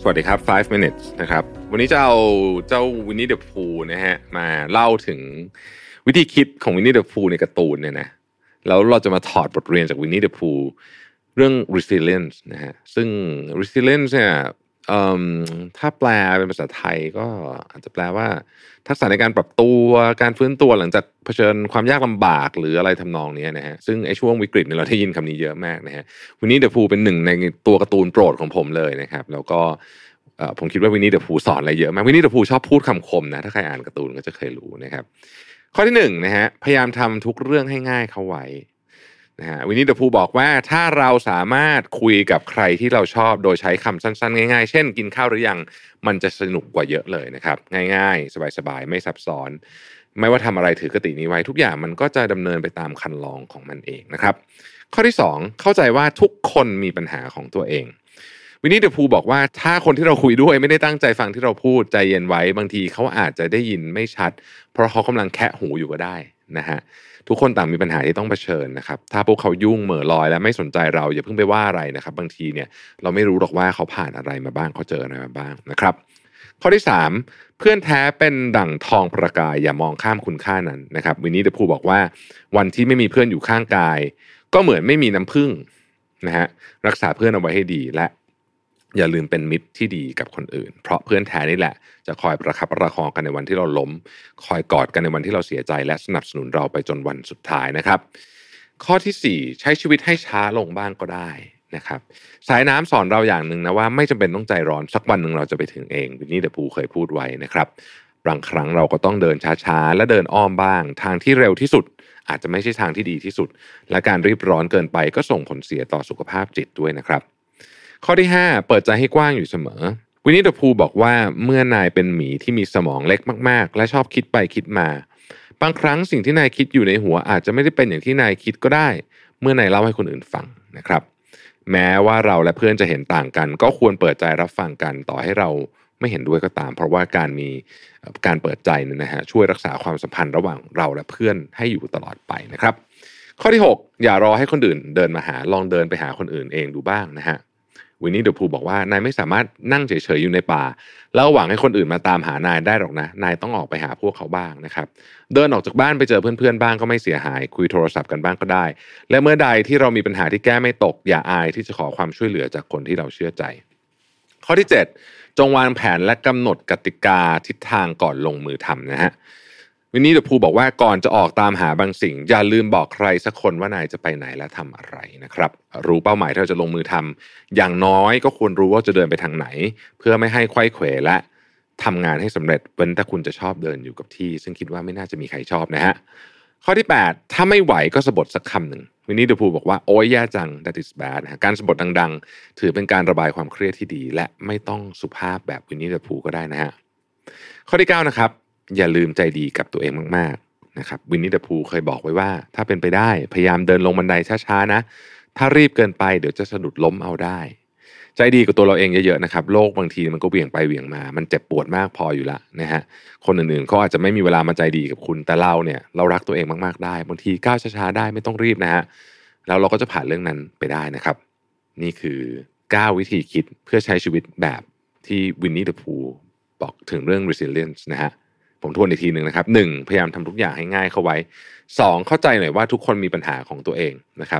สวัสดีครับ5 minutes นะครับวันนี้จะเอาเจ้าวินนี่เดอะพูลนะฮะมาเล่าถึงวิธีคิดของวินนี่เดอะพูลในการ์ตูนเนี่ยนะแล้วเราจะมาถอดบทเรียนจากวินนี่เดอะพูลเรื่อง resilience นะฮะซึ่ง resilience เนี่ยถ้าแปลเป็นภาษาไทยก็อาจจะแปลว่าทักษะในการปรับตัวการฟื้นตัวหลังจากเผชิญความยากลำบากหรืออะไรทำนองนี้นะฮะซึ่งไอ้ช่วงวิกฤตเนี่ยเราได้ยินคำนี้เยอะมากนะฮะวินนี่เดอะพูลเป็นหนึ่งในตัวการ์ตูนโปรดของผมเลยนะครับแล้วก็ผมคิดว่าวินนี่เดอะพูลสอนอะไรเยอะมากวินนี่เดอะพูลชอบพูดคำคมนะถ้าใครอ่านการ์ตูนก็จะเคยรู้นะครับข้อที่หนึ่งนะฮะพยายามทำทุกเรื่องให้ง่ายเข้าไว้นะฮะวินนี่เดอะพูลบอกว่าถ้าเราสามารถคุยกับใครที่เราชอบโดยใช้คำสั้นๆง่ายๆเช่นกินข้าวหรือยังมันจะสนุกกว่าเยอะเลยนะครับง่ายๆสบายๆไม่ซับซ้อนไม่ว่าทำอะไรถือกตินี้ไว้ทุกอย่างมันก็จะดำเนินไปตามคันลองของมันเองนะครับข้อที่สองเข้าใจว่าทุกคนมีปัญหาของตัวเองวินนี่เดอะพูลบอกว่าถ้าคนที่เราคุยด้วยไม่ได้ตั้งใจฟังที่เราพูดใจเย็นไว้บางทีเขาอาจจะได้ยินไม่ชัดเพราะเขากำลังแคะหูอยู่ก็ได้นะฮะทุกคนต่างมีปัญหาที่ต้องเผชิญนะครับถ้าพวกเขายุ่งเหม่อลอยและไม่สนใจเราอย่าเพิ่งไปว่าอะไรนะครับบางทีเนี่ยเราไม่รู้หรอกว่าเขาผ่านอะไรมาบ้างเขาเจออะไรมาบ้างนะครับข้อที่3เพื่อนแท้เป็นดั่งทองประกายอย่ามองข้ามคุณค่านั้นนะครับวินนี่เดอะพูลบอกว่าวันที่ไม่มีเพื่อนอยู่ข้างกายก็เหมือนไม่มีน้ำผึ้งนะฮะรักษาเพื่อนเอาไว้ให้ดีและอย่าลืมเป็นมิตรที่ดีกับคนอื่นเพราะเพื่อนแท้นี่แหละจะคอยประคับประคองกันในวันที่เราล้มคอยกอดกันในวันที่เราเสียใจและสนับสนุนเราไปจนวันสุดท้ายนะครับข้อที่4ใช้ชีวิตให้ช้าลงบ้างก็ได้นะครับสายน้ำสอนเราอย่างหนึ่งนะว่าไม่จำเป็นต้องใจร้อนสักวันหนึ่งเราจะไปถึงเองวินนี่เดอะพูลเคยพูดไว้นะครับบางครั้งเราก็ต้องเดินช้าๆและเดินอ้อมบ้างทางที่เร็วที่สุดอาจจะไม่ใช่ทางที่ดีที่สุดและการรีบร้อนเกินไปก็ส่งผลเสียต่อสุขภาพจิตด้วยนะครับข้อที่5เปิดใจให้กว้างอยู่เสมอวินนี่เดอะพูลบอกว่าเมื่อนายเป็นหมีที่มีสมองเล็กมากๆและชอบคิดไปคิดมาบางครั้งสิ่งที่นายคิดอยู่ในหัวอาจจะไม่ได้เป็นอย่างที่นายคิดก็ได้เมื่อนายเล่าให้คนอื่นฟังนะครับแม้ว่าเราและเพื่อนจะเห็นต่างกันก็ควรเปิดใจรับฟังกันต่อให้เราไม่เห็นด้วยก็ตามเพราะว่าการเปิดใจเนี่ยนะฮะช่วยรักษาความสัมพันธ์ระหว่างเราและเพื่อนให้อยู่ตลอดไปนะครับข้อที่6อย่ารอให้คนอื่นเดินมาหาลองเดินไปหาคนอื่นเองดูบ้างนะฮะวินนี่เดอะพูลบอกว่านายไม่สามารถนั่งเฉยๆอยู่ในป่าแล้วหวังให้คนอื่นมาตามหานายได้หรอกนะนายต้องออกไปหาพวกเขาบ้างนะครับเดินออกจากบ้านไปเจอเพื่อนๆบ้างก็ไม่เสียหายคุยโทรศัพท์กันบ้างก็ได้และเมื่อใดที่เรามีปัญหาที่แก้ไม่ตกอย่าอายที่จะขอความช่วยเหลือจากคนที่เราเชื่อใจข้อที่7จงวางแผนและกำหนดกติกาทิศทางก่อนลงมือทำนะฮะวินนี่เดอะพูลบอกว่าก่อนจะออกตามหาบางสิ่งอย่าลืมบอกใครสักคนว่านายจะไปไหนและทำอะไรนะครับรู้เป้าหมายที่เราจะลงมือทำอย่างน้อยก็ควรรู้ว่าจะเดินไปทางไหนเพื่อไม่ให้ไขว้เขวและทำงานให้สำเร็จเว้นแต่คุณจะชอบเดินอยู่กับที่ซึ่งคิดว่าไม่น่าจะมีใครชอบนะฮะข้อที่8ถ้าไม่ไหวก็สะบัดสักคำหนึ่งวินนี่เดอะพูลบอกว่าโอ้ยแย่จัง that is bad นะการสะบัดดังๆถือเป็นการระบายความเครียดที่ดีและไม่ต้องสุภาพแบบวินนี่เดอะพูลก็ได้นะฮะข้อที่9นะครับอย่าลืมใจดีกับตัวเองมากๆนะครับวินนี่เดอะพูลเคยบอกไว้ว่าถ้าเป็นไปได้พยายามเดินลงบันไดช้าๆนะถ้ารีบเกินไปเดี๋ยวจะสะดุดล้มเอาได้ใจดีกับตัวเราเองเยอะๆนะครับโลกบางทีมันก็เหวี่ยงไปเหวี่ยงมามันเจ็บปวดมากพออยู่ละนะฮะคนอื่นๆเขาอาจจะไม่มีเวลามาใจดีกับคุณแต่เราเนี่ยเรารักตัวเองมากๆได้บางทีก้าวช้าๆได้ไม่ต้องรีบนะฮะแล้วเราก็จะผ่านเรื่องนั้นไปได้นะครับนี่คือ9วิธีคิดเพื่อใช้ชีวิตแบบที่วินนี่เดอะพูลบอกถึงเรื่อง resilience นะฮะผมทวนอีกทีหนึ่งนะครับ1พยายามทำทุกอย่างให้ง่ายเข้าไว้2เข้าใจหน่อยว่าทุกคนมีปัญหาของตัวเองนะครับ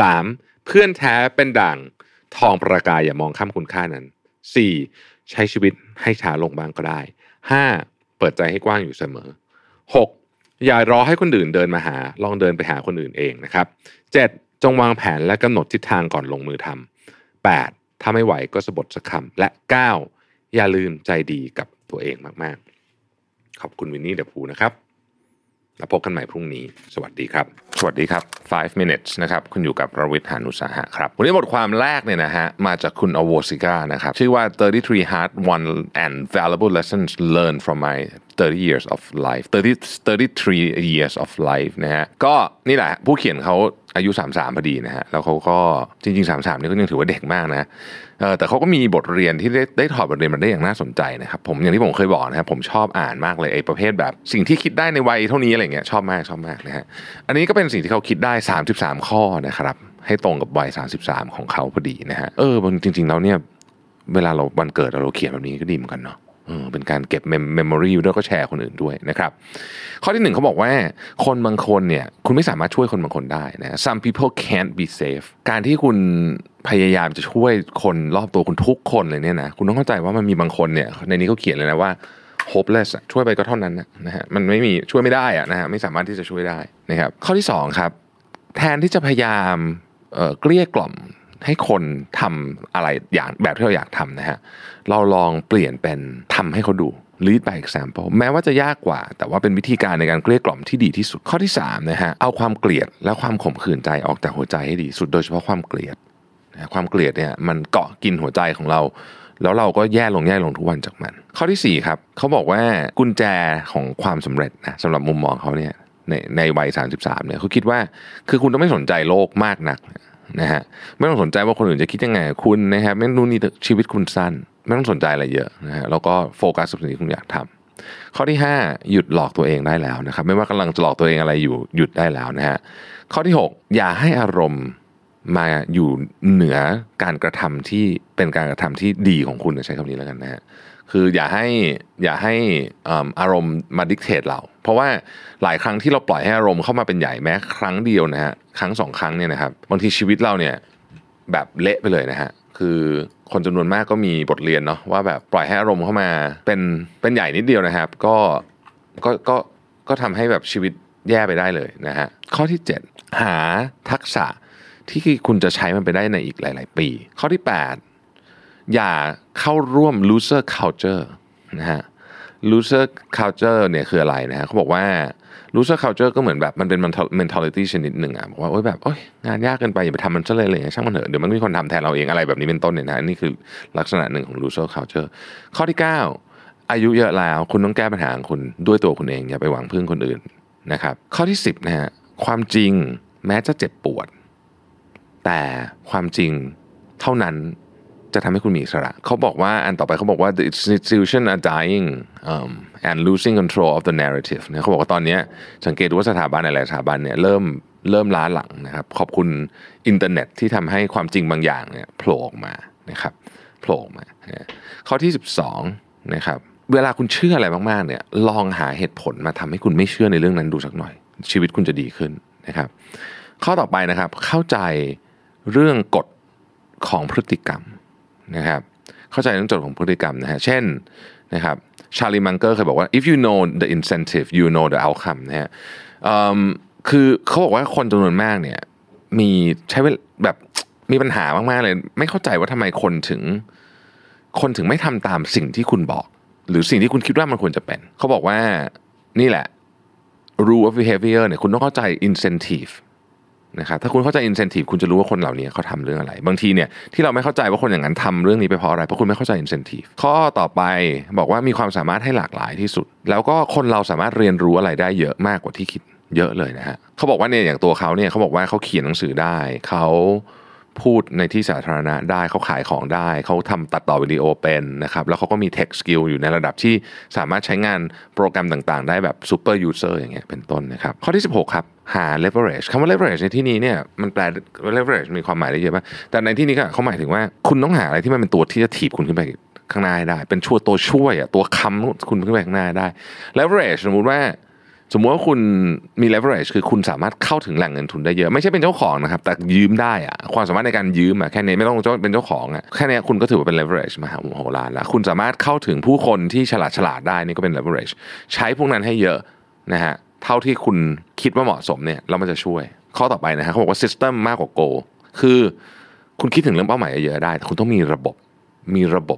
3เพื่อนแท้เป็นด่างทองประกายอย่ามองข้ามคุณค่านั้น4ใช้ชีวิตให้ช้าลงบ้างก็ได้5เปิดใจให้กว้างอยู่เสมอ6อย่ารอให้คนอื่นเดินมาหาลองเดินไปหาคนอื่นเองนะครับ7จงวางแผนและกำหนดทิศทางก่อนลงมือทำ8ถ้าไม่ไหวก็สะบัดสักคำและ9อย่าลืมใจดีกับตัวเองมากๆขอบคุณวินนี่เดอะพูลนะครับแล้วพบกันใหม่พรุ่งนี้สวัสดีครับสวัสดีครับ5 minutes นะครับคุณอยู่กับรวิทย์หานุสาหะครับวันนี้บทความแรกเนี่ยนะฮะมาจากคุณอโวซิก้านะครับชื่อว่า33 hard won and valuable lessons learned from my 30 years of life 33 years of life นะฮะก็นี่แหละผู้เขียนเขาอายุ33พอดีนะฮะแล้วเขาก็จริงๆ33นี่ก็ยังถือว่าเด็กมากนะแต่เขาก็มีบทเรียนที่ได้ถอดบทเรียนมันได้อย่างน่าสนใจนะครับผมอย่างที่ผมเคยบอกนะครับผมชอบอ่านมากเลยไอ้ประเภทแบบสิ่งที่คิดได้ในวัยเท่านี้อะไรเงี้ยชอบมากนะฮะอันนี้ก็เป็นสิ่งที่เขาคิดได้33ข้อนะครับให้ตรงกับวัย33ของเขาพอดีนะฮะจริงๆแล้วเนี่ยเวลาเราวันเกิดเราเขียนแบบนี้ก็ดีเหมือนกันเนาะเป็นการเก็บเมมโมรีแล้วก็แชร์คนอื่นด้วยนะครับข้อที่หนึ่งเขาบอกว่าคนบางคนเนี่ยคุณไม่สามารถช่วยคนบางคนได้นะ Some people can't be safe การที่คุณพยายามจะช่วยคนรอบตัวคุณทุกคนเลยเนี่ยนะคุณต้องเข้าใจว่ามันมีบางคนเนี่ยในนี้เขาเขียนเลยนะว่า hopeless ช่วยไปก็เท่านั้นนะฮะมันไม่มีช่วยไม่ได้นะฮะไม่สามารถที่จะช่วยได้นะครับข้อที่สองครับแทนที่จะพยายามเกลี้ยกล่อมให้คนทำอะไรอย่างแบบที่เราอยากทำนะฮะเราลองเปลี่ยนเป็นทำให้เขาดู lead by example แม้ว่าจะยากกว่าแต่ว่าเป็นวิธีการในการเกลี้ยกล่อมที่ดีที่สุดข้อที่3นะฮะเอาความเกลียดและความข่มขืนใจออกจากหัวใจให้ดีสุดโดยเฉพาะความเกลียดความเกลียดเนี่ยมันเกาะกินหัวใจของเราแล้วเราก็แย่ลงทุกวันจากมันข้อที่4ครับเขาบอกว่ากุญแจของความสำเร็จนะสำหรับมุมมองเขาเนี่ยในวัย33เนี่ยเขาคิดว่าคือคุณต้องไม่สนใจโลกมากนักนะฮะไม่ต้องสนใจว่าคนอื่นจะคิดยังไงคุณนะครับไม่รู้นี่ชีวิตคุณสั้นไม่ต้องสนใจอะไรเยอะนะฮะแล้วก็โฟกัสกับสิ่งที่คุณอยากทำข้อที่5หยุดหลอกตัวเองได้แล้วนะครับไม่ว่ากำลังจะหลอกตัวเองอะไรอยู่หยุดได้แล้วนะฮะข้อที่6อย่าให้อารมณ์มาอยู่เหนือการกระทำที่เป็นการกระทำที่ดีของคุณใช้คำนี้แล้วกันนะฮะคืออย่าให้อารมณ์มาดิกเทตเราเพราะว่าหลายครั้งที่เราปล่อยให้อารมณ์เข้ามาเป็นใหญ่แม้ครั้งเดียวนะฮะครั้ง2ครั้งเนี่ยนะครับบางทีชีวิตเราเนี่ยแบบเละไปเลยนะฮะคือคนจำนวนมากก็มีบทเรียนเนาะว่าแบบปล่อยให้อารมณ์เข้ามาเป็นใหญ่นิดเดียวนะครับก็ทำให้แบบชีวิตแย่ไปได้เลยนะฮะข้อที่7หาทักษะที่คุณจะใช้มันไปได้ในอีกหลายๆปีข้อที่8อย่าเข้าร่วม loser culture นะฮะ loser culture เนี่ยคืออะไรนะฮะเขาบอกว่า loser culture ก็เหมือนแบบมันเป็น mentality ชนิดหนึ่งบอกว่าโอ๊ยแบบโอ๊ยงานยากเกินไปอย่าไปทำมันซะเลยอะไรอย่างเงี้ยช่างมันเถอะเดี๋ยวมันมีคนทำแทนเราเองอะไรแบบนี้เป็นต้นเนี่ยนะนี่คือลักษณะหนึ่งของ loser culture ข้อที่9อายุเยอะแล้วคุณต้องแก้ปัญหาของคุณด้วยตัวคุณเองอย่าไปหวังพึ่งคนอื่นนะครับข้อที่10นะฮะความจริงแม้จะเจ็บปวดแต่ความจริงเท่านั้นจะทำให้คุณมีอิสระเขาบอกว่าอันต่อไปเขาบอกว่า the institution are dying and losing control of the narrative นะเขาบอกว่าตอนนี้สังเกตดูว่าสถาบันหลายสถาบันเนี่ยเริ่มล้าหลังนะครับขอบคุณอินเทอร์เน็ตที่ทำให้ความจริงบางอย่างเนี่ยโผล่ออกมานะครับโผล่ออกมาข้อที่12นะครับเวลาคุณเชื่ออะไรมากๆเนี่ยลองหาเหตุผลมาทำให้คุณไม่เชื่อในเรื่องนั้นดูสักหน่อยชีวิตคุณจะดีขึ้นนะครับข้อต่อไปนะครับเข้าใจเรื่องกฎของพฤติกรรมนะครับเข้าใจเรื่องกฎของพฤติกรรมนะฮะเช่นนะครับชาลีมังเกอร์เคยบอกว่า if you know the incentive you know the outcome นะฮะคือเขาบอกว่าคนจำนวนมากเนี่ยมีใช้แบบมีปัญหามากๆเลยไม่เข้าใจว่าทำไมคนถึงไม่ทำตามสิ่งที่คุณบอกหรือสิ่งที่คุณคิดว่ามันควรจะเป็นเขาบอกว่านี่แหละ rule of behavior เนี่ยคุณต้องเข้าใจ incentiveนะครับถ้าคุณเข้าใจ incentive คุณจะรู้ว่าคนเหล่านี้เขาทำเรื่องอะไรบางทีเนี่ยที่เราไม่เข้าใจว่าคนอย่างนั้นทำเรื่องนี้ไปเพราะอะไรเพราะคุณไม่เข้าใจ incentive ข้อต่อไปบอกว่ามีความสามารถให้หลากหลายที่สุดแล้วก็คนเราสามารถเรียนรู้อะไรได้เยอะมากกว่าที่คิดเยอะเลยนะฮะเขาบอกว่าเนี่ยอย่างตัวเขาเนี่ยเขาบอกว่าเขาเขียนหนังสือได้เขาพูดในที่สาธารณะได้เขาขายของได้เขาทำตัดต่อวิดีโอเป็นนะครับแล้วเขาก็มี tech skill อยู่ในระดับที่สามารถใช้งานโปรแกรมต่างๆได้แบบ super user อย่างเงี้ยเป็นต้นนะครับข้อที่16ครับหา leverage คำว่า leverage ในที่นี้เนี่ยมันแปล leverage มีความหมายได้เยอะมากแต่ในที่นี้ก็เขาหมายถึงว่าคุณต้องหาอะไรที่มันเป็นตัวที่จะถีบคุณขึ้นไปข้างหน้าได้เป็นตัวช่วยตัวค้ำคุณขึ้นไปข้างหน้าได้ leverage สมมุติว่าคุณมี leverage คือคุณสามารถเข้าถึงแหล่งเงินทุนได้เยอะไม่ใช่เป็นเจ้าของนะครับแต่ยืมได้ความสามารถในการยืมแค่นี้ไม่ต้องเป็นเจ้าของแค่นี้คุณก็ถือว่าเป็น leverage มหาโหฬารแล้วคุณสามารถเข้าถึงผู้คนที่ฉลาดได้นี่ก็เป็น leverage ใช้พวกนั้นให้เยอะนะฮะเท่าที่คุณคิดว่าเหมาะสมเนี่ยแล้วมันจะช่วยข้อต่อไปนะฮะเขาบอกว่า system มากกว่า goal คือคุณคิดถึงเรื่องเป้าหมายเยอะได้แต่คุณต้องมีระบบมี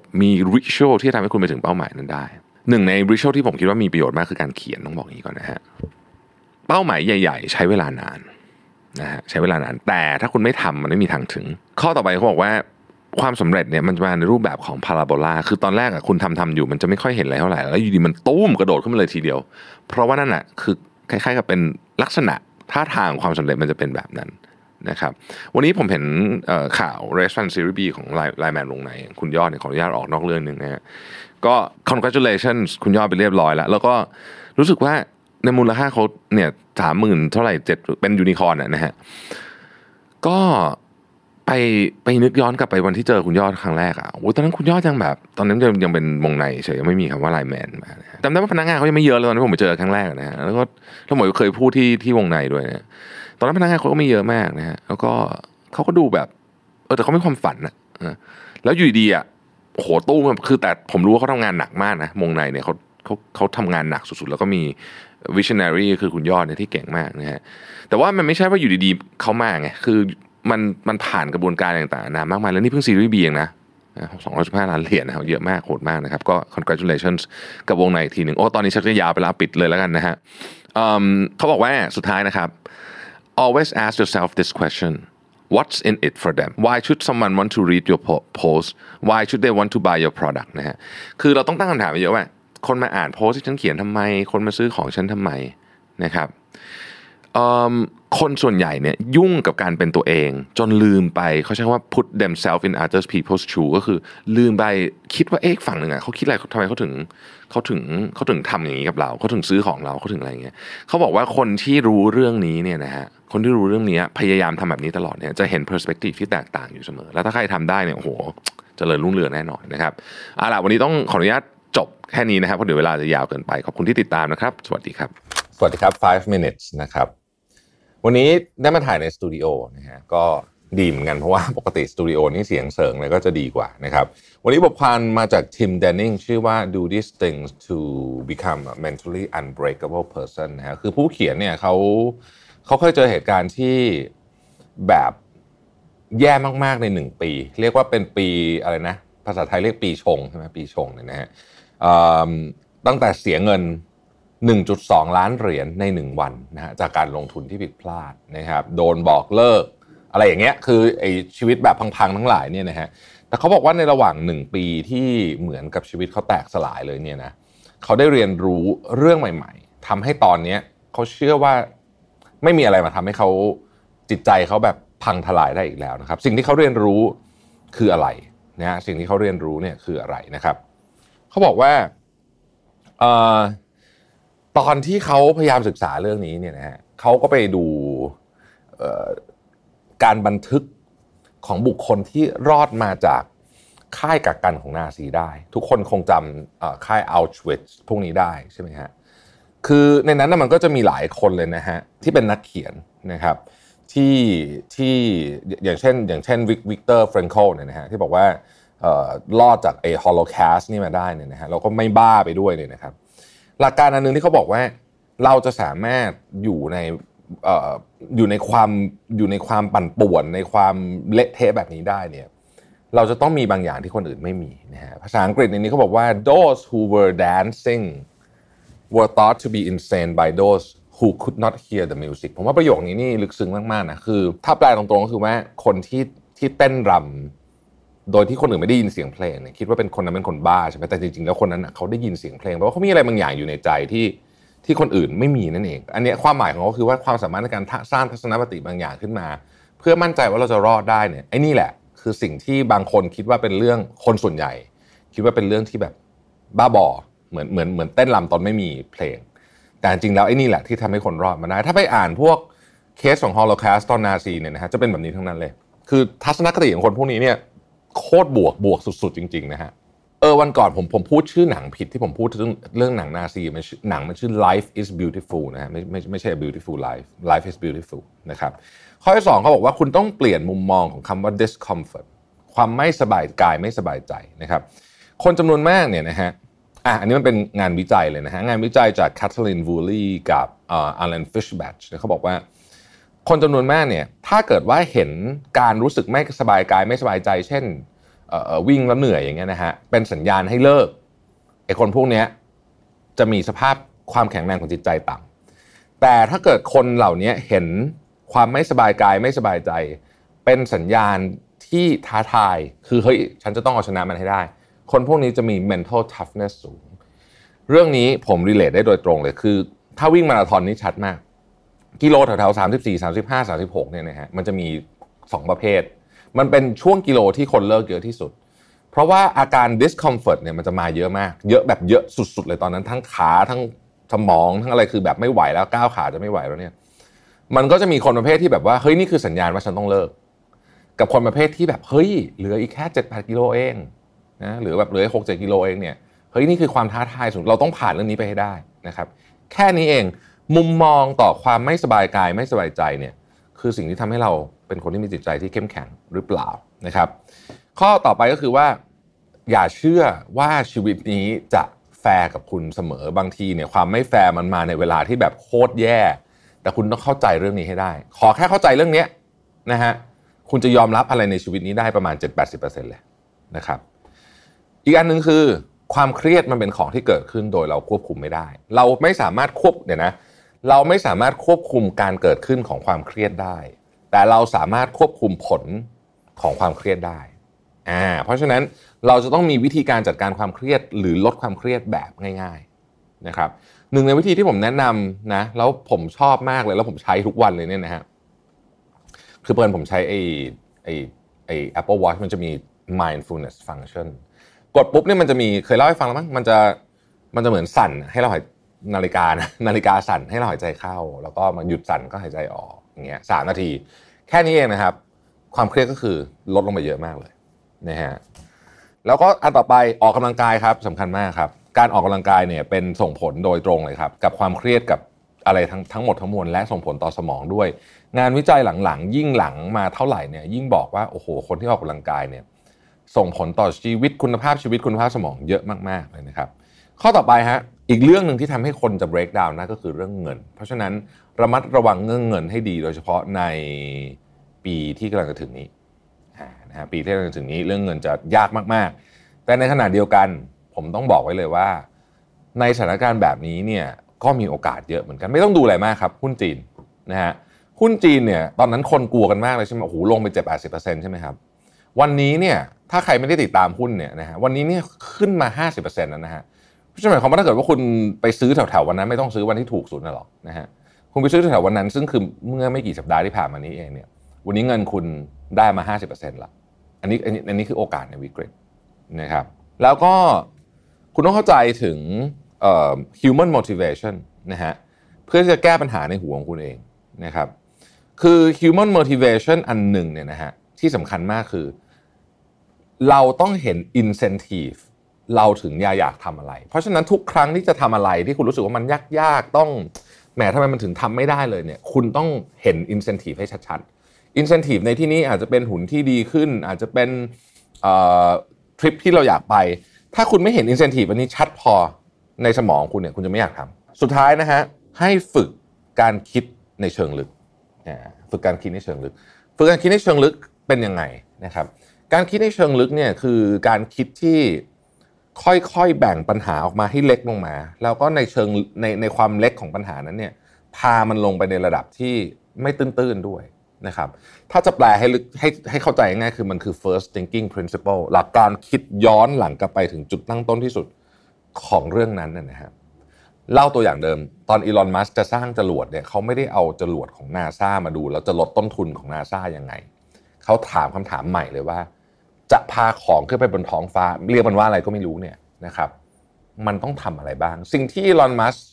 ritual ที่ทำให้คุณไปถึงเป้าหมายนั้นได้หนึ่งใน ritual ที่ผมคิดว่ามีประโยชน์มากคือการเขียนต้องบอกอย่างนี้ก่อนนะฮะเป้าหมายใหญ่ๆใช้เวลานานนะฮะใช้เวลานานแต่ถ้าคุณไม่ทำมันไม่มีทางถึงข้อต่อไปเขาบอกว่าความสำเร็จเนี่ยมันจะมาในรูปแบบของพาราโบลาคือตอนแรกคุณทำอยู่มันจะไม่ค่อยเห็นอะไรเท่าไหร่แล้วอยู่ดีมันตุ้มกระโดดขึ้นมาเลยทีเดียวเพราะว่านั่นน่ะคือคล้ายๆกับเป็นลักษณะท่าทางความสำเร็จมันจะเป็นแบบนั้นนะครับวันนี้ผมเห็นข่าว Race Fan Series B ของไลน์แมนวงในคุณยอดเนี่ยขออนุญาตออกนอกเรื่องนึงนะฮะก็ congratulations คุณยอดไปเรียบร้อยแล้วก็รู้สึกว่าในมูลค่าเขาเนี่ย30,000เท่าไหร่7เป็นยูนิคอร์นนะฮะก็ไปไปนึกย้อนกลับไปวันที่เจอคุณยอดครั้งแรกอ่ะโอ้ตอนนั้นคุณยอดยังแบบตอนนั้นยังเป็นวงในเฉยยังไม่มีคำว่าไลน์แมนมาจำได้ว่าพนักงานเขายังไม่เยอะเลยตอนที่ผมไปเจอครั้งแรกนะฮะแล้วผมก็เคยพูดที่วงในด้วยนะตอนนั้นพนักงานเขาก็ไม่เยอะมากนะฮะแล้วก็เขาก็ดูแบบแต่เขามีความฝันนะแล้วอยู่ดีอ่ะโอ้โหตู้มันคือแต่ผมรู้ว่าเขาทำงานหนักมากนะวงในเนี่ยเขาทำงานหนักสุดๆแล้วก็มี visionary คือคุณยอดเนี่ยที่เก่งมากนะฮะแต่ว่ามันไม่ใช่ว่าอยู่ดีๆเขามาไงคือมันผ่านกระบวนการต่างๆนะมากมายแล้วนี่เพิ่งซีรีส์ B เองนะ215 ล้านเหรียญนะครับเยอะมากโหดมากนะครับก็ congratulations กับวงในอีกทีหนึ่งโอ้ตอนนี้ชักจะยาวไปแล้วปิดเลยแล้วกันนะฮะเขาบอกว่าสุดท้ายนะครับ always ask yourself this question what's in it for them why should someone want to read your post why should they want to buy your product นะฮะคือเราต้องตั้งคำถามเยอะว่าคนมาอ่านโพสต์ที่ฉันเขียนทำไมคนมาซื้อของฉันทำไมนะครับคนส่วนใหญ่เนี่ยยุ่งกับการเป็นตัวเองจนลืมไปเขาใช้คำว่า put themselves in other people's shoes ก็คือลืมไปคิดว่าฝั่งหนึ่งอ่ะเขาคิดอะไรทำไมเขาถึงทำอย่างนี้กับเราเขาถึงซื้อของเราเขาถึงอะไรเงี้ยเขาบอกว่าคนที่รู้เรื่องนี้เนี่ยนะฮะคนที่รู้เรื่องนี้พยายามทำแบบนี้ตลอดเนี่ยจะเห็น perspective ที่แตกต่างอยู่เสมอแล้วถ้าใครทำได้เนี่ยโอ้โหเจริญรุ่งเรืองแน่นอนนะครับเอาล่ะวันนี้ต้องขออนุญาตจบแค่นี้นะครับเพราะเดี๋ยวเวลาจะยาวเกินไปขอบคุณที่ติดตามนะครับสวัสดีครับสวัสดีครับ5 minutes นะครับวันนี้ได้มาถ่ายในสตูดิโอนะฮะก็ดีเหมือนกันเพราะว่าปกติสตูดิโอนี่เสียงเสริงเลยก็จะดีกว่านะครับวันนี้บทความมาจากทิม เดนนิงชื่อว่า Do these things to become a mentally unbreakable person นะฮะคือผู้เขียนเนี่ยเขาเคยเจอเหตุการณ์ที่แบบแย่มากๆใน1 ปีเรียกว่าเป็นปีอะไรนะภาษาไทยเรียกปีชงใช่ไหมปีชงเนี่ยนะฮะตั้งแต่เสียเงิน1.2 ล้านเหรียญใน1วันนะฮะจากการลงทุนที่ผิดพลาดนะครับโดนบอกเลิกอะไรอย่างเงี้ยคือไอ้ชีวิตแบบพังๆทั้งหลายเนี่ยนะฮะแต่เขาบอกว่าในระหว่าง1 ปีที่เหมือนกับชีวิตเขาแตกสลายเลยเนี่ยนะเขาได้เรียนรู้เรื่องใหม่ๆทำให้ตอนนี้เขาเชื่อว่าไม่มีอะไรมาทำให้เขาจิตใจเขาแบบพังทลายได้อีกแล้วนะครับสิ่งที่เขาเรียนรู้คืออะไรนะฮะสิ่งที่เขาเรียนรู้เนี่ยคืออะไรนะครับเขาบอกว่าตอนที่เขาพยายามศึกษาเรื่องนี้เนี่ยนะฮะเขาก็ไปดูการบันทึกของบุคคลที่รอดมาจากค่ายกักกันของนาซีได้ทุกคนคงจำค่ายอัลชวิทซ์พวกนี้ได้ใช่ไหมฮะคือในนั้นมันก็จะมีหลายคนเลยนะฮะที่เป็นนักเขียนนะครับที่อย่างเช่นวิกเตอร์เฟรนโคลเนี่ยนะฮะที่บอกว่ารอดจากฮอโลแคสต์นี่มาได้เนี่ยนะฮะเราก็ไม่บ้าไปด้วยเนี่ยนะครับหลักการอันนึงที่เขาบอกว่าเราจะสามารถอยู่ในความปั่นป่วนในความเละเทะแบบนี้ได้เนี่ยเราจะต้องมีบางอย่างที่คนอื่นไม่มีนะฮะภาษาอังกฤษในนี้เขาบอกว่า those who were dancing were thought to be insane by those who could not hear the music ผมว่าประโยคนี้นี่ลึกซึ้งมากๆนะคือถ้าแปลตรงๆก็คือว่าคนที่เต้นรำโดยที่คนอื่นไม่ได้ยินเสียงเพลงเนี่ยคิดว่าเป็นคนนั้นเป็นคนบ้าใช่ไหมแต่จริงๆแล้วคนนั้นเขาได้ยินเสียงเพลงเพราะว่าเขามีอะไรบางอย่างอยู่ในใจที่คนอื่นไม่มีนั่นเองอันนี้ความหมายของเขาคือว่าความสามารถในการสร้างทัศนคติบางอย่างขึ้นมาเพื่อมั่นใจว่าเราจะรอดได้เนี่ยไอ้นี่แหละคือสิ่งที่บางคนคิดว่าเป็นเรื่องคนส่วนใหญ่คิดว่าเป็นเรื่องที่แบบบ้าบอเหมือนเต้นรำตอนไม่มีเพลงแต่จริงแล้วไอ้นี่แหละที่ทำให้คนรอดมาได้ถ้าไปอ่านพวกเคสของฮอลโลแคสต์ตอนนาซีเนี่ยนะฮะจะเป็นแบบนี้ทั้งนั้นเลยคือทัศนคติของคนพวกนี้เนี่ยโคตรบวกสุดๆจริงๆนะฮะวันก่อนผมพูดชื่อหนังผิดที่ผมพูดเรื่องหนังนาซีหนังมันชื่อ Life is Beautiful นะฮะไม่ใช่ Beautiful Life is Beautiful นะครับข้อที่2เขาบอกว่าคุณต้องเปลี่ยนมุมมองของคำว่า discomfort ความไม่สบายกายไม่สบายใจนะครับคนจำนวนมากเนี่ยนะฮะอันนี้มันเป็นงานวิจัยเลยนะฮะงานวิจัยจาก Kathleen Woolley กับAlan Fishbach เขาบอกว่าคนจำนวนมากเนี่ยถ้าเกิดว่าเห็นการรู้สึกไม่สบายกายไม่สบายใจเช่นวิ่งแล้วเหนื่อยอย่างเงี้ยนะฮะเป็นสัญญาณให้เลิกไอ้คนพวกนี้จะมีสภาพความแข็งแรงของจิตใจต่ำแต่ถ้าเกิดคนเหล่านี้เห็นความไม่สบายกายไม่สบายใจเป็นสัญญาณที่ท้าทายคือเฮ้ยฉันจะต้องเอาชนะมันให้ได้คนพวกนี้จะมี mental toughness สูงเรื่องนี้ผม relate ได้โดยตรงเลยคือถ้าวิ่งมาราธอนนี่ชัดมากกิโลแถวๆ34 35 36เนี่ยนะฮะมันจะมี2ประเภทมันเป็นช่วงกิโลที่คนเลิกเยอะที่สุดเพราะว่าอาการ discomfort เนี่ยมันจะมาเยอะมากเยอะแบบเยอะสุดๆเลยตอนนั้นทั้งขาทั้งสมองทั้งอะไรคือแบบไม่ไหวแล้วก้าวขาจะไม่ไหวแล้วเนี่ยมันก็จะมีคนประเภทที่แบบว่าเฮ้ยนี่คือสัญญาณว่าฉันต้องเลิกกับคนประเภทที่แบบเฮ้ยเหลืออีกแค่ 7-8 กิโลเองนะหรือแบบเหลือ 6-7 กิโลเองเนี่ยเฮ้ยนี่คือความท้าทายสุดเราต้องผ่านเรื่องนี้ไปให้ได้นะครับแค่นี้เองมุมมองต่อความไม่สบายกายไม่สบายใจเนี่ยคือสิ่งที่ทำให้เราเป็นคนที่มีจิตใจที่เข้มแข็งหรือเปล่านะครับข้อต่อไปก็คือว่าอย่าเชื่อว่าชีวิตนี้จะแฟร์กับคุณเสมอบางทีเนี่ยความไม่แฟร์มันมาในเวลาที่แบบโคตรแย่แต่คุณต้องเข้าใจเรื่องนี้ให้ได้ขอแค่เข้าใจเรื่องนี้นะฮะคุณจะยอมรับอะไรในชีวิตนี้ได้ประมาณ 7-80% เลยนะครับอีกอันนึงคือความเครียดมันเป็นของที่เกิดขึ้นโดยเราควบคุมไม่ได้เราไม่สามารถเราไม่สามารถควบคุมการเกิดขึ้นของความเครียดได้แต่เราสามารถควบคุมผลของความเครียดได้เพราะฉะนั้นเราจะต้องมีวิธีการจัดการความเครียดหรือลดความเครียดแบบง่ายๆนะครับหนึ่งในวิธีที่ผมแนะนำนะแล้วผมชอบมากเลยแล้วผมใช้ทุกวันเลยเนี่ยนะฮะคือเปิดผมใช้ไอ้ Apple Watch มันจะมี mindfulness function กดปุ๊บเนี่ยมันจะมีเคยเล่าให้ฟังแล้วมั้งมันจะเหมือนสั่นให้เราหายนาฬิกาสั่นให้เราหายใจเข้าแล้วก็มันหยุดสั่นก็หายใจออกอย่างเงี้ย3 นาทีแค่นี้เองนะครับความเครียดก็คือลดลงไปเยอะมากเลยนะฮะแล้วก็อันต่อไปออกกำลังกายครับสำคัญมากครับการออกกำลังกายเนี่ยเป็นส่งผลโดยตรงเลยครับกับความเครียดกับอะไรทั้งหมดทั้งมวลและส่งผลต่อสมองด้วยงานวิจัยหลังๆยิ่งหลังมาเท่าไหร่เนี่ยยิ่งบอกว่าโอ้โหคนที่ออกกำลังกายเนี่ยส่งผลต่อชีวิตคุณภาพชีวิตคุณภาพสมองเยอะมากๆเลยนะครับข้อต่อไปฮะอีกเรื่องนึงที่ทำให้คนจะ break down นะก็คือเรื่องเงินเพราะฉะนั้นระมัดระวังเรื่องเงินให้ดีโดยเฉพาะในปีที่กำลังจะถึงนี้นะฮะปีที่กำลังจะถึงนี้เรื่องเงินจะยากมากๆแต่ในขณะเดียวกันผมต้องบอกไว้เลยว่าในสถานการณ์แบบนี้เนี่ยก็มีโอกาสเยอะเหมือนกันไม่ต้องดูอะไรมากครับหุ้นจีนนะฮะหุ้นจีนเนี่ยตอนนั้นคนกลัวกันมากเลยใช่ไหมโอ้โหลงไป 70-80% ใช่ไหมครับวันนี้เนี่ยถ้าใครไม่ได้ติดตามหุ้นเนี่ยนะฮะวันนี้เนี่ยขึ้นมา 50% แล้วนะฮะเพราะฉะนั้นหมายความว่าถ้าเกิดว่าคุณไปซื้อแถวๆวันนั้นไม่ต้องซื้อวันที่ถูกสุดนะหรอกนะฮะคุณไปซื้อแถวๆวันนั้นซึ่งคือเมื่อไม่กี่สัปดาห์ที่ผ่านมานี้เองเนี่ยวันนี้เงินคุณได้มา 50% ละอันนี้คือโอกาสในวิกฤตนะครับแล้วก็คุณต้องเข้าใจถึงhuman motivation นะฮะเพื่อที่จะแก้ปัญหาในหัวของคุณเองนะครับคือ human motivation อันหนึ่งเนี่ยนะฮะที่สำคัญมากคือเราต้องเห็น incentive เราถึงอยากทำอะไรเพราะฉะนั้นทุกครั้งที่จะทำอะไรที่คุณรู้สึกว่ามันยากต้องแหมทำไมมันถึงทำไม่ได้เลยเนี่ยคุณต้องเห็น incentive ให้ชัดๆ incentive ในที่นี้อาจจะเป็นหุ่นที่ดีขึ้นอาจจะเป็นทริปที่เราอยากไปถ้าคุณไม่เห็น incentive อันนี้ชัดพอในสมองคุณเนี่ยคุณจะไม่อยากทำสุดท้ายนะฮะให้ฝึกการคิดในเชิงลึกฝึกการคิดในเชิงลึกฝึกการคิดในเชิงลึกเป็นยังไงนะครับการคิดในเชิงลึกเนี่ยคือการคิดที่ค่อยๆแบ่งปัญหาออกมาให้เล็กลงมาแล้วก็ในเชิงในความเล็กของปัญหานั้นเนี่ยพามันลงไปในระดับที่ไม่ตื้นๆด้วยนะครับถ้าจะแปลให้ลึกให้เข้าใจง่ายคือมันคือ first thinking principle หลักการคิดย้อนหลังกลับไปถึงจุดตั้งต้นที่สุดของเรื่องนั้นนะฮะเล่าตัวอย่างเดิมตอนอีลอนมัสก์จะสร้างจรวดเนี่ยเขาไม่ได้เอาจรวดของ NASA มาดูแล้วจะลดต้นทุนของ NASA ยังไงเขาถามคำถามใหม่เลยว่าจะพาของขึ้นไปบนท้องฟ้าเรียกมันว่าอะไรก็ไม่รู้เนี่ยนะครับมันต้องทำอะไรบ้างสิ่งที่อีลอนมัสก์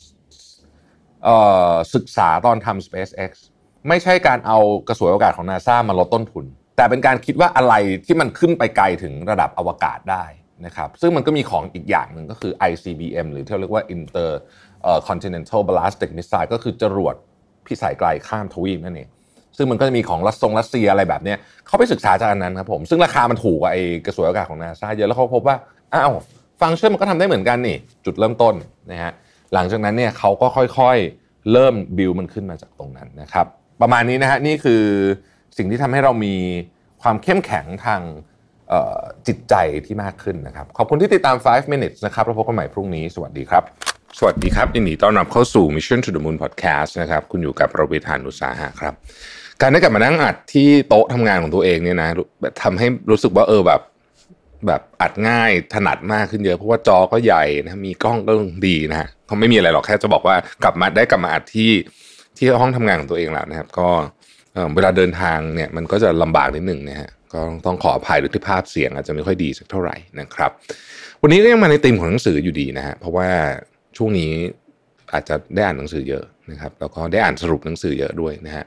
ศึกษาตอนทำ SpaceX ไม่ใช่การเอากระสวยอวกาศของ NASA มาลดต้นทุนแต่เป็นการคิดว่าอะไรที่มันขึ้นไปไกลถึงระดับอวกาศได้นะครับซึ่งมันก็มีของอีกอย่างหนึ่งก็คือ ICBM หรือที่เรียกว่า Intercontinental Ballistic Missile ก็คือจรวดพิสัยไกลข้ามทวีปนั่นเองซึ่งมันก็จะมีของรัสเซียอะไรแบบนี้เขาไปศึกษาจากอันนั้นครับผมซึ่งราคามันถูกกว่าไอ้กระสวยอวกาศของ NASA เยอะแล้วเขาพบว่าอ้าวฟังก์ชันมันก็ทำได้เหมือนกันนี่จุดเริ่มต้นนะฮะหลังจากนั้นเนี่ยเขาก็ค่อยๆเริ่มบิลมันขึ้นมาจากตรงนั้นนะครับประมาณนี้นะฮะนี่คือสิ่งที่ทำให้เรามีความเข้มแข็งทางจิตใจที่มากขึ้นนะครับขอบคุณที่ติดตาม 5 minutes นะครับแล้วพบกันใหม่พรุ่งนี้สวัสดีครับสวัสดีครับยินดีต้อนรับเข้าสู่ Mission to the Moon Podcast นะครับคุณอยู่กับประวิทย์ หาญอุตสาหะครับการได้กลับมานั่งอัดที่โต๊ะทำงานของตัวเองเนี่ยนะทำให้รู้สึกว่าแบบอัดง่ายถนัดมากขึ้นเยอะเพราะว่าจอก็ใหญ่นะมีกล้องก็ดีนะฮะเขาไม่มีอะไรหรอกแค่จะบอกว่ากลับมาอัดที่ห้องทำงานของตัวเองแล้วนะครับก็เวลาเดินทางเนี่ยมันก็จะลำบากนิดหนึ่งนะฮะก็ต้องขออภัยด้วยที่ภาพเสียงอาจจะไม่ค่อยดีสักเท่าไหร่นะครับวันนี้ก็ยังมาในธีมของหนังสืออยู่ดีนะฮะเพราะว่าช่วงนี้อาจจะได้อ่านหนังสือเยอะนะครับแล้วก็ได้อ่านสรุปหนังสือเยอะด้วยนะฮะ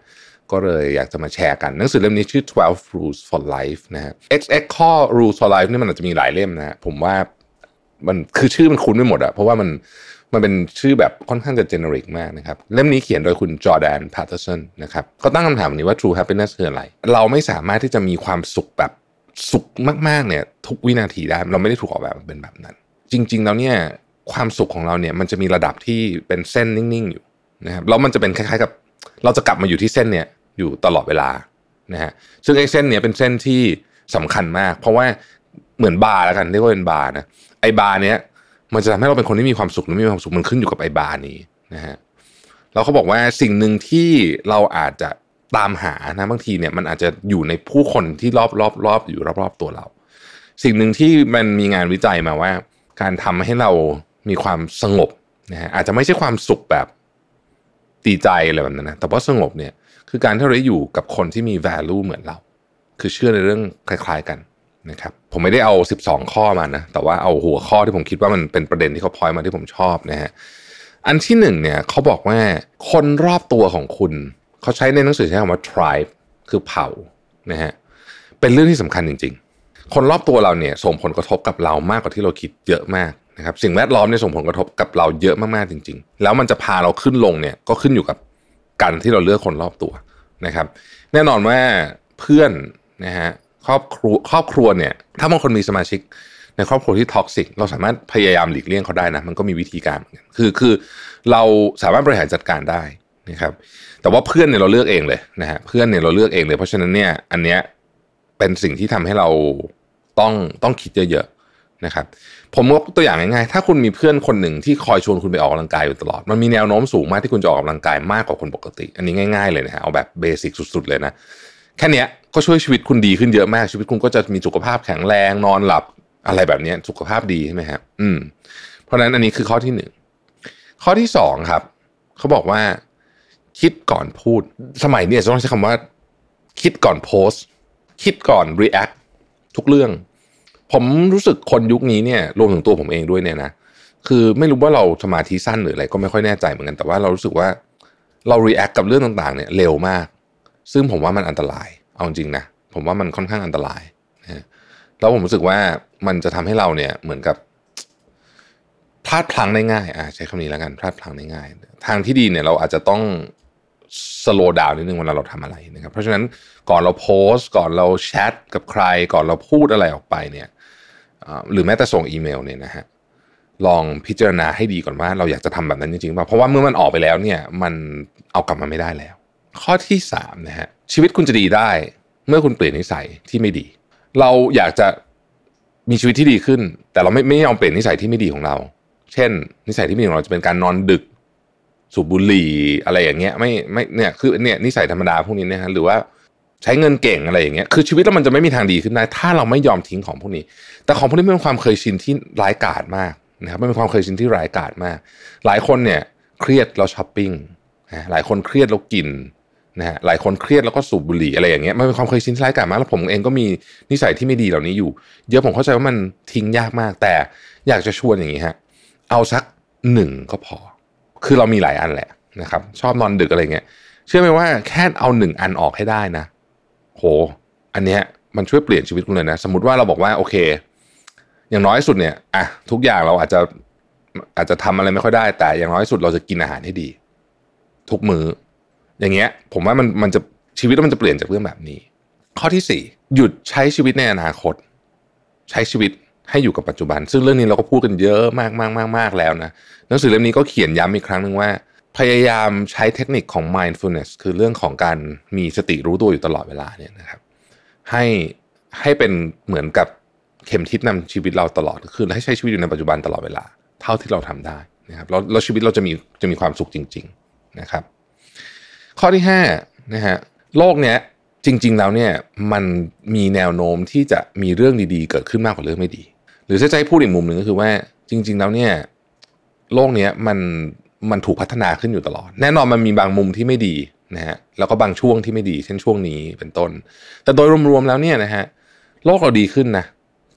ก็เลยอยากจะมาแชร์กันหนังสือเล่มนี้ชื่อ12 Rules for Life นะฮะ XX ข้อ Rules for Life นี่มันอาจจะมีหลายเล่มนะฮะผมว่ามันคือชื่อมันคุ้นไปหมดอะเพราะว่ามันเป็นชื่อแบบค่อนข้างจะ generic มากนะครับเล่มนี้เขียนโดยคุณจอร์แดน แพตเทอร์สันนะครับก็ตั้งคำถามแบบนี้ว่า true happiness คืออะไรเราไม่สามารถที่จะมีความสุขแบบสุขมากๆเนี่ยทุกวินาทีได้เราไม่ได้ถูกออกแบบเป็นแบบนั้นจริงๆแล้วเนี่ยความสุขของเราเนี่ยมันจะมีระดับที่เป็นเส้นนิ่งๆอยู่นะครับแล้วมันจะเป็นคล้ายๆกับเราจะกลับมาอยู่ที่เส้นเนี่ยอยู่ตลอดเวลานะฮะซึ่งไอ้เส้นเนี่ยเป็นเส้นที่สำคัญมากเพราะว่าเหมือนบาร์แล้วกันเรียกว่าเป็นบาร์นะไอ้บาร์เนี้ยมันจะทำให้เราเป็นคนที่มีความสุขหรือไม่มีความสุขมันขึ้นอยู่กับไอ้บาร์นี้นะฮะแล้วเขาบอกว่าสิ่งหนึ่งที่เราอาจจะตามหานะบางทีเนี่ยมันอาจจะอยู่ในผู้คนที่รอบอยู่รอบตัวเราสิ่งหนึ่งที่มันมีงานวิจัยมาว่าการทำให้เรามีความสงบนะฮะอาจจะไม่ใช่ความสุขแบบดีใจอะไรแบบนั้นนะแต่ว่าสงบเนี่ยคือการที่เราได้อยู่กับคนที่มี value เหมือนเราคือเชื่อในเรื่องคล้ายๆกันนะครับผมไม่ได้เอา12ข้อมานะแต่ว่าเอาหัวข้อที่ผมคิดว่ามันเป็นประเด็นที่เขาพอยต์มาที่ผมชอบนะฮะอันที่หนึ่งเนี่ยเขาบอกว่าคนรอบตัวของคุณเขาใช้ในหนังสือใช้คำว่า tribe คือเผ่านะฮะเป็นเรื่องที่สำคัญจริงๆคนรอบตัวเราเนี่ยส่งผลกระทบกับเรามากกว่าที่เราคิดเยอะมากนะครับสิ่งแวดล้อมเนี่ยส่งผลกระทบกับเราเยอะมากๆจริงๆแล้วมันจะพาเราขึ้นลงเนี่ยก็ขึ้นอยู่กับการที่เราเลือกคนรอบตัวนะครับแน่นอนว่าเพื่อนนะฮะครอบครัวเนี่ยถ้าบางคนมีสมาชิกในครอบครัวที่ท็อกซิกเราสามารถพยายามหลีกเลี่ยงเขาได้นะมันก็มีวิธีการคือเราสามารถบริหารจัดการได้นะครับแต่ว่าเพื่อนเนี่ยเราเลือกเองเลยนะฮะเพื่อนเนี่ยเราเลือกเองเลยเพราะฉะนั้นเนี่ยอันเนี้ยเป็นสิ่งที่ทำให้เราต้องคิดเยอะๆนะครับผมยกตัวอย่างง่ายๆถ้าคุณมีเพื่อนคนหนึ่งที่คอยชวนคุณไปออกกำลังกายอยู่ตลอดมันมีแนวโน้มสูงมากที่คุณจะออกกำลังกายมากกว่าคนปกติอันนี้ง่ายๆเลยนะฮะเอาแบบเบสิกสุดๆเลยนะแค่เนี้ยก็ช่วยชีวิตคุณดีขึ้นเยอะมากชีวิตคุณก็จะมีสุขภาพแข็งแรงนอนหลับอะไรแบบนี้สุขภาพดีใช่ไหมครับเพราะฉะนั้นอันนี้คือข้อที่หนึ่งข้อที่สองครับเขาบอกว่าคิดก่อนพูดสมัยนี้ต้องใช้คำว่าคิดก่อนโพสต์คิดก่อนรีแอคทุกเรื่องผมรู้สึกคนยุคนี้เนี่ยรวมถึงตัวผมเองด้วยเนี่ยนะคือไม่รู้ว่าเราสมาธิสั้นหรืออะไรก็ไม่ค่อยแน่ใจเหมือนกันแต่ว่าเรารู้สึกว่าเรารีแอคกับเรื่องต่างๆเนี่ยเร็วมากซึ่งผมว่ามันอันตรายเอาจริงนะผมว่ามันค่อนข้างอันตรายนะแล้วผมรู้สึกว่ามันจะทำให้เราเนี่ยเหมือนกับพลาดพลั้งได้ง่ายใช้คำนี้แล้วกันพลาดพลั้งได้ง่ายทางที่ดีเนี่ยเราอาจจะต้องสโลว์ดาวน์นิดนึงเวลาเราทำอะไรนะครับเพราะฉะนั้นก่อนเราโพสต์ก่อนเราแชทกับใครก่อนเราพูดอะไรออกไปเนี่ยหรือแม้แต่ส่งอีเมลเนี่ยนะฮะลองพิจารณาให้ดีก่อนว่าเราอยากจะทำแบบนั้นจริงๆป่ะเพราะว่าเมื่อมันออกไปแล้วเนี่ยมันเอากลับมาไม่ได้แล้วข้อที่3นะฮะชีวิตคุณจะดีได้เมื่อคุณเปลี่ยนนิสัยที่ไม่ดีเราอยากจะมีชีวิตที่ดีขึ้นแต่เราไม่ยอมเปลี่ยนนิสัยที่ไม่ดีของเราเช่นนิสัยที่ไม่ดีของเราจะเป็นการนอนดึกสูบบุหรี่อะไรอย่างเงี้ยไม่เนี่ยคือเนี่ยนิสัยธรรมดาพวกนี้นะฮะหรือว่าใช้เงินเก่งอะไรอย่างเงี้ยคือชีวิตเรามันจะไม่มีทางดีขึ้นได้ถ้าเราไม่ยอมทิ้งของพวกนี้แต่ของพวกนี้เป็นความเคยชินที่ร้ายกาจมากนะครับมันเป็นความเคยชินที่ร้ายกาจมากหลายคนเนี่ยเครียดแล้วช้อปปิ้งหลายคนเครียดแล้วกินนะฮะหลายคนเครียดแล้วก็สูบบุหรี่อะไรอย่างเงี้ยมันเป็นความเคยชินที่ร้ายกาจมากแล้วผมเองก็มีนิสัยที่ไม่ดีเหล่านี้อยู่เยอะผมเข้าใจว่ามันทิ้งยากมากแต่อยากจะชวนอย่างงี้ฮะเอาสัก1ก็พอคือเรามีหลายอันแหละนะครับชอบนอนดึกอะไรเงี้ยเชื่อไหมว่าแค่เอา1อันออกให้ได้นะโหอันเนี้ยมันช่วยเปลี่ยนชีวิตคุณเลยนะสมมุติว่าเราบอกว่าโอเคอย่างน้อยสุดเนี่ยทุกอย่างเราอาจจะทำอะไรไม่ค่อยได้แต่อย่างน้อยสุดเราจะกินอาหารให้ดีทุกมื้ออย่างเงี้ยผมว่ามันจะชีวิตมันจะเปลี่ยนจากเรื่องแบบนี้ข้อที่4หยุดใช้ชีวิตในอนาคตใช้ชีวิตให้อยู่กับปัจจุบันซึ่งเรื่องนี้เราก็พูดกันเยอะมากแล้วนะหนังสือเล่มนี้ก็เขียนย้ำอีกครั้งนึงว่าพยายามใช้เทคนิคของ mindfulness คือเรื่องของการมีสติรู้ตัวอยู่ตลอดเวลาเนี่ยนะครับให้เป็นเหมือนกับเข็มทิศนำชีวิตเราตลอดคือให้ใช้ชีวิตอยู่ในปัจจุบันตลอดเวลาเท่าที่เราทำได้นะครับแล้วชีวิตเราจะมีความสุขจริงๆนะครับข้อที่5นะฮะโลกเนี้ยจริงๆแล้วเนี่ยมันมีแนวโน้มที่จะมีเรื่องดีๆเกิดขึ้นมากกว่าเรื่องไม่ดีหรือจะให้พูดอีกมุมหนึ่งก็คือว่าจริงๆแล้วเนี่ยโลกเนี้ยมันถูกพัฒนาขึ้นอยู่ตลอดแน่นอนมันมีบางมุมที่ไม่ดีนะฮะแล้วก็บางช่วงที่ไม่ดีเช่นช่วงนี้เป็นต้นแต่โดยรวมๆแล้วเนี่ยนะฮะโลกเราดีขึ้นนะ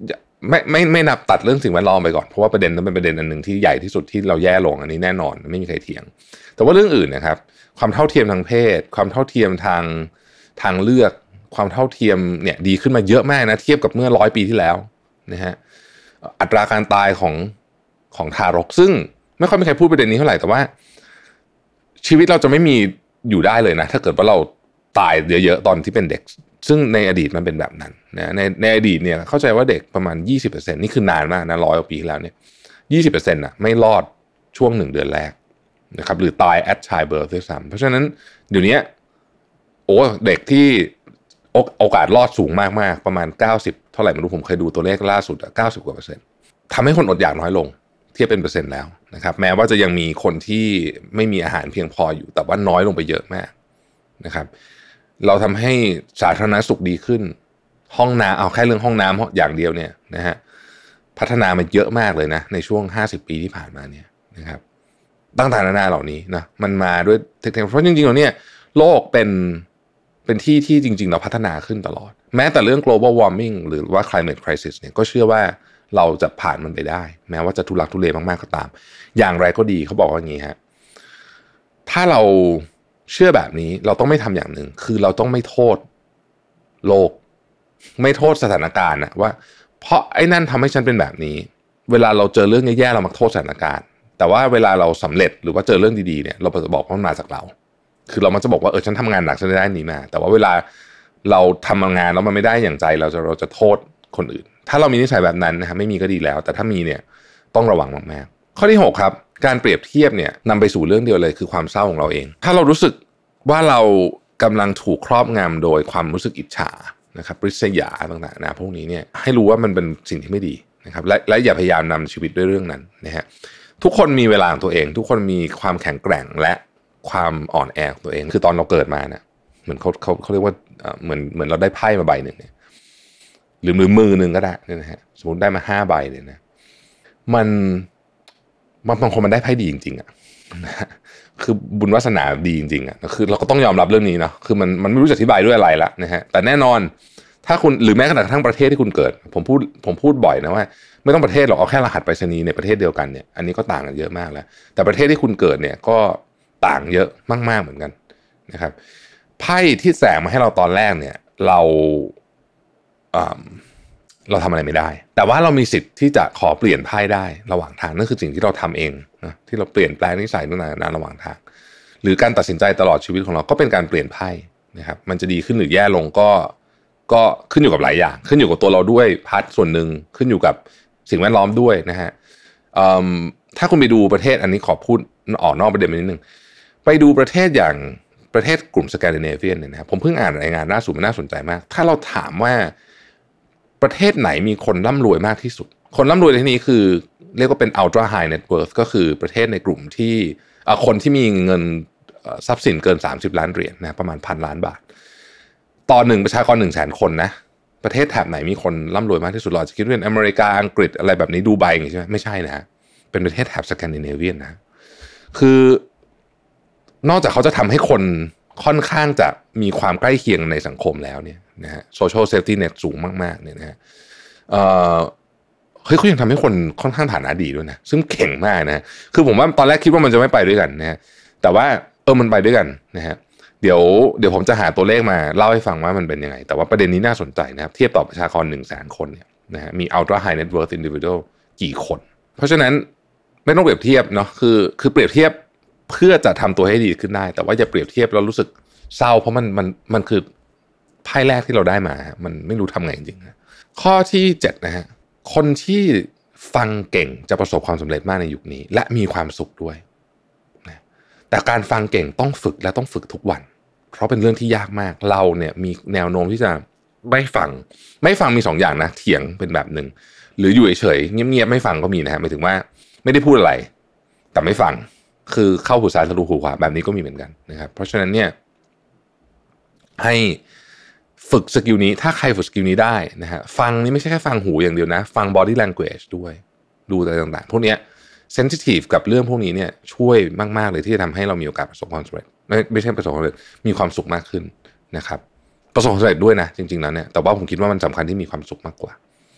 ไม่นับตัดเรื่องสิ่งแวดล้อมไปก่อนเพราะว่าประเด็นนั้นเป็นประเด็นอันหนึ่งที่ใหญ่ที่สุดที่เราแย่ลงอันนี้แน่นอนไม่มีใครเถียงแต่ว่าเรื่องอื่นนะครับความเท่าเทียมทางเพศความเท่าเทียมทางเลือกความเท่าเทียมเนี่ยดีขึ้นมาเยอะมากนะเทียบกับเมื่อ100 ปีที่แล้วนะฮะอัตราการตายของทารกซึ่งไม่ค่อยมีใครพูดประเด็นนี้เท่าไหร่แต่ว่าชีวิตเราจะไม่มีอยู่ได้เลยนะถ้าเกิดว่าเราตายเยอะๆตอนที่เป็นเด็กซึ่งในอดีตมันเป็นแบบนั้นนะในอดีตเนี่ยเข้าใจว่าเด็กประมาณ 20% นี่คือนานมากนะ100 กว่าปีแล้วเนี่ย 20% น่ะไม่รอดช่วง1 เดือนแรกนะครับหรือตาย at childbirth ด้วยซ้ำเพราะฉะนั้นเดี๋ยวนี้เด็กที่โอกาสรอดสูงมากๆประมาณ90เท่าไหร่ไม่รู้ผมเคยดูตัวเลขล่าสุด90 กว่าเปอร์เซ็นต์ทำให้คนอดอยากน้อยลงเทียบเป็นเปอร์เซ็นต์แล้วนะครับแม้ว่าจะยังมีคนที่ไม่มีอาหารเพียงพออยู่แต่ว่าน้อยลงไปเยอะมากนะครับเราทำให้สาธารณสุขดีขึ้นห้องน้ำเอาแค่เรื่องห้องน้ำอย่างเดียวเนี่ยนะฮะพัฒนามาเยอะมากเลยนะในช่วง50 ปีที่ผ่านมาเนี่ยนะครับตั้งแต่นานาเหล่านี้นะมันมาด้วยเทคโนโลยีเพราะจริงๆแล้วเนี่ยโลกเป็นที่จริงๆเราพัฒนาขึ้นตลอดแม้แต่เรื่อง global warming หรือว่า climate crisis เนี่ยก็เชื่อว่าเราจะผ่านมันไปได้แม้ว่าจะทุลักทุเลมากๆก็ตามอย่างไรก็ดีเขาบอกว่าอย่างนี้ฮะถ้าเราเชื่อแบบนี้เราต้องไม่ทำอย่างหนึ่งคือเราต้องไม่โทษโลกไม่โทษสถานการณ์นะว่าเพราะไอ้นั่นทำให้ฉันเป็นแบบนี้เวลาเราเจอเรื่องแย่ๆเรามักโทษสถานการณ์แต่ว่าเวลาเราสำเร็จหรือว่าเจอเรื่องดีๆเนี่ยเราจะบอกว่ามันมาจากเราคือเรามักจะบอกว่าฉันทำงานหนักฉันได้นี้มาแต่ว่าเวลาเราทำงานแล้วมันไม่ได้อย่างใจเราจะโทษคนอื่นถ้าเรามีนิสัยแบบนั้นนะครับไม่มีก็ดีแล้วแต่ถ้ามีเนี่ยต้องระวังมากๆข้อที่6ครับการเปรียบเทียบเนี่ยนำไปสู่เรื่องเดียวเลยคือความเศร้าของเราเองถ้าเรารู้สึกว่าเรากำลังถูกครอบงำโดยความรู้สึกอิจฉานะครับริษยาต่างๆนะพวกนี้เนี่ยให้รู้ว่ามันเป็นสิ่งที่ไม่ดีนะครับและอย่าพยายามนำชีวิตด้วยเรื่องนั้นนะฮะทุกคนมีเวลาของตัวเองทุกคนมีความแข็งแกร่งและความอ่อนแอของตัวเองคือตอนเราเกิดมาเนี่ยเหมือนเขาเรียกว่าเหมือนเราได้ไพ่มาใบหนึ่งเนี่ยหรือมือหนึ่งก็ได้นะฮะสมมติได้มา5 ใบเนี่ยนะมันบางคนมันได้ไพ่ดีจริงๆอ่ะคือบุญวาสนาดีจริงๆอ่ะคือเราก็ต้องยอมรับเรื่องนี้เนาะคือมันไม่รู้จะอธิบายด้วยอะไรละนะฮะแต่แน่นอนถ้าคุณหรือแม้กระทั่งประเทศที่คุณเกิดผมพูดบ่อยนะว่าไม่ต้องประเทศหรอกเอาแค่รหัสไปรษณีย์ในประเทศเดียวกันเนี่ยอันนี้ก็ต่างกันเยอะมากแล้วแต่ประเทศที่คุณเกิดเนี่ยก็ต่างเยอะมากๆเหมือนกันนะครับไพ่ที่แสงมาให้เราตอนแรกเนี่ยเราทำอะไรไม่ได้แต่ว่าเรามีสิทธิ์ที่จะขอเปลี่ยนไพ่ได้ระหว่างทางนั่นคือสิ่งที่เราทำเองนะที่เราเปลี่ยนแปลงนิสัยต่างๆระหว่างทางหรือการตัดสินใจตลอดชีวิตของเราก็เป็นการเปลี่ยนไพ่นะครับมันจะดีขึ้นหรือแย่ลงก็ขึ้นอยู่กับหลายอย่างขึ้นอยู่กับตัวเราด้วยพาร์ทส่วนหนึ่งขึ้นอยู่กับสิ่งแวดล้อมด้วยนะฮะถ้าคุณไปดูประเทศอันนี้ขอพูดออกนอกประเด็นไปนิดนึงไปดูประเทศอย่างประเทศกลุ่มสแกนดิเนเวียนเนี่ยนะครับผมเพิ่งอ่านรายงานล่าสุดมันน่าสนใจมากถ้าเราถามว่าประเทศไหนมีคนร่ำรวยมากที่สุดคนร่ำรวยในที่นี้คือเรียกว่าเป็น ultra high net worth ก็คือประเทศในกลุ่มที่คนที่มีเงินทรัพย์สินเกิน30 ล้านเหรียญนะประมาณ1,000 ล้านบาทต่อ1 ประชากร 100,000 คนนะประเทศแถบไหนมีคนร่ำรวยมากที่สุดเราจะคิดว่าเป็นอเมริกาอังกฤษอะไรแบบนี้ดูไบอย่างงี้ใช่ไหมไม่ใช่นะเป็นประเทศแถบสแกนดิเนเวียนนะคือนอกจากเขาจะทำให้คนค่อนข้างจะมีความใกล้เคียงในสังคมแล้วเนี่ยนะฮะ social safety net สูงมากๆเนี่ยนะฮะเขายังทำให้คนค่อนข้างฐานะดีด้วยนะซึ่งเก่งมากนะคือผมว่าตอนแรกคิดว่ามันจะไม่ไปด้วยกันนะฮะแต่ว่ามันไปด้วยกันนะฮะเดี๋ยวผมจะหาตัวเลขมาเล่าให้ฟังว่ามันเป็นยังไงแต่ว่าประเด็นนี้น่าสนใจนะครับเทียบต่อประชากร 100,000 คนเนี่ยนะฮะมี ultra high net worth individual กี่คนเพราะฉะนั้นไม่ต้องเปรียบเทียบเนาะคือเปรียบเทียบเพื่อจะทำตัวให้ดีขึ้นได้แต่ว่าอย่าเปรียบเทียบแล้วรู้สึกเศร้าเพราะมันคือไพ่แรกที่เราได้มามันไม่รู้ทำไงจริงๆนะข้อที่7นะฮะคนที่ฟังเก่งจะประสบความสำเร็จมากในยุคนี้และมีความสุขด้วยนะแต่การฟังเก่งต้องฝึกและต้องฝึกทุกวันเพราะเป็นเรื่องที่ยากมากเราเนี่ยมีแนวโน้มที่จะไม่ฟังมี2 อย่างนะเถียงเป็นแบบหนึ่งหรืออยู่เฉยๆเงียบๆไม่ฟังก็มีนะฮะหมายถึงว่าไม่ได้พูดอะไรแต่ไม่ฟังคือเข้าหูซ้ายทะลุหูขวาแบบนี้ก็มีเหมือนกันนะครับเพราะฉะนั้นเนี่ยให้ฝึกสกิลนี้ถ้าใครฝึกสกิลนี้ได้นะฮะฟังนี่ไม่ใช่แค่ฟังหูอย่างเดียวนะฟัง body language ด้วยดูอะไรต่างๆพวกนี้ sensitive กับเรื่องพวกนี้เนี่ยช่วยมากๆเลยที่จะทำให้เรามีโอกาสประสบความสำเร็จไม่ใช่ประสบความสำเร็จมีความสุขมากขึ้นนะครับประสบความสำเร็จด้วยนะจริงๆแล้วเนี่ยแต่ว่าผมคิดว่ามันสำคัญที่มีความสุขมากกว่า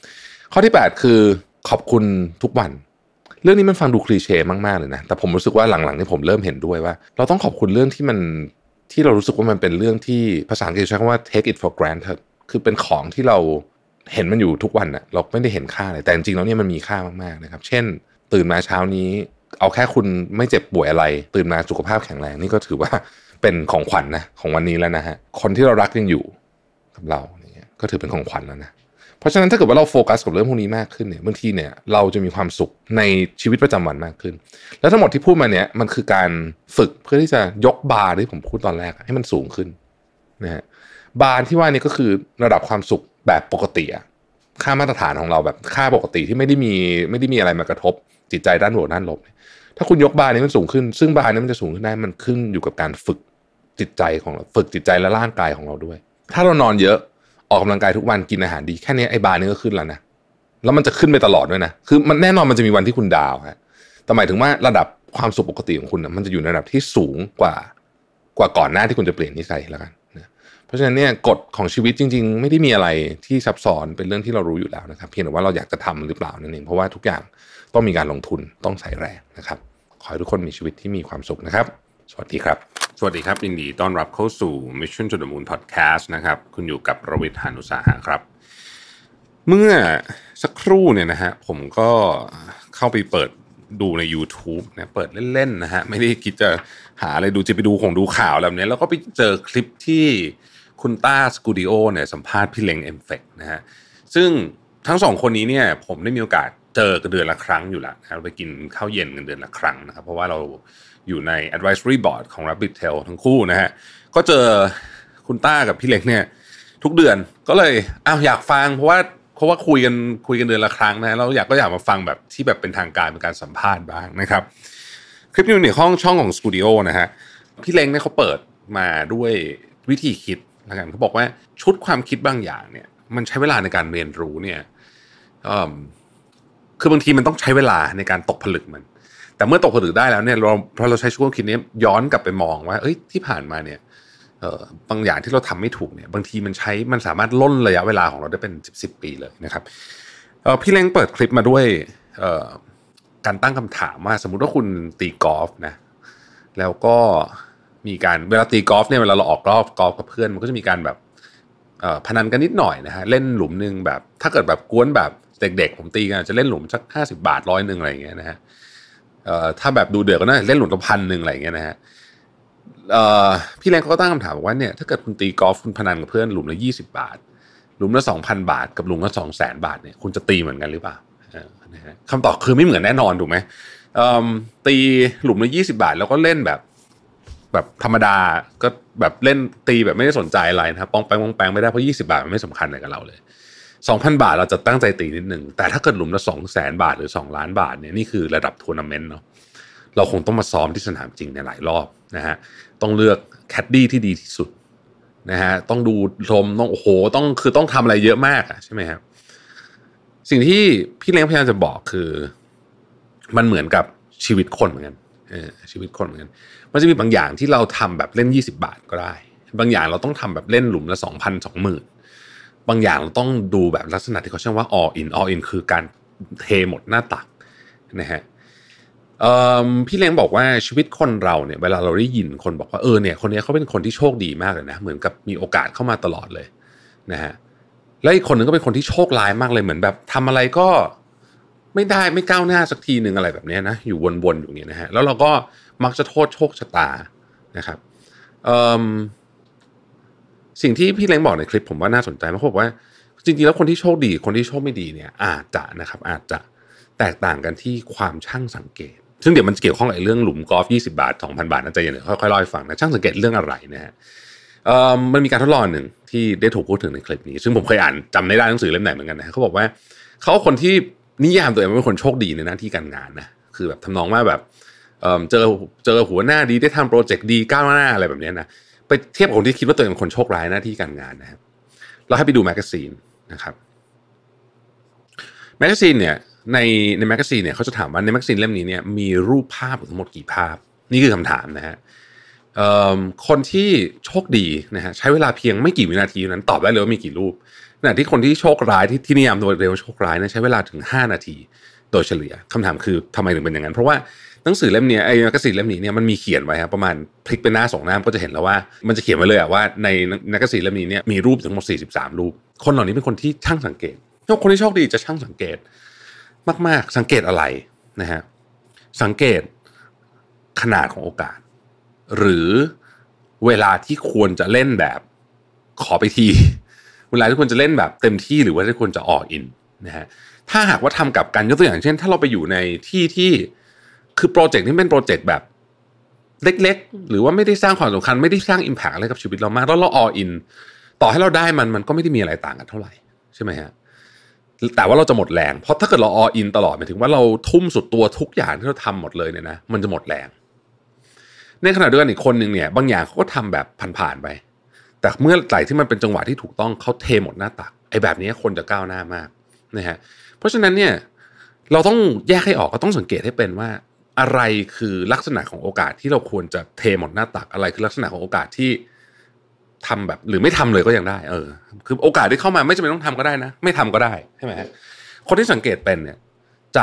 ข้อที่8คือขอบคุณทุกวันเรื่องนี้มันฟังดูคลีเช่มากๆเลยนะแต่ผมรู้สึกว่าหลังๆนี่ผมเริ่มเห็นด้วยว่าเราต้องขอบคุณเรื่องที่เรารู้สึกว่ามันเป็นเรื่องที่ภาษาอังกฤษใช้คำว่า take it for granted คือเป็นของที่เราเห็นมันอยู่ทุกวันน่ะเราไม่ได้เห็นค่าเลยแต่จริงๆแล้วเนี่ยมันมีค่ามากๆนะครับเช่นตื่นมาเช้านี้เอาแค่คุณไม่เจ็บป่วยอะไรตื่นมาสุขภาพแข็งแรงนี่ก็ถือว่าเป็นของขวัญนะของวันนี้แล้วนะฮะคนที่เรารักยังอยู่กับเราเนี่ยก็ถือเป็นของขวัญแล้วนะเพราะฉะนั้นถ้าเกิดว่าเราโฟกัสกับเรื่องพวกนี้มากขึ้นเนี่ยบางทีเนี่ยเราจะมีความสุขในชีวิตประจำวันมากขึ้นแล้วทั้งหมดที่พูดมาเนี่ยมันคือการฝึกเพื่อที่จะยกบาร์ที่ผมพูดตอนแรกให้มันสูงขึ้นนะฮะบาร์ที่ว่านี่ก็คือระดับความสุขแบบปกติอะค่ามาตรฐานของเราแบบค่าปกติที่ไม่ได้มีอะไรมากระทบจิตใจด้านบวกด้านลบถ้าคุณยกบาร์นี้มันสูงขึ้นซึ่งบาร์นี้มันจะสูงขึ้นได้มันขึ้นอยู่กับการฝึกจิตใจของเราฝึกจิตใจและร่างกายของเราด้วยถ้าเรานอนเยอะออกกำลังกายทุกวันกินอาหารดีแค่นี้ไอ้บาร์นี้ก็ขึ้นแล้วนะแล้วมันจะขึ้นไปตลอดด้วยนะคือมันแน่นอนมันจะมีวันที่คุณดาวฮะแต่หมายถึงว่าระดับความสุขปกติของคุณนะมันจะอยู่ในระดับที่สูงกว่าก่อนหน้าที่คุณจะเปลี่ยนนิสัยแล้วกันนะเพราะฉะนั้นเนี่ยกฎของชีวิตจริงๆไม่ได้มีอะไรที่ซับซ้อนเป็นเรื่องที่เรารู้อยู่แล้วนะครับเพียงแต่ว่าเราอยากจะทำหรือเปล่านั่นเองเพราะว่าทุกอย่างต้องมีการลงทุนต้องใส่แรงนะครับขอให้ทุกคนมีชีวิตที่มีความสุขนะครับสวัสดีครับสวัสดีครับยินดีต้อนรับเข้าสู่ Mission to the Moon Podcast นะครับคุณอยู่กับรวิทย์ หาญอุตสาหะครับเมื่อสักครู่เนี่ยนะฮะผมก็เข้าไปเปิดดูใน YouTube นะเปิดเล่นๆนะฮะไม่ได้คิดจะหาอะไรดูจะไปดูข่าวอะไรแบบนี้แล้วก็ไปเจอคลิปที่คุณต้าสกูดิโอเนี่ยสัมภาษณ์พี่เล็งเอฟเฟกต์นะฮะซึ่งทั้งสองคนนี้เนี่ยผมได้มีโอกาสเจอกันเดือนละครั้งอยู่แล้วนะไปกินข้าวเย็นกันเดือนละครั้งนะครับเพราะว่าเราอยู่ใน advisory board ของ Rabbit Tail ทั้งคู่นะฮะก็เจอคุณต้ากับพี่เล็กเนี่ยทุกเดือนก็เลยอยากฟังเพราะว่าคุยกันเดือนละครั้งนะเราอยากมาฟังแบบที่แบบเป็นทางการเป็นการสัมภาษณ์บ้างนะครับคลิปนี้อยู่ในช่องของสตูดิโอนะฮะพี่เล็กเนี่ยเขาเปิดมาด้วยวิธีคิดนะกันเขาบอกว่าชุดความคิดบางอย่างเนี่ยมันใช้เวลาในการเรียนรู้เนี่ยคือบางทีมันต้องใช้เวลาในการตกผลึกมันแต่เมื่อตกผลึกได้แล้วเนี่ยพอเราใช้ชุดความคิดนี้ย้อนกลับไปมองว่าที่ผ่านมาเนี่ยบางอย่างที่เราทำไม่ถูกเนี่ยบางทีมันสามารถล่นระยะเวลาของเราได้เป็น10 ปีเลยนะครับพี่เล้งเปิดคลิปมาด้วยการตั้งคำถามว่าสมมุติว่าคุณตีกอล์ฟนะแล้วก็มีการเวลาตีกอล์ฟเนี่ยเวลาเราออกรอบกอล์ฟกับเพื่อนมันก็จะมีการแบบพนันกันนิดหน่อยนะฮะเล่นหลุมนึงแบบถ้าเกิดแบบกวนแบบเด็กๆผมตีกันจะเล่นหลุมสัก50 บาท100อะไรอย่างเงี้ยนะฮะถ้าแบบดูเดือดก็น่าเล่นหลุมละ1,000อะไรอย่างเงี้ยนะฮะพี่แรงเขาก็ตั้งคำถามว่าเนี่ยถ้าเกิดคุณตีกอล์ฟคุณพนันกับเพื่อนหลุมละ20 บาทหลุมละ 2,000 บาทกับหลุมละ 200,000 บาทเนี่ยคุณจะตีเหมือนกันหรือเปล่านะฮะคำตอบคือไม่เหมือนแน่นอนถูกไหมตีหลุมละ20 บาทแล้วก็เล่นแบบธรรมดาก็แบบเล่นตีแบบไม่ได้สนใจอะไรนะครับปองแปงไม่ได้เพราะ20 บาทมันไม่สำคัญอะไรกับเราเลย 2,000 บาทเราจะตั้งใจตีนิดนึงแต่ถ้าเกิดหลุมละ 200,000 บาทหรือ2 ล้านบาทเนี่ยนี่คือระดับทัวร์นาเมนต์เนาะเราคงต้องมาซ้อมที่สนามจริงในหลายรอบนะฮะต้องเลือกแคดดี้ที่ดีที่สุดนะฮะต้องดูชมต้องทำอะไรเยอะมากใช่ไหมครับสิ่งที่พี่เล้งพยายามจะบอกคือมันเหมือนกับชีวิตคนเหมือนกันชีวิตคนเหมือนกันมันจะมีบางอย่างที่เราทำแบบเล่น20 บาทก็ได้บางอย่างเราต้องทำแบบเล่นหลุมละ 2,000 20,000บางอย่างเราต้องดูแบบลักษณะที่เขาเรียกว่า all in คือการเทหมดหน้าตักนะฮะพี่เล้งบอกว่าชีวิตคนเราเนี่ยเวลาเราได้ยินคนบอกว่าเนี่ยคนนี้เขาเป็นคนที่โชคดีมากเลยนะเหมือนกับมีโอกาสเข้ามาตลอดเลยนะฮะแล้วอีกคนนึงก็เป็นคนที่โชคร้ายมากเลยเหมือนแบบทำอะไรก็ไม่ก้าวหน้าสักทีนึงอะไรแบบนี้นะอยู่วนๆอยู่เนี่ยนะฮะแล้วเราก็มักจะโทษโชคชะตานะครับสิ่งที่พี่เล้งบอกในคลิปผมว่าน่าสนใจมากเขาบอกว่าจริงๆแล้วคนที่โชคดีคนที่โชคไม่ดีเนี่ยอาจจะแตกต่างกันที่ความช่างสังเกตซึ่งเดี๋ยวมันเกี่ยวข้องกับเรื่องหลุมกอล์ฟ20 บาท 2,000 บาทน่าจะอย่างไรค่อยๆเล่าให้ฟังนะช่างสังเกตเรื่องอะไรนะฮะมันมีการทดลองหนึ่งที่ได้ถูกพูดถึงในคลิปนี้ซึ่งผมเคยอ่านจำในหนังสือเล่มไหนเหมือนกันนะเขาบอกว่าเขาคนที่นิยามตัวเองเป็นคนโชคดีในหน้าที่การงานนะคือแบบทำนองว่าแบบเจอหัวหน้าดีได้ทำโปรเจกต์ดีก้าวหน้าอะไรแบบนี้นะไปเทียบกับคนที่คิดว่าตัวเองเป็นคนโชคร้ายหน้าที่การงานนะครับเราให้ไปดูแมกกาซีนนะครับแมกกาซีนเนี่ยในแมกกาซีนเนี่ยเขาจะถามว่าในแมกกาซีนเล่มนี้เนี่ยมีรูปภาพทั้งหมดกี่ภาพนี่คือคำถามนะฮะคนที่โชคดีนะฮะใช้เวลาเพียงไม่กี่วินาทีนั้นตอบได้เลยว่ามีกี่รูปขณะที่คนที่โชคร้ายที่นิยามโดยเร็วโชคร้ายเนี่ยใช้เวลาถึง5นาทีโดยเฉลี่ยคำถามคือทำไมถึงเป็นอย่างนั้นเพราะว่าหนังสือเล่มนี้ไอ้แมกกาซีนเล่มนี้เนี่ยมันมีเขียนไว้ครับประมาณพลิกไปหน้า2หน้าก็จะเห็นแล้วว่ามันจะเขียนไว้เลยว่าในแมกกาซีนเล่มนี้เนี่ยมีรูปทั้งหมด43รูปคนเหล่านี้เป็นคนที่ช่างสังเกตคนที่โชคดีจะช่างสังเกตมากๆสังเกตอะไรนะฮะสังเกตขนาดของโอกาสหรือเวลาที่ควรจะเล่นแบบขอไปทีเวลาที่ควรจะเล่นแบบเต็มที่หรือว่าที่ควรจะออกอินนะฮะถ้าหากว่าทำกับกันยกตัวอย่างเช่นถ้าเราไปอยู่ในที่คือโปรเจกต์ที่เป็นโปรเจกต์แบบเล็กๆหรือว่าไม่ได้สร้างความสำคัญไม่ได้สร้าง impact อะไรกับชีวิตเรามากแล้วเราออินต่อให้เราได้มันก็ไม่ได้มีอะไรต่างกันเท่าไหร่ใช่ไหมฮะแต่ว่าเราจะหมดแรงเพราะถ้าเกิดเราออินตลอดหมายถึงว่าเราทุ่มสุดตัวทุกอย่างที่เราทำหมดเลยเนี่ยนะมันจะหมดแรงในขณะเดียวกันอีกคนนึงเนี่ยบางอย่างเขาก็ทำแบบผ่านๆไปแต่เมื่อไหร่ที่มันเป็นจังหวะที่ถูกต้องเขาเทหมดหน้าตักไอ้แบบนี้คนจะก้าวหน้ามากนะฮะเพราะฉะนั้นเนี่ยเราต้องแยกให้ออกก็ต้องสังเกตให้เป็นว่าอะไรคือลักษณะของโอกาสที่เราควรจะเทหมดหน้าตักอะไรคือลักษณะของโอกาสที่ทำแบบหรือไม่ทำเลยก็ยังได้คือโอกาสที่เข้ามาไม่จำเป็นต้องทำก็ได้นะไม่ทำก็ได้ใช่ไหมฮะคนที่สังเกตเป็นเนี่ยจะ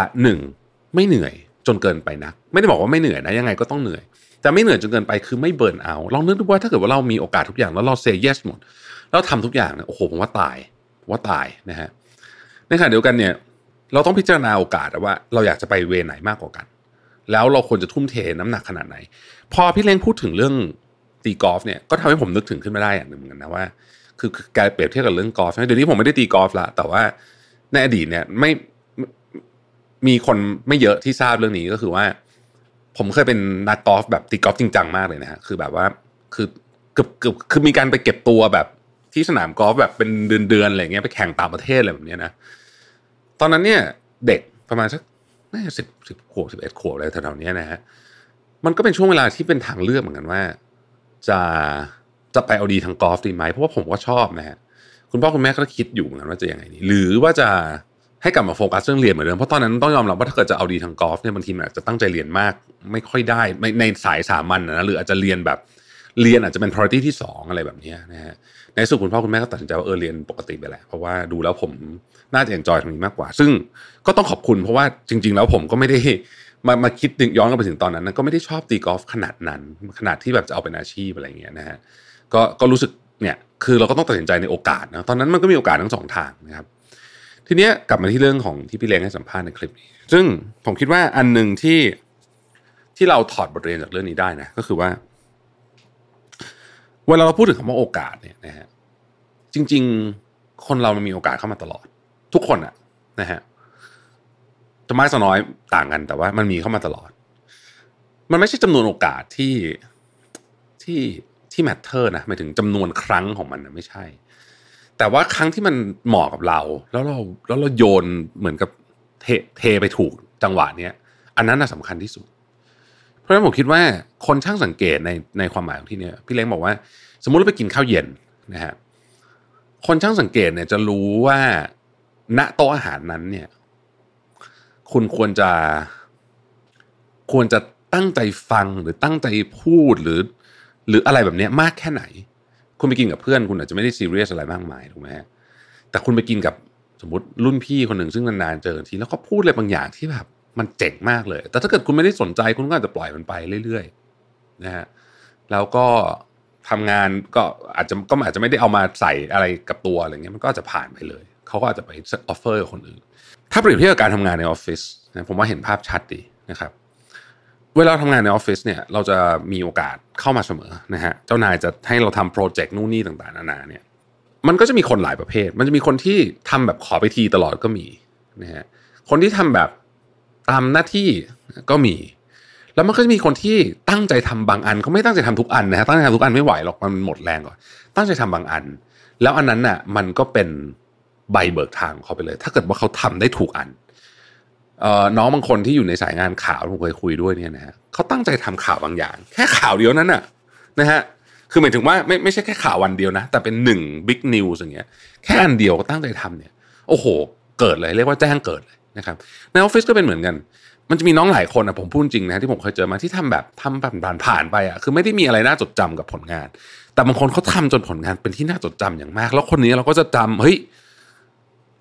1ไม่เหนื่อยจนเกินไปนักไม่ได้บอกว่าไม่เหนื่อยนะยังไงก็ต้องเหนื่อยแต่ไม่เหนื่อยจนเกินไปคือไม่เบิร์นเอาท์ลองนึกดูว่าถ้าเกิดว่าเรามีโอกาสทุกอย่างแล้วเราเซย์เยสหมดแล้วทำทุกอย่างเนี่ยโอ้โหผมว่าตายนะฮะในขณะเดียวกันเนี่ยเราต้องพิจารณาโอกาสว่าเราอยากจะไปเวไหนมากกว่ากันแล้วเราควรจะทุ่มเทน้ำหนักขนาดไหนพอพี่เล้งพูดถึงเรื่องตีกอล์ฟเนี่ยก็ทำให้ผมนึกถึงขึ้นมาได้อย่างหนึ่งเหมือนกันนะว่าคือการเปรียบเทียบกับเรื่องกอล์ฟเดี๋ยวนี้ผมไม่ได้ตีกอล์ฟละแต่ว่าในอดีตเนี่ยไม่มีคนไม่เยอะที่ทราบเรื่องนี้ก็คือว่าผมเคยเป็นนักกอล์ฟแบบตีกอล์ฟจริงจังมากเลยนะฮะคือแบบว่าคือคือมีการไปเก็บตัวแบบที่สนามกอล์ฟแบบเป็นเดือนอะไรเงี้ยไปแข่งต่างประเทศอะไรแบบนี้นะตอนนั้นเนี่ยเด็กประมาณสักน่าจะ10 ขวบ11 ขวบอะไรแถวๆนี้นะฮะมันก็เป็นช่วงเวลาที่เป็นทางเลือกเหมือนกันว่าจะไปเอาดีทางกอล์ฟดีไหมเพราะว่าผมก็ชอบนะฮะคุณพ่อคุณแม่ก็คิดอยู่เหมือนกันว่าจะยังไงดีหรือว่าจะให้กลับมาโฟกัสเรื่องเรียนเหมือนเดิมเพราะตอนนั้นต้องยอมรับว่าถ้าเกิดจะเอาดีทางกอล์ฟเนี่ยบางทีมันอาจจะตั้งใจเรียนมากไม่ค่อยได้ในสายสามัญนะหรืออาจจะเรียนแบบเรียนอาจจะเป็น priority ที่2อะไรแบบนี้นะฮะในสุดคุณพ่อคุณแม่ก็ตัดสินใจว่าเรียนปกติไปแหละเพราะว่าดูแล้วผมน่าจะ enjoy ตรงนี้มากกว่าซึ่งก็ต้องขอบคุณเพราะว่าจริงๆแล้วผมก็ไม่ได้มาคิดย้อนกลับไปถึงตอนนั้นก็ไม่ได้ชอบตีกอล์ฟขนาดนั้นขนาดที่แบบจะเอาเป็นอาชีพอะไรอย่างเงี้ยนะฮะก็รู้สึกเนี่ยคือเราก็ต้องตัดสินใจในโอกาสนะตอนนั้นมันก็มีโอกาสทั้ง2ทางนะครับทีเนี้ยกลับมาที่เรื่องของที่พี่เล้งให้สัมภาษณ์ในคลิปนี้ซึ่งผมคิดว่าอันนึงที่เราถอดบทเรียนจากเรื่องนี้ได้นะก็คือว่าเวลาเราพูดถึงคำว่าโอกาสเนี่ยนะฮะจริงๆคนเรามันมีโอกาสเข้ามาตลอดทุกคนอะนะฮะจะมากจะน้อยต่างกันแต่ว่ามันมีเข้ามาตลอดมันไม่ใช่จำนวนโอกาสที่แมทเทอร์นะหมายถึงจำนวนครั้งของมันนะไม่ใช่แต่ว่าครั้งที่มันเหมาะกับเราแล้วเราโยนเหมือนกับเทไปถูกจังหวะเนี้ยอันนั้นน่ะสำคัญที่สุดเพราะฉะนั้นผมคิดว่าคนช่างสังเกตในความหมายของที่เนี้ยพี่เล้งบอกว่าสมมุติเราไปกินข้าวเย็นนะฮะคนช่างสังเกตเนี่ยจะรู้ว่าณโต๊ะอาหารนั้นเนี่ยคุณควรจะตั้งใจฟังหรือตั้งใจพูดหรืออะไรแบบนี้มากแค่ไหนคุณไปกินกับเพื่อนคุณอาจจะไม่ได้ซีเรียสอะไรมากมายถูกไหมฮะแต่คุณไปกินกับสมมติรุ่นพี่คนหนึ่งซึ่งนานๆเจอทีแล้วก็พูดอะไรบางอย่างที่แบบมันเจ๋งมากเลยแต่ถ้าเกิดคุณไม่ได้สนใจคุณก็อาจจะปล่อยมันไปเรื่อยๆนะฮะแล้วก็ทำงานก็อาจจะไม่ได้เอามาใส่อะไรกับตัวอะไรเงี้ยมันก็อาจจะผ่านไปเลยเขาก็อาจจะไปออฟเฟอร์กับคนอื่นถ้าเปรียบเทียบกับการทำงานในออฟฟิศนะผมว่าเห็นภาพชัดดีนะครับเวลาทำงานในออฟฟิศเนี่ยเราจะมีโอกาสเข้ามาเสมอนะฮะเจ้านายจะให้เราทำโปรเจกต์นู่นนี่ต่างๆนานาเนี่ยมันก็จะมีคนหลายประเภทมันจะมีคนที่ทำแบบขอไปทีตลอดก็มีนะฮะคนที่ทำแบบตามหน้าที่ก็มีแล้วมันก็จะมีคนที่ตั้งใจทำบางอันเขาไม่ตั้งใจทำทุกอันนะฮะตั้งใจทำทุกอันไม่ไหวหรอกมันหมดแรงก่อนตั้งใจทำบางอันแล้วอันนั้นน่ะมันก็เป็นใบเบิกทางเขาไปเลยถ้าเกิดว่าเขาทำได้ถูกอันน้องบางคนที่อยู่ในสายงานข่าวผมเคยคุยด้วยเนี่ยนะฮะเขาตั้งใจทำข่าวบางอย่างแค่ข่าวเดียวนั้นน่ะนะฮะคือหมายถึงว่าไม่ใช่แค่ข่าววันเดียวนะแต่เป็น1 big news อย่างเงี้ยแค่อันเดียวก็ตั้งใจทำเนี่ยโอ้โหเกิดเลยเรียกว่าแจ้งเกิดเลยนะครับในออฟฟิศก็เป็นเหมือนกันมันจะมีน้องหลายคนนะผมพูดจริงนะที่ผมเคยเจอมาที่ทำแบบผ่านไปอ่ะคือไม่ได้มีอะไรน่าจดจำกับผลงานแต่บางคนเขาทำจนผลงานเป็นที่น่าจดจำอย่างมากแล้วคนนี้เราก็จะจำเฮ้ย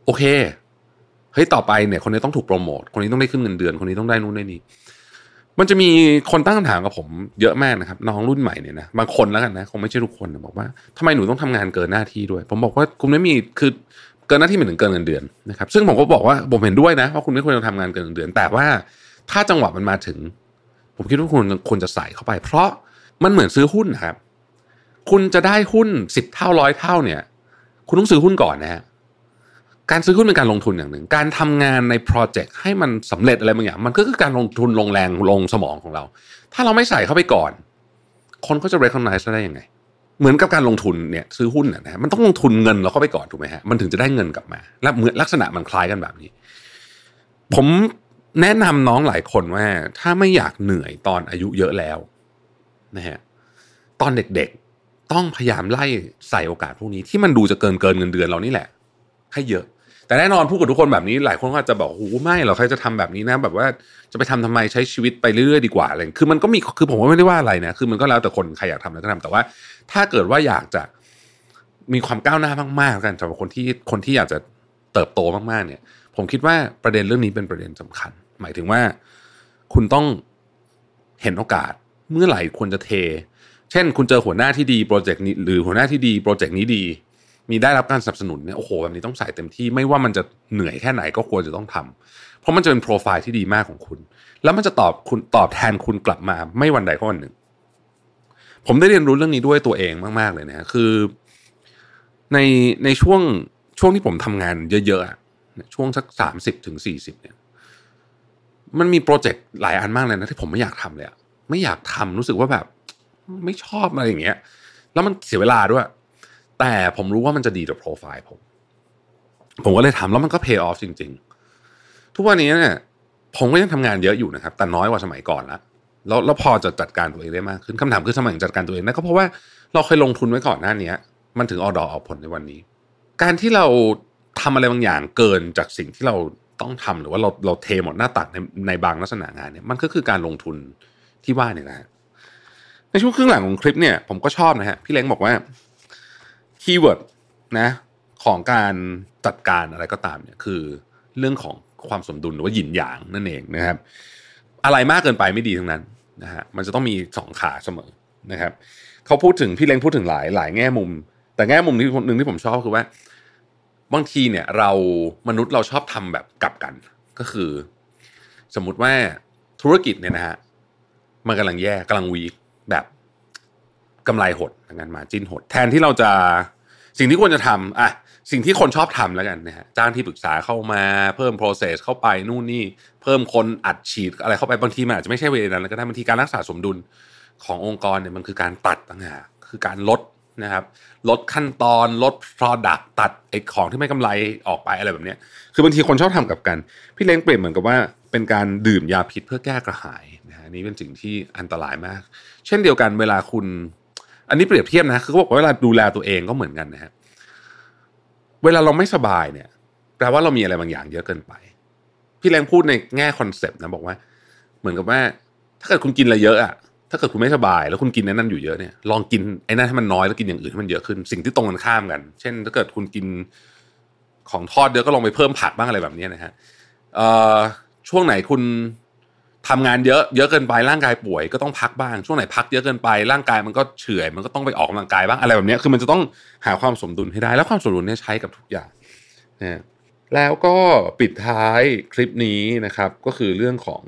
โอเคเฮ้ยต่อไปเนี่ยคนนี้ต้องถูกโปรโมทคนนี้ต้องได้ขึ้นเงินเดือนคนนี้ต้องได้นู่นได้นี่มันจะมีคนตั้งคำถามกับผมเยอะมากนะครับน้องรุ่นใหม่เนี่ยนะบางคนแล้วกันนะคงไม่ใช่ทุกคนนะบอกว่าทำไมหนูต้องทำงานเกินหน้าที่ด้วยผมบอกว่าคุณไม่มีคือเกินหน้าที่หมายถึงเกินเงินเดือนนะครับซึ่งผมก็บอกว่าผมเห็นด้วยนะว่าคุณไม่ควรจะทำงานเกินเงินเดือนแต่ว่าถ้าจังหวะมันมาถึงผมคิดว่าคุณควรจะใส่เข้าไปเพราะมันเหมือนซื้อหุ้นนะครับคุณจะได้หุ้น10 เท่า100 เท่าเนี่ยคุณต้องซื้อหุ้นก่อนนะฮะการซื้อหุ้นเป็นการลงทุนอย่างหนึ่งการทำงานในโปรเจกต์ให้มันสำเร็จอะไรบางอย่างมันก็คือการลงทุนลงแรงลงสมองของเราถ้าเราไม่ใส่เข้าไปก่อนคนเขาจะ recognize ได้ยังไงเหมือนกับการลงทุนเนี่ยซื้อหุ้นนะมันต้องลงทุนเงินเราเข้าไปก่อนถูกไหมฮะมันถึงจะได้เงินกลับมาและเหมือนลักษณะมันคล้ายกันแบบนี้ผมแนะนำน้องหลายคนว่าถ้าไม่อยากเหนื่อยตอนอายุเยอะแล้วนะฮะตอนเด็กๆต้องพยายามไล่ใส่โอกาสพวกนี้ที่มันดูจะเกินเงินเดือนเรานี่แหละให้เยอะแต่แน่นอนพูดกับทุกคนแบบนี้หลายคนก็อาจจะบอกโอ้ไม่หรอกใครจะทำแบบนี้นะแบบว่าจะไปทำไมใช้ชีวิตไปเรื่อยๆดีกว่าอะไรคือมันก็มีคือผมก็ไม่ได้ว่าอะไรนะคือมันก็แล้วแต่คนใครอยากทำอะไรก็ทำแต่ว่าถ้าเกิดว่าอยากจะมีความก้าวหน้ามากๆกันสำหรับคนที่อยากจะเติบโตมากๆเนี่ยผมคิดว่าประเด็นเรื่องนี้เป็นประเด็นสำคัญหมายถึงว่าคุณต้องเห็นโอกาสเมื่อไหร่ควรจะเทเช่นคุณเจอหัวหน้าที่ดีโปรเจกต์นี้หรือหัวหน้าที่ดีโปรเจกต์นี้ดีมีได้รับการสนับสนุนเนี่ยโอ้โหแบบนี้ต้องใส่เต็มที่ไม่ว่ามันจะเหนื่อยแค่ไหนก็ควรจะต้องทำเพราะมันจะเป็นโปรไฟล์ที่ดีมากของคุณแล้วมันจะตอบแทนคุณกลับมาไม่วันใดก็วันหนึ่งผมได้เรียนรู้เรื่องนี้ด้วยตัวเองมากๆเลยนะคือในช่วงที่ผมทำงานเยอะๆช่วงสัก30-40เนี่ยมันมีโปรเจกต์หลายอันมากเลยนะที่ผมไม่อยากทำเลยไม่อยากทำรู้สึกว่าแบบไม่ชอบอะไรอย่างเงี้ยแล้วมันเสียเวลาด้วยแต่ผมรู้ว่ามันจะดีต่อโปรไฟล์ผมก็เลยทำแล้วมันก็ pay off จริงๆทุกวันนี้เนี่ยผมก็ยังทำงานเยอะอยู่นะครับแต่น้อยกว่าสมัยก่อนแล้วพอจะจัดการตัวเองได้มากขึ้นคำถามคือสมัยจัดการตัวเองนะก็เพราะว่าเราเคยลงทุนไว้ก่อนหน้านี้มันถึงออกดอกออกผลในวันนี้การที่เราทำอะไรบางอย่างเกินจากสิ่งที่เราต้องทำหรือว่าเราเทหมดหน้าตักในบางลักษณะงานเนี่ยมันก็คือการลงทุนที่ว่าเนี่ยนะฮะในช่วงครึ่งหลังของคลิปเนี่ยผมก็ชอบนะฮะพี่เล้งบอกว่าคีย์เวิร์ดนะของการจัดการอะไรก็ตามเนี่ยคือเรื่องของความสมดุลหรือว่าหยินหยางนั่นเองนะครับอะไรมากเกินไปไม่ดีทั้งนั้นนะฮะมันจะต้องมีสองขาเสมอนะครับเขาพูดถึงพี่เล้งพูดถึงหลายแง่มุมแต่แง่มุมหนึ่งที่ผมชอบคือว่าบางทีเนี่ยมนุษย์เราชอบทำแบบกลับกันก็คือสมมุติว่าธุรกิจเนี่ยนะฮะมันกำลังแย่กำลังวีคแบบกำไรหดงานมาจิ้นหดแทนที่เราจะสิ่งที่ควรจะทำสิ่งที่คนชอบทำแล้วกันนะฮะจ้างที่ปรึกษาเข้ามาเพิ่ม process เข้าไปนู่นนี่เพิ่มคนอัดฉีดอะไรเข้าไปบางทีมันอาจจะไม่ใช่เวลานั้นก็ได้บางทีการรักษาสมดุลขององค์กรเนี่ยมันคือการตัดต่างหากคือการลดนะครับลดขั้นตอนลด product ตัดไอ้ของที่ไม่กำไรออกไปอะไรแบบนี้คือบางทีคนชอบทำกับกันพี่เล้งเปรียบเหมือนกับว่าเป็นการดื่มยาพิษเพื่อแก้กระหายนะฮะนี่เป็นสิ่งที่อันตรายมากเช่นเดียวกันเวลาคุณอันนี้เปรียบเทียบนะคือเขาบอกว่าเวลาดูแลตัวเองก็เหมือนกันนะฮะเวลาเราไม่สบายเนี่ยแปลว่าเรามีอะไรบางอย่างเยอะเกินไปพี่เล้งพูดในแง่คอนเซปต์นะบอกว่าเหมือนกับว่าถ้าเกิดคุณกินอะไรเยอะถ้าเกิดคุณไม่สบายแล้วคุณกินไอ้นั่นอยู่เยอะเนี่ยลองกินไอ้นั่นให้มันน้อยแล้วกินอย่างอื่นให้มันเยอะขึ้นสิ่งที่ตรงกันข้ามกันเช่นถ้าเกิดคุณกินของทอดเยอะก็ลองไปเพิ่มผักบ้างอะไรแบบนี้นะฮะช่วงไหนคุณทำงานเยอะเกินไปร่างกายป่วยก็ต้องพักบ้างช่วงไหนพักเยอะเกินไปร่างกายมันก็เฉื่อยมันก็ต้องไปออกกำลังกายบ้างอะไรแบบนี้คือมันจะต้องหาความสมดุลให้ได้แล้วความสมดุลเนี่ยใช้กับทุกอย่างนะแล้วก็ปิดท้ายคลิปนี้นะครับก็คือเรื่องของ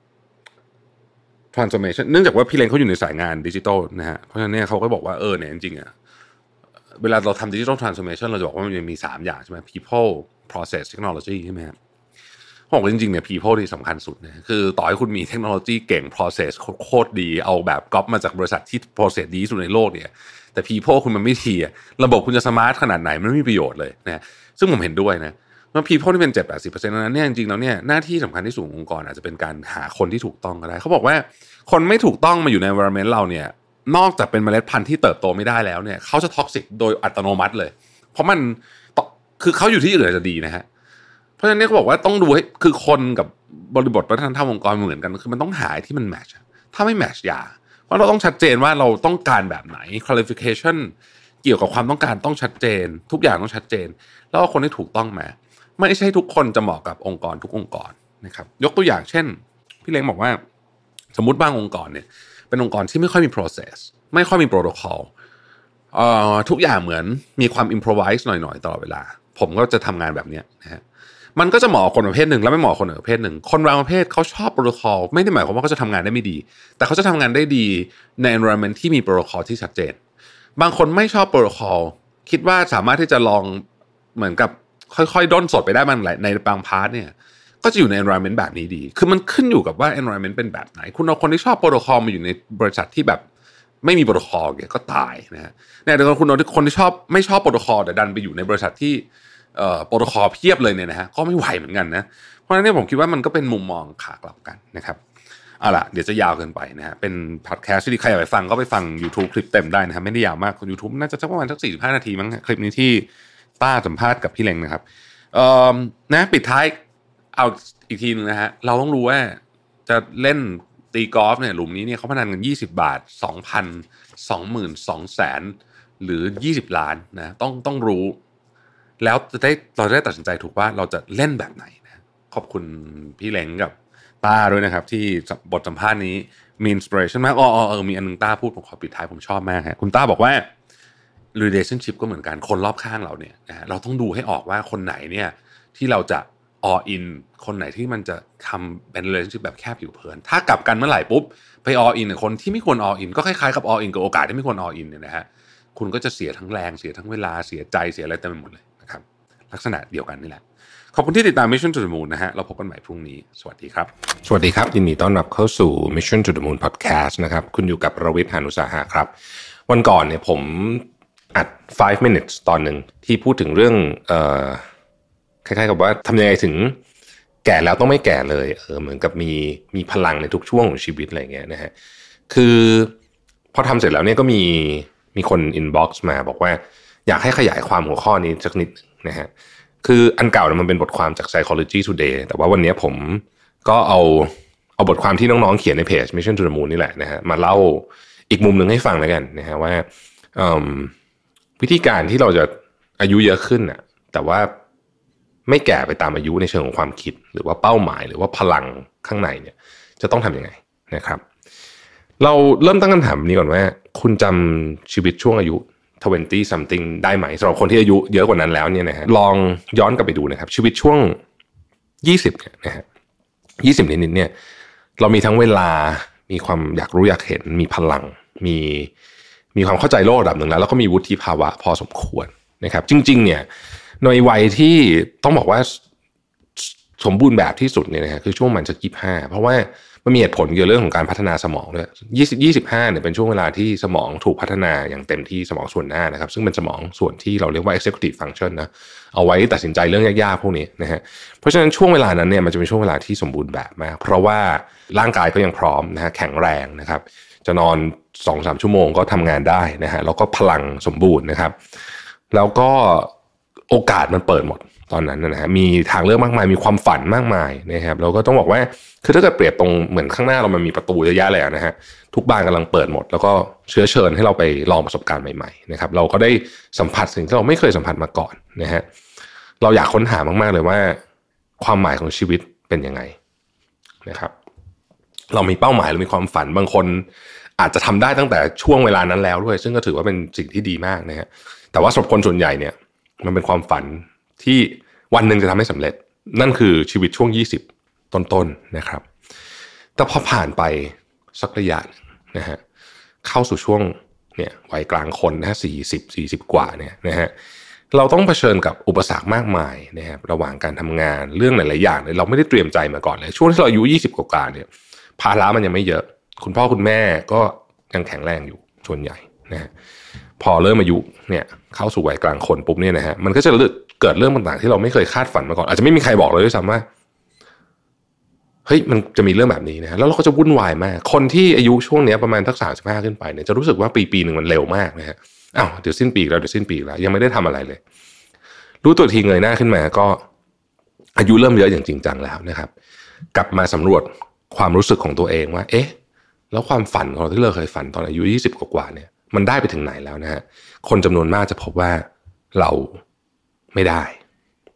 transformation เนื่องจากว่าพี่เล้งเขาอยู่ในสายงานดิจิทัลนะฮะเพราะฉะนั้นเนี่ยเขาก็บอกว่าเนี่ยจริงๆเวลาเราทำ digital transformation เราจะบอกว่ามันมี3อย่างใช่ไหม people process technology ใช่ไหมครับบอกจริงๆเนี่ย people ที่สำคัญสุดนะคือต่อให้คุณมีเทคโนโลยีเก่ง process โคตรดีเอาแบบก๊อปมาจากบริษัทที่ process ดีที่สุดในโลกเนี่ยแต่ people คุณมันไม่ดีระบบคุณจะสมาร์ทขนาดไหนมันไม่มีประโยชน์เลยนะซึ่งผมเห็นด้วยนะว่า people ที่เป็น 7-80% นั้นเนี่ยจริงๆแล้วเนี่ยหน้าที่สำคัญที่สุดขององค์กรอาจจะเป็นการหาคนที่ถูกต้องก็ได้เขาบอกว่าคนไม่ถูกต้องมาอยู่ใน environment เราเนี่ยนอกจากเป็นเมล็ดพันธุ์ที่เติบโตไม่ได้แล้วเนี่ยเขาจะท็อกซิกโดยอัตโนมัติเลยเพราะมันคือเขาอยู่ที่อื่นจะดีนะฮะเพราะฉะนั้นเนี่ยเขาบอกว่าต้องดูให้คือคนกับบริบทวัฒนธรรมองค์กรเหมือนกันคือมันต้องหาที่มันแมทช์ถ้าไม่แมทช์อย่าเพราะเราต้องชัดเจนว่าเราต้องการแบบไหน qualification เกี่ยวกับความต้องการต้องชัดเจนทุกอย่างต้องชัดเจนแล้วก็คนที่ถูกต้องมาไม่ใช่ทุกคนจะเหมาะกับองค์กรทุกองค์กรนะครับยกตัวอย่างเช่นพี่เล้งบอกว่าสมมุติบางองค์กรเนี่ยเป็นองค์กรที่ไม่ค่อยมี process ไม่ค่อยมี protocol ทุกอย่างเหมือนมีความ improvise หน่อยๆตลอดเวลาผมก็จะทำงานแบบนี้นะฮะมันก็จะเหมาะคนประเภทหนึ่งแล้วไม่เหมาะคนประเภทหนึ่งคนบางประเภทเขาชอบ protocol ไม่ได้หมายความว่าเขาจะทำงานได้ไม่ดีแต่เขาจะทำงานได้ดีใน environment ที่มี protocol ที่ชัดเจนบางคนไม่ชอบ protocol คิดว่าสามารถที่จะลองเหมือนกับค่อยๆด้นสดไปได้บ้างในบางพาร์ทเนี่ยก็จะอยู่ใน environment แบบนี้ดีคือมันขึ้นอยู่กับว่า environment เป็นแบบไหนคุณเอาคนที่ชอบ protocol มาอยู่ในบริษัทที่แบบไม่มีโปรโตคอลเนี่ยก็ตายนะฮะเนี่ยแต่คุณคนที่ชอบไม่ชอบโปรโตคอลแต่ดันไปอยู่ในบริษัทที่โปรโตคอลเพียบเลยเนี่ยนะฮะก็ไม่ไหวเหมือนกันนะเพราะฉะนั้นเนี่ยผมคิดว่ามันก็เป็นมุมมองขากลับกันนะครับเอาล่ะเดี๋ยวจะยาวเกินไปนะฮะเป็นพอดแคสต์ที่ใครอยากไปฟังก็ไปฟัง YouTube คลิปเต็มได้นะฮะไม่ได้ยาวมาก YouTube น่าจะสักประมาณสัก45 นาทีมั้งคลิปนี้ที่ต้าสัมภาษณ์กับพี่เล้งนะครับนะปิดท้ายเอาอีกทีนึงนะฮะเราต้องรู้ว่าจะเล่นตีกอล์ฟเนี่ยหลุมนี้เนี่ยเขาพนันกัน20 บาท 2,000 22,000 หรือ20 ล้านนะต้องรู้แล้วเราจะได้ตัดสินใจถูกว่าเราจะเล่นแบบไหนนะขอบคุณพี่เล้งกับต้าด้วยนะครับที่บทสัมภาษณ์นี้มีอินสปิเรชันมากมีอันนึงต้าพูดผมขอปิดท้ายผมชอบมากฮะคุณต้าบอกว่า relationship ก็เหมือนกันคนรอบข้างเราเนี่ยนะเราต้องดูให้ออกว่าคนไหนเนี่ยที่เราจะall in คนไหนที่มันจะทำเป็น relationship แบบแค่ผิวเผินถ้ากลับกันเมื่อไหร่ปุ๊บไป all in กับคนที่ไม่ควร all in ก็คล้ายๆกับ all in กับโอกาสที่ไม่ควร all in เนี่ยนะฮะคุณก็จะเสียทั้งแรงเสียทั้งเวลาเสียใจเสียอะไรเต็มไปหมดเลยนะครับลักษณะเดียวกันนี่แหละขอบคุณที่ติดตาม Mission to the Moon นะฮะเราพบกันใหม่พรุ่งนี้สวัสดีครับสวัสดีครับยินดีต้อนรับเข้าสู่ Mission to the Moon Podcast นะครับคุณอยู่กับรวิทย์ หาญอุตสาหะครับวันก่อนเนี่ยผมอัด5 minutes ตอนนึงที่พูดถึงเรื่องคล้ายๆกับว่าทำยังไงถึงแก่แล้วต้องไม่แก่เลยเหมือนกับมีพลังในทุกช่วงของชีวิตอะไรเงี้ยนะฮะคือพอทำเสร็จแล้วเนี่ยก็มีคน inbox มาบอกว่าอยากให้ขยายความหัวข้อนี้สักนิดนะฮะคืออันเก่ามันเป็นบทความจาก Psychology Today แต่ว่าวันนี้ผมก็เอาบทความที่น้องๆเขียนในเพจ Mission to the Moon นี่แหละนะฮะมาเล่าอีกมุมนึงให้ฟังแล้วกันนะฮะว่าวิธีการที่เราจะอายุเยอะขึ้นน่ะแต่ว่าไม่แก่ไปตามอายุในเชิงของความคิดหรือว่าเป้าหมายหรือว่าพลังข้างในเนี่ยจะต้องทำยังไงนะครับเราเริ่มตั้งคำถามนี้ก่อนว่าคุณจำชีวิตช่วงอายุ20 something ได้ไหมสำหรับคนที่อายุเยอะกว่านั้นแล้วเนี่ยนะฮะลองย้อนกลับไปดูนะครับชีวิตช่วง20เนี่ยนะฮะ20นิดๆเนี่ยเรามีทั้งเวลามีความอยากรู้อยากเห็นมีพลังมีความเข้าใจโลกระดับหนึ่งแล้วก็มีวุฒิภาวะพอสมควรนะครับจริงๆเนี่ยในวัยที่ต้องบอกว่าสมบูรณ์แบบที่สุดเนี่ยนะฮะคือช่วงมันสัก25เพราะว่ามันมีเหตุผลเกี่ยวกับเรื่องของการพัฒนาสมองด้วย25เนี่ยเป็นช่วงเวลาที่สมองถูกพัฒนาอย่างเต็มที่สมองส่วนหน้านะครับซึ่งเป็นสมองส่วนที่เราเรียกว่า executive function นะเอาไว้ตัดสินใจเรื่องยากๆพวกนี้นะฮะเพราะฉะนั้นช่วงเวลานั้นเนี่ยมันจะเป็นช่วงเวลาที่สมบูรณ์แบบมากเพราะว่าร่างกายก็ยังพร้อมนะฮะแข็งแรงนะครับจะนอน 2-3 ชั่วโมงก็ทำงานได้นะฮะแล้วก็พลังสมบูรณ์นะครับแล้วก็โอกาสมันเปิดหมดตอนนั้นนะฮะมีทางเลือกมากมายมีความฝันมากมายนะครับเราก็ต้องบอกว่าคือถ้าเกิดเปรียบตรงเหมือนข้างหน้าเรามันมีประตูเยอะแยะเลยนะฮะทุกบานกำลังเปิดหมดแล้วก็เชื้อเชิญให้เราไปลองประสบการณ์ใหม่ๆนะครับเราก็ได้สัมผัสสิ่งที่เราไม่เคยสัมผัสมาก่อนนะฮะเราอยากค้นหามากๆเลยว่าความหมายของชีวิตเป็นยังไงนะครับเรามีเป้าหมายเรามีความฝันบางคนอาจจะทำได้ตั้งแต่ช่วงเวลานั้นแล้วด้วยซึ่งก็ถือว่าเป็นสิ่งที่ดีมากนะฮะแต่ว่าสำหรับคนส่วนใหญ่เนี่ยมันเป็นความฝันที่วันหนึ่งจะทำให้สำเร็จนั่นคือชีวิตช่วง20ต้นๆนะครับแต่พอผ่านไปสักระยะนะฮะเข้าสู่ช่วงเนี่ยวัยกลางคนนะฮะ40กว่าเนี่ยนะฮะเราต้องเผชิญกับอุปสรรคมากมายนะครับระหว่างการทำงานเรื่องหลายๆอย่างเนี่ยเราไม่ได้เตรียมใจมาก่อนเลยช่วงที่เราอายุ20กว่าเนี่ยภาระมันยังไม่เยอะคุณพ่อคุณแม่ก็ยังแข็งแรงอยู่ส่วนใหญ่นะฮะพอเริ่มอายุเนี่ยเข้าสู่วัยกลางคนปุ๊บเนี่ยนะฮะมันก็จะเกิดเรื่องต่างๆที่เราไม่เคยคาดฝันมาก่อนอาจจะไม่มีใครบอกเลยด้วยซ้ำว่าเฮ้ยมันจะมีเรื่องแบบนี้นะฮะแล้วเราก็จะวุ่นวายมากคนที่อายุช่วงนี้ประมาณสัก35ขึ้นไปเนี่ยจะรู้สึกว่าปีนึงมันเร็วมากนะฮะอ้าวเดี๋ยวสิ้นปีแล้วยังไม่ได้ทำอะไรเลยรู้ตัวทีเงยหน้าขึ้นมาก็อายุเริ่มเยอะอย่างจริงจังแล้วนะครับกลับมาสำรวจความรู้สึกของตัวเองว่าเอ๊ะแล้วความฝันของเราที่เราเคยฝันตอนอายุ20กว่าเนี่ยมันได้ไปถึงไหนแล้วนะฮะคนจำนวนมากจะพบว่าเราไม่ได้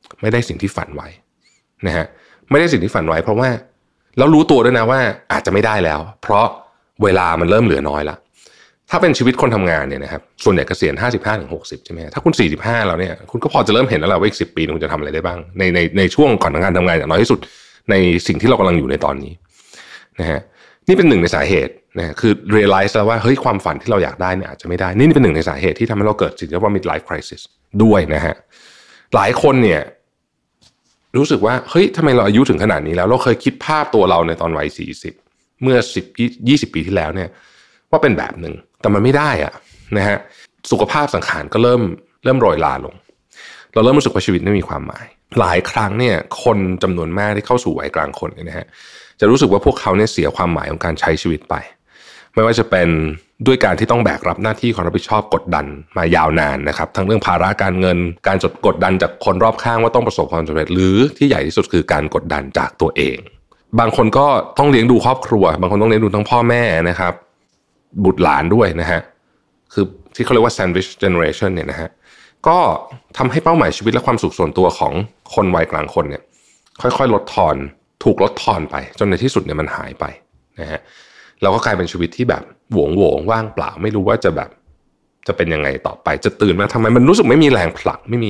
ไม่ได้สิ่งที่ฝันไว้นะฮะไม่ได้สิ่งที่ฝันไว้เพราะว่าแล้วรู้ตัวด้วยนะว่าอาจจะไม่ได้แล้วเพราะเวลามันเริ่มเหลือน้อยละถ้าเป็นชีวิตคนทำงานเนี่ยนะครับส่วนใหญ่เกษียณ 55-60 ใช่ไหมถ้าคุณ45แล้วเนี่ยคุณก็พอจะเริ่มเห็นแล้วแหละว่าอีก10 ปีคุณจะทำอะไรได้บ้างในช่วงก่อนการทำงานอย่างน้อยที่สุดในสิ่งที่เรากำลังอยู่ในตอนนี้นะฮะนี่เป็นหนึ่งในสาเหตุนะคือ realize แล้วว่าเฮ้ยความฝันที่เราอยากได้เนี่ยอาจจะไม่ได้นี่เป็นหนึ่งในสาเหตุที่ทำให้เราเกิดสิ่งที่เรียกว่า midlife crisis ด้วยนะฮะหลายคนเนี่ยรู้สึกว่าเฮ้ยทำไมเราอายุถึงขนาดนี้แล้วเราเคยคิดภาพตัวเราในตอนวัย40เมื่อ10-20 ปีที่แล้วเนี่ยว่าเป็นแบบหนึ่งแต่มันไม่ได้อะนะฮะสุขภาพสังขารก็เริ่มโรยลาลงเราเริ่มรู้สึกว่าชีวิตไม่มีความหมายหลายครั้งเนี่ยคนจำนวนมากที่เข้าสู่วัยกลางคนเนี่ยนะฮะจะรู้สึกว่าพวกเขาเนี่ยเสียความหมายของการใช้ชีวิตไปไม่ว่าจะเป็นด้วยการที่ต้องแบกรับหน้าที่ความรับผิดชอบกดดันมายาวนานนะครับทั้งเรื่องภาระการเงินการกดดันจากคนรอบข้างว่าต้องประสบความสำเร็จหรือที่ใหญ่ที่สุดคือการกดดันจากตัวเองบางคนก็ต้องเลี้ยงดูครอบครัวบางคนต้องเลี้ยงดูทั้งพ่อแม่นะครับบุตรหลานด้วยนะฮะคือที่เขาเรียกว่า sandwich generation เนี่ยนะฮะก็ทำให้เป้าหมายชีวิตและความสุขส่วนตัวของคนวัยกลางคนเนี่ยค่อยๆถูกลดทอนไปจนในที่สุดเนี่ยมันหายไปนะฮะเราก็กลายเป็นชีวิตที่แบบโหวงว่างเปล่าไม่รู้ว่าจะเป็นยังไงต่อไปจะตื่นมาทำไมมันรู้สึกไม่มีแรงผลักไม่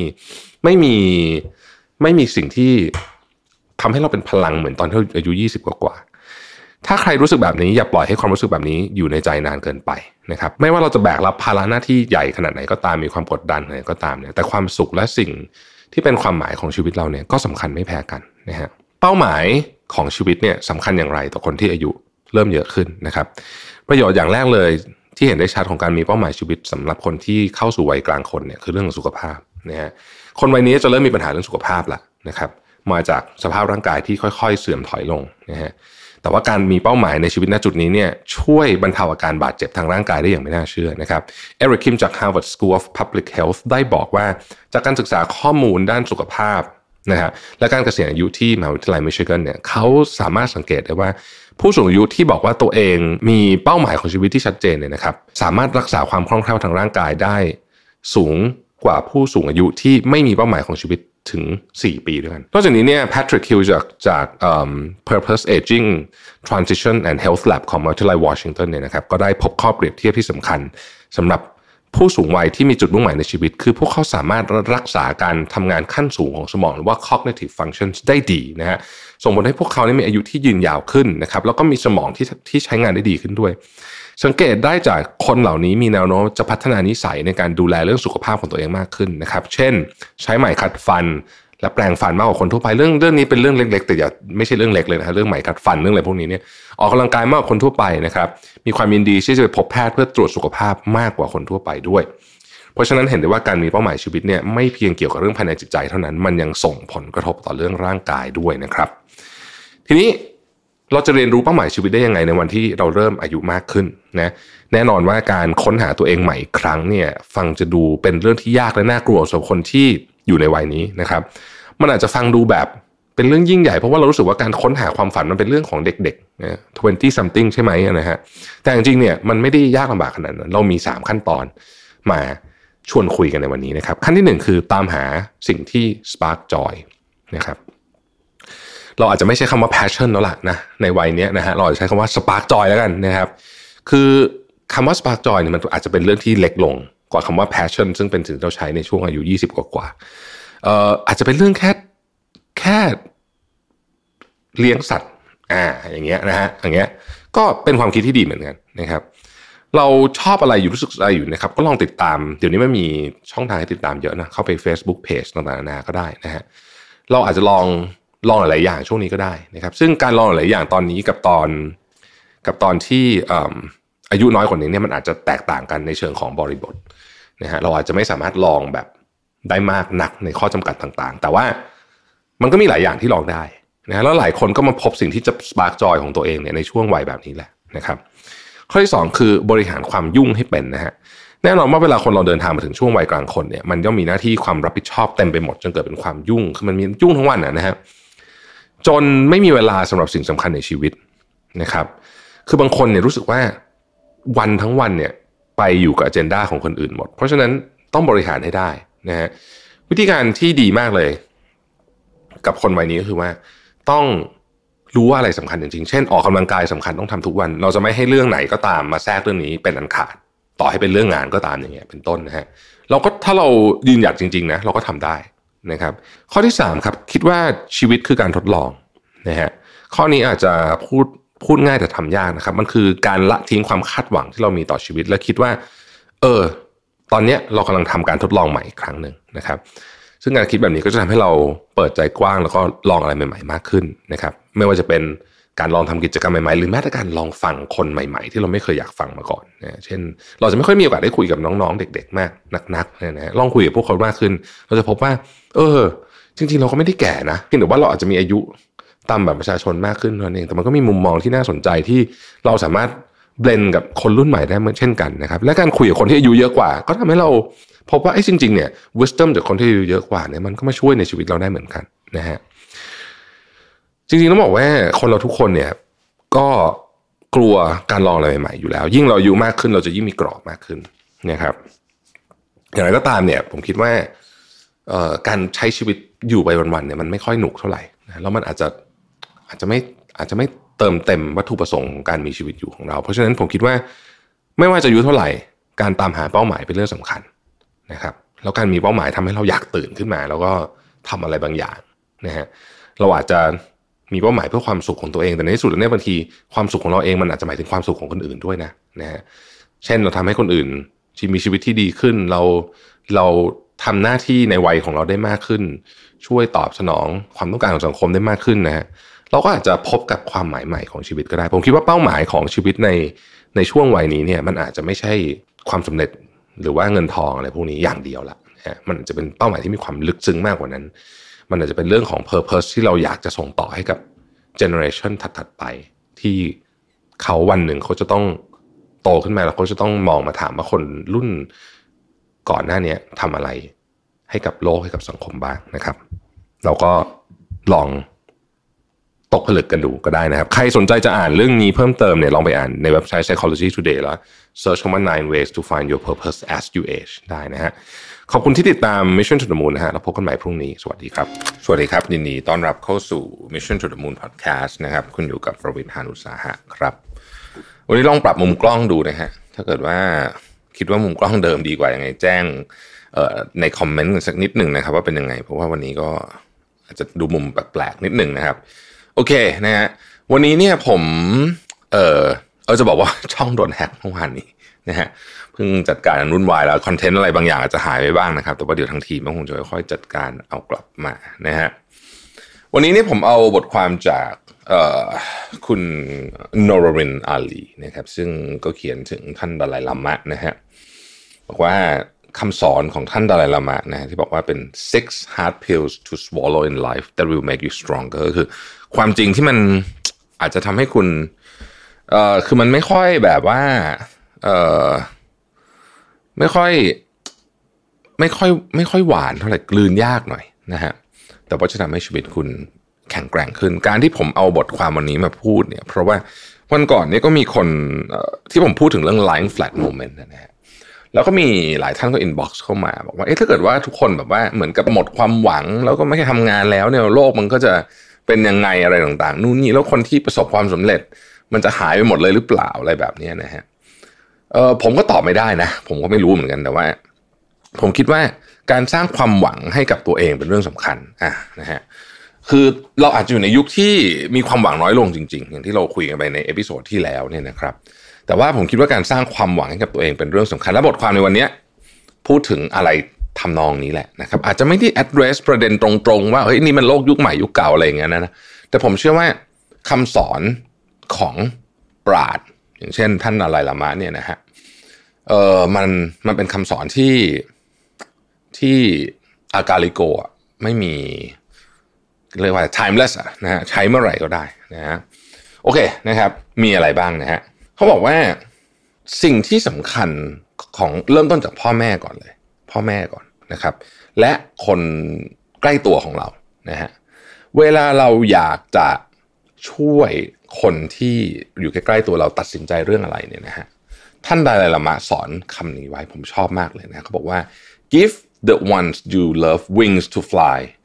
มีสิ่งที่ทำให้เราเป็นพลังเหมือนตอนที่อายุ20กว่าถ้าใครรู้สึกแบบนี้อย่าปล่อยให้ความรู้สึกแบบนี้อยู่ในใจนานเกินไปนะครับไม่ว่าเราจะแบกรับภาระหน้าที่ใหญ่ขนาดไหนก็ตามมีความกดดันอะไรก็ตามเนี่ยแต่ความสุขและสิ่งที่เป็นความหมายของชีวิตเราเนี่ยก็สำคัญไม่แพ้กันนะฮะเป้าหมายของชีวิตเนี่ยสำคัญอย่างไรต่อคนที่อายุเริ่มเยอะขึ้นนะครับประโยชน์อย่างแรกเลยที่เห็นได้ชัดของการมีเป้าหมายชีวิตสำหรับคนที่เข้าสู่วัยกลางคนเนี่ยคือเรื่องของสุขภาพนะฮะคนวัยนี้จะเริ่มมีปัญหาเรื่องสุขภาพละนะครับมาจากสภาพร่างกายที่ค่อยๆเสื่อมถอยลงนะฮะแต่ว่าการมีเป้าหมายในชีวิตณจุดนี้เนี่ยช่วยบรรเทาอาการบาดเจ็บทางร่างกายได้อย่างไม่น่าเชื่อนะครับเอริกคิมจาก Harvard School of Public Health ได้บอกว่าจากการศึกษาข้อมูลด้านสุขภาพนะฮะและการเกษียณอายุที่มหาวิทยาลัยมิชิแกนเนี่ยเขาสามารถสังเกตได้ว่าผู้สูงอายุที่บอกว่าตัวเองมีเป้าหมายของชีวิตที่ชัดเจนเนี่ยนะครับสามารถรักษาความคล่องแคล่วทางร่างกายได้สูงกว่าผู้สูงอายุที่ไม่มีเป้าหมายของชีวิตถึง4 ปีด้วยกันนอกจากนี้เนี่ย Patrick Hill จากPurpose Aging Transition and Health Lab ของมหาวิทยาลัยวอชิงตันเนี่ยนะครับก็ได้พบข้อเปรียบเทียบที่สำคัญสำหรับผู้สูงวัยที่มีจุดมุ่งหมายในชีวิตคือพวกเขาสามารถรักษาการทำงานขั้นสูงของสมองหรือว่า cognitive functions ได้ดีนะฮะส่งผลให้พวกเขามีอายุที่ยืนยาวขึ้นนะครับแล้วก็มีสมองที่ใช้งานได้ดีขึ้นด้วยสังเกตได้จากคนเหล่านี้มีแนวโน้มจะพัฒนานิสัยในการดูแลเรื่องสุขภาพของตัวเองมากขึ้นนะครับเช่นใช้ไหมขัดฟันและแปรงฟันมากกว่าคนทั่วไปเรื่องนี้เป็นเรื่องเล็กๆแต่อย่าไม่ใช่เรื่องเล็กเลยนะเรื่องไหมขัดฟันเรื่องอะไรพวกนี้เนี่ยออกกำลังกายมากกว่าคนทั่วไปนะครับมีความยินดีที่จะไปพบแพทย์เพื่อตรวจสุขภาพมากกว่าคนทั่วไปด้วยเพราะฉะนั้นเห็นได้ว่าการมีเป้าหมายชีวิตเนี่ยไม่เพียงเกี่ยวกับเรื่องภายในจิตใจเท่านั้นมันยังส่งผลกระทบต่อเรื่องร่างกายด้วยนะครับทีนี้เราจะเรียนรู้เป้าหมายชีวิตได้ยังไงในวันที่เราเริ่มอายุมากขึ้นนะแน่นอนว่าการค้นหาตัวเองใหม่อีกครั้งเนี่ยฟังจะดูเป็นเรื่องที่ยากและน่ากลัวสำหรับคนที่อยู่ในวัยนี้นะครับมันอาจจะฟังดูแบบเป็นเรื่องยิ่งใหญ่เพราะว่าเรารู้สึกว่าการค้นหาความฝันมันเป็นเรื่องของเด็กๆนะ20 something ใช่ไหมนะฮะแต่จริงๆเนี่ยมันไม่ได้ยากลำบากขนาดนั้นเรามี3ขั้นตอนมาชวนคุยกันในวันนี้นะครับขั้นที่1คือตามหาสิ่งที่ spark joy นะครับเราอาจจะไม่ใช้คำว่า passion แล้วล่ะนะในวัยนี้นะฮะเราจะใช้คำว่า spark joy แล้วกันนะครับคือคำว่า spark joy เนี่ยมันอาจจะเป็นเรื่องที่เล็กลงกว่าคำว่า passion ซึ่งเป็นสิ่งที่เราใช้ในช่วงอายุ20กว่าอาจจะเป็นเรื่องแค่เลี้ยงสัตว์อย่างเงี้ยนะฮะอย่างเงี้ยก็เป็นความคิดที่ดีเหมือนกันนะครับเราชอบอะไรอยู่รู้สึกอะไรอยู่นะครับก็ลองติดตามเดี๋ยวนี้มันมีช่องทางให้ติดตามเยอะนะเข้าไป Facebook Page ต่างๆนานาก็ได้นะฮะเราอาจจะลองหลายอย่างช่วงนี้ก็ได้นะครับซึ่งการลองหลายอย่างตอนนี้กับตอนที่อายุน้อยกว่านี้เนี่ยมันอาจจะแตกต่างกันในเชิงของบริบทนะฮะเราอาจจะไม่สามารถลองแบบได้มากนักในข้อจำกัดต่างๆแต่ว่ามันก็มีหลายอย่างที่ลองได้นะแล้วหลายคนก็มาพบสิ่งที่จะ spark joy ของตัวเองเนี่ยในช่วงวัยแบบนี้แหละนะครับข้อที่2คือบริหารความยุ่งให้เป็นนะฮะแน่นอนว่าเวลาคนเราเดินทางมาถึงช่วงวัยกลางคนเนี่ยมันย่อมมีหน้าที่ความรับผิดชอบเต็มไปหมดจนเกิดเป็นความยุ่งคือมันมียุ่งทั้งวันนะฮะจนไม่มีเวลาสำหรับสิ่งสำคัญในชีวิตนะครับคือบางคนเนี่ยรู้สึกว่าวันทั้งวันเนี่ยไปอยู่กับอเจนดาของคนอื่นหมดเพราะฉะนั้นต้องบริหารให้ได้นะฮะวิธีการที่ดีมากเลยกับคนวัยนี้ก็คือว่าต้องรู้ว่าอะไรสำคัญจริงๆเช่นออกกำลังกายสำคัญต้องทำทุกวันเราจะไม่ให้เรื่องไหนก็ตามมาแทรกเรื่องนี้เป็นอันขาดต่อให้เป็นเรื่องงานก็ตามอย่างเงี้ยเป็นต้นนะฮะเราก็ถ้าเรายืนหยัดจริงๆนะเราก็ทำได้นะครับข้อที่3ครับคิดว่าชีวิตคือการทดลองนะฮะข้อนี้อาจจะพูดง่ายแต่ทำยากนะครับมันคือการละทิ้งความคาดหวังที่เรามีต่อชีวิตและคิดว่าตอนนี้เรากำลังทำการทดลองใหม่อีกครั้งหนึ่งนะครับซึ่งการคิดแบบนี้ก็จะทำให้เราเปิดใจกว้างแล้วก็ลองอะไรใหม่ๆมากขึ้นนะครับไม่ว่าจะเป็นการลองทำกิจกรรมใหม่ๆหรือแม้แต่การลองฟังคนใหม่ๆที่เราไม่เคยอยากฟังมาก่อนนะเช่นเราจะไม่ค่อยมีโอกาสได้คุยกับน้องๆเด็กๆมากนักๆนะลองคุยกับพวกเขามากขึ้นเราจะพบว่าจริงๆเราก็ไม่ได้แก่นะเพียงแต่ว่าเราอาจจะมีอายุตามแบบประชาชนมากขึ้นเท่านั้นเองแต่มันก็มีมุมมองที่น่าสนใจที่เราสามารถเบลนด์กับคนรุ่นใหม่ได้เหมือนเช่นกันนะครับและการคุยกับคนที่อายุเยอะกว่าก็ทำให้เราพบว่าจริงๆเนี่ย wisdom จากคนที่อายุเยอะกว่าเนี่ยมันก็มาช่วยในชีวิตเราได้เหมือนกันนะฮะจริงๆต้องบอกว่าคนเราทุกคนเนี่ยก็กลัวการลองอะไรใหม่ๆอยู่แล้วยิ่งเราอายุมากขึ้นเราจะยิ่งมีกรอบมากขึ้นนะครับอย่างไรก็ตามเนี่ยผมคิดว่าการใช้ชีวิตอยู่ไปวันๆเนี่ยมันไม่ค่อยหนุกเท่าไหร่นะแล้วมันอาจจะไม่เติมเต็มวัตถุประสงค์ของการมีชีวิตอยู่ของเราเพราะฉะนั้นผมคิดว่าไม่ว่าจะอายุเท่าไหร่การตามหาเป้าหมายเป็นเรื่องสำคัญนะครับแล้วการมีเป้าหมายทำให้เราอยากตื่นขึ้นมาแล้วก็ทำอะไรบางอย่างนะฮะเราอาจจะมีเป้าหมายเพื่อความสุขของตัวเองแต่ในที่สุดแล้วเนี่ยบางทีความสุขของเราเองมันอาจจะหมายถึงความสุขของคนอื่นด้วยนะฮะเช่นเราทำให้คนอื่นที่มีชีวิตที่ดีขึ้นเราทำหน้าที่ในวัยของเราได้มากขึ้นช่วยตอบสนองความต้องการของสังคมได้มากขึ้นนะฮะเราก็อาจจะพบกับความหมายใหม่ของชีวิตก็ได้ผมคิดว่าเป้าหมายของชีวิตในช่วงวัยนี้เนี่ยมันอาจจะไม่ใช่ความสำเร็จหรือว่าเงินทองอะไรพวกนี้อย่างเดียวละมันจะเป็นเป้าหมายที่มีความลึกซึ้งมากกว่านั้นมันอาจจะเป็นเรื่องของ purpose ที่เราอยากจะส่งต่อให้กับ generation ถัดๆไปที่เขาวันหนึ่งเขาจะต้องโตขึ้นมาแล้วเขาจะต้องมองมาถามว่าคนรุ่นก่อนหน้านี้ทำอะไรให้กับโลกให้กับสังคมบ้างนะครับเราก็ลองตกผลึกกันดูก็ได้นะครับใครสนใจจะอ่านเรื่องนี้เพิ่มเติมเนี่ยลองไปอ่านในเว็บไซต์ Psychology Today แล้ว search คำว่า 9 ways to find your purpose as you age ได้นะฮะขอบคุณที่ติดตาม Mission to the Moon นะฮะเราพบกันใหม่พรุ่งนี้สวัสดีครับสวัสดีครับยินดีต้อนรับเข้าสู่ Mission to the Moon Podcast นะครับคุณอยู่กับประวิตร หาญอุตสาหะครับวันนี้ลองปรับมุมกล้องดูนะฮะถ้าเกิดว่าคิดว่ามุมกล้องเดิมดีกว่ายังไงแจ้งในคอมเมนต์สักนิดหนึ่งนะครับว่าเป็นยังไงเพราะว่าวันนี้ก็อาจจะดูมุมแปลกๆนิดหนึ่งนะครับโอเคนะฮะวันนี้เนี่ยผมจะบอกว่าช่องโดนแฮกเมื่อวานนี้นะฮะเพิ่งจัดการวุ่นวายแล้วคอนเทนต์อะไรบางอย่างอาจจะหายไปบ้างนะครับแต่ว่าเดี๋ยวทางทีมก็คงจะค่อยๆจัดการเอากลับมานะฮะวันนี้เนี่ยผมเอาบทความจากคุณโนรรินอาลีนะครับซึ่งก็เขียนถึงท่านดาไลลามะนะฮะบอกว่าคำสอนของท่านดาไลลามะนะที่บอกว่าเป็น six hard pills to swallow in life that will make you stronger ก็คือความจริงที่มันอาจจะทำให้คุณคือมันไม่ค่อยแบบว่าไม่ค่อยหวานเท่าไหร่กลืนยากหน่อยนะฮะแต่ว่าจะทำให้ชีวิตคุณแข็งแกร่งขึ้นการที่ผมเอาบทความวันนี้มาพูดเนี่ยเพราะว่าวันก่อนนี้ก็มีคนที่ผมพูดถึงเรื่อง lying flat moment นะฮะแล้วก็มีหลายท่านก็ inbox เข้ามาบอกว่าถ้าเกิดว่าทุกคนแบบว่าเหมือนกับหมดความหวังแล้วก็ไม่ได้ทำงานแล้วเนี่ยโลกมันก็จะเป็นยังไงอะไรต่างๆนู่นนี่แล้วคนที่ประสบความสำเร็จมันจะหายไปหมดเลยหรือเปล่าอะไรแบบนี้นะฮะผมก็ตอบไม่ได้นะผมก็ไม่รู้เหมือนกันแต่ว่าผมคิดว่าการสร้างความหวังให้กับตัวเองเป็นเรื่องสำคัญนะฮะคือเราอาจจะอยู่ในยุคที่มีความหวังน้อยลงจริงๆอย่างที่เราคุยกันไปในเอพิโซดที่แล้วเนี่ยนะครับแต่ว่าผมคิดว่าการสร้างความหวังให้กับตัวเองเป็นเรื่องสำคัญและบทความในวันนี้พูดถึงอะไรทำนองนี้แหละนะครับอาจจะไม่ได้ address ประเด็นตรงๆว่าเฮ้ยนี่มันโลกยุคใหม่ยุคเก่าอะไรอย่างเงี้ยนะแต่ผมเชื่อว่าคำสอนของปราชญ์อย่างเช่นท่านดาไลลามะเนี่ยนะฮะมันเป็นคำสอนที่อากาลิโกไม่มีเรียกว่า timeless นะฮะใช้เมื่อไหร่ก็ได้นะฮะโอเคนะครับมีอะไรบ้างนะฮะเขาบอกว่าสิ่งที่สำคัญของเริ่มต้นจากพ่อแม่ก่อนเลยพ่อแม่ก่อนนะครับและคนใกล้ตัวของเรานะฮะเวลาเราอยากจะช่วยคนที่อยู่ใกล้ๆตัวเราตัดสินใจเรื่องอะไรเนี่ยนะฮะท่านดาไลลามะสอนคำนี้ไว้ผมชอบมากเลยนะเขาบอกว่า give the ones you love wings to fly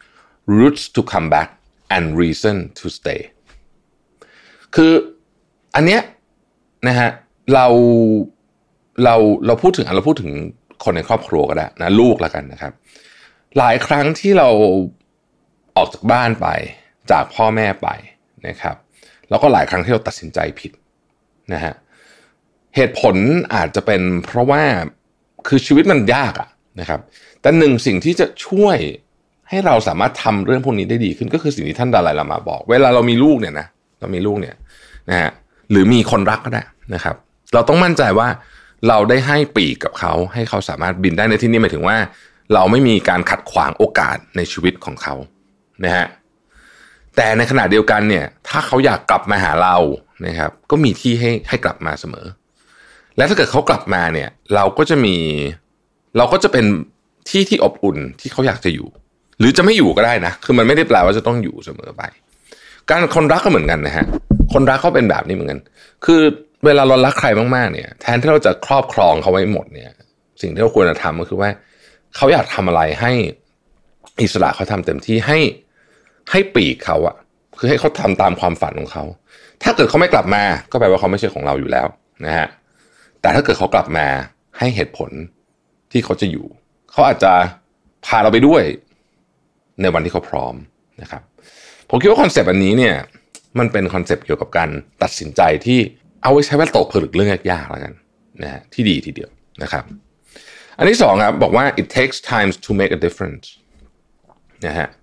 roots to come back and reason to stay คืออันเนี้ยนะฮะเราพูดถึงคนในครอบครัวก็ได้นะลูกละกันนะครับหลายครั้งที่เราออกจากบ้านไปจากพ่อแม่ไปนะครับแล้วก็หลายครั้งที่เราตัดสินใจผิดนะฮะเหตุผลอาจจะเป็นเพราะว่าคือชีวิตมันยากอะนะครับแต่หนึ่งสิ่งที่จะช่วยให้เราสามารถทำเรื่องพวกนี้ได้ดีขึ้นก็คือสิ่งที่ท่านดาไลลามาบอกเวลาเรามีลูกเนี่ยนะนะฮะหรือมีคนรักก็ได้นะครับเราต้องมั่นใจว่าเราได้ให้ปีกกับเขาให้เขาสามารถบินได้ในที่นี้หมายถึงว่าเราไม่มีการขัดขวางโอกาสในชีวิตของเขานะฮะแต่ในขณะเดียวกันเนี่ยถ้าเขาอยากกลับมาหาเรานะครับก็มีที่ให้กลับมาเสมอและถ้าเกิดเขากลับมาเนี่ยเราก็จะเป็นที่อบอุ่นที่เขาอยากจะอยู่หรือจะไม่อยู่ก็ได้นะคือมันไม่ได้แปลว่าจะต้องอยู่เสมอไปการคนรักก็เหมือนกันนะฮะคนรักเขาเป็นแบบนี้เหมือนกันคือเวลาเรารักใครมากๆเนี่ยแทนที่เราจะครอบครองเขาไว้หมดเนี่ยสิ่งที่เราควรจะทำก็คือว่าเขาอยากทำอะไรให้อิสระเขาทำเต็มที่ให้ปีกเขาอะคือให้เขาทำตามความฝันของเขาถ้าเกิดเขาไม่กลับมาก็แปลว่าเขาไม่ใช่ของเราอยู่แล้วนะฮะแต่ถ้าเกิดเขากลับมาให้เหตุผลที่เขาจะอยู่เขาอาจจะพาเราไปด้วยในวันที่เขาพร้อมนะครับผมคิดว่าคอนเซปต์อันนี้เนี่ยมันเป็นคอนเซปต์เกี่ยวกับการตัดสินใจที่เอาไว้ใช้ว่าตกผลึกเรื่องยากๆแล้วกันนะฮะที่ดีทีเดียวนะครับอันที่สองครับบอกว่า it takes time to make a difference นะฮะ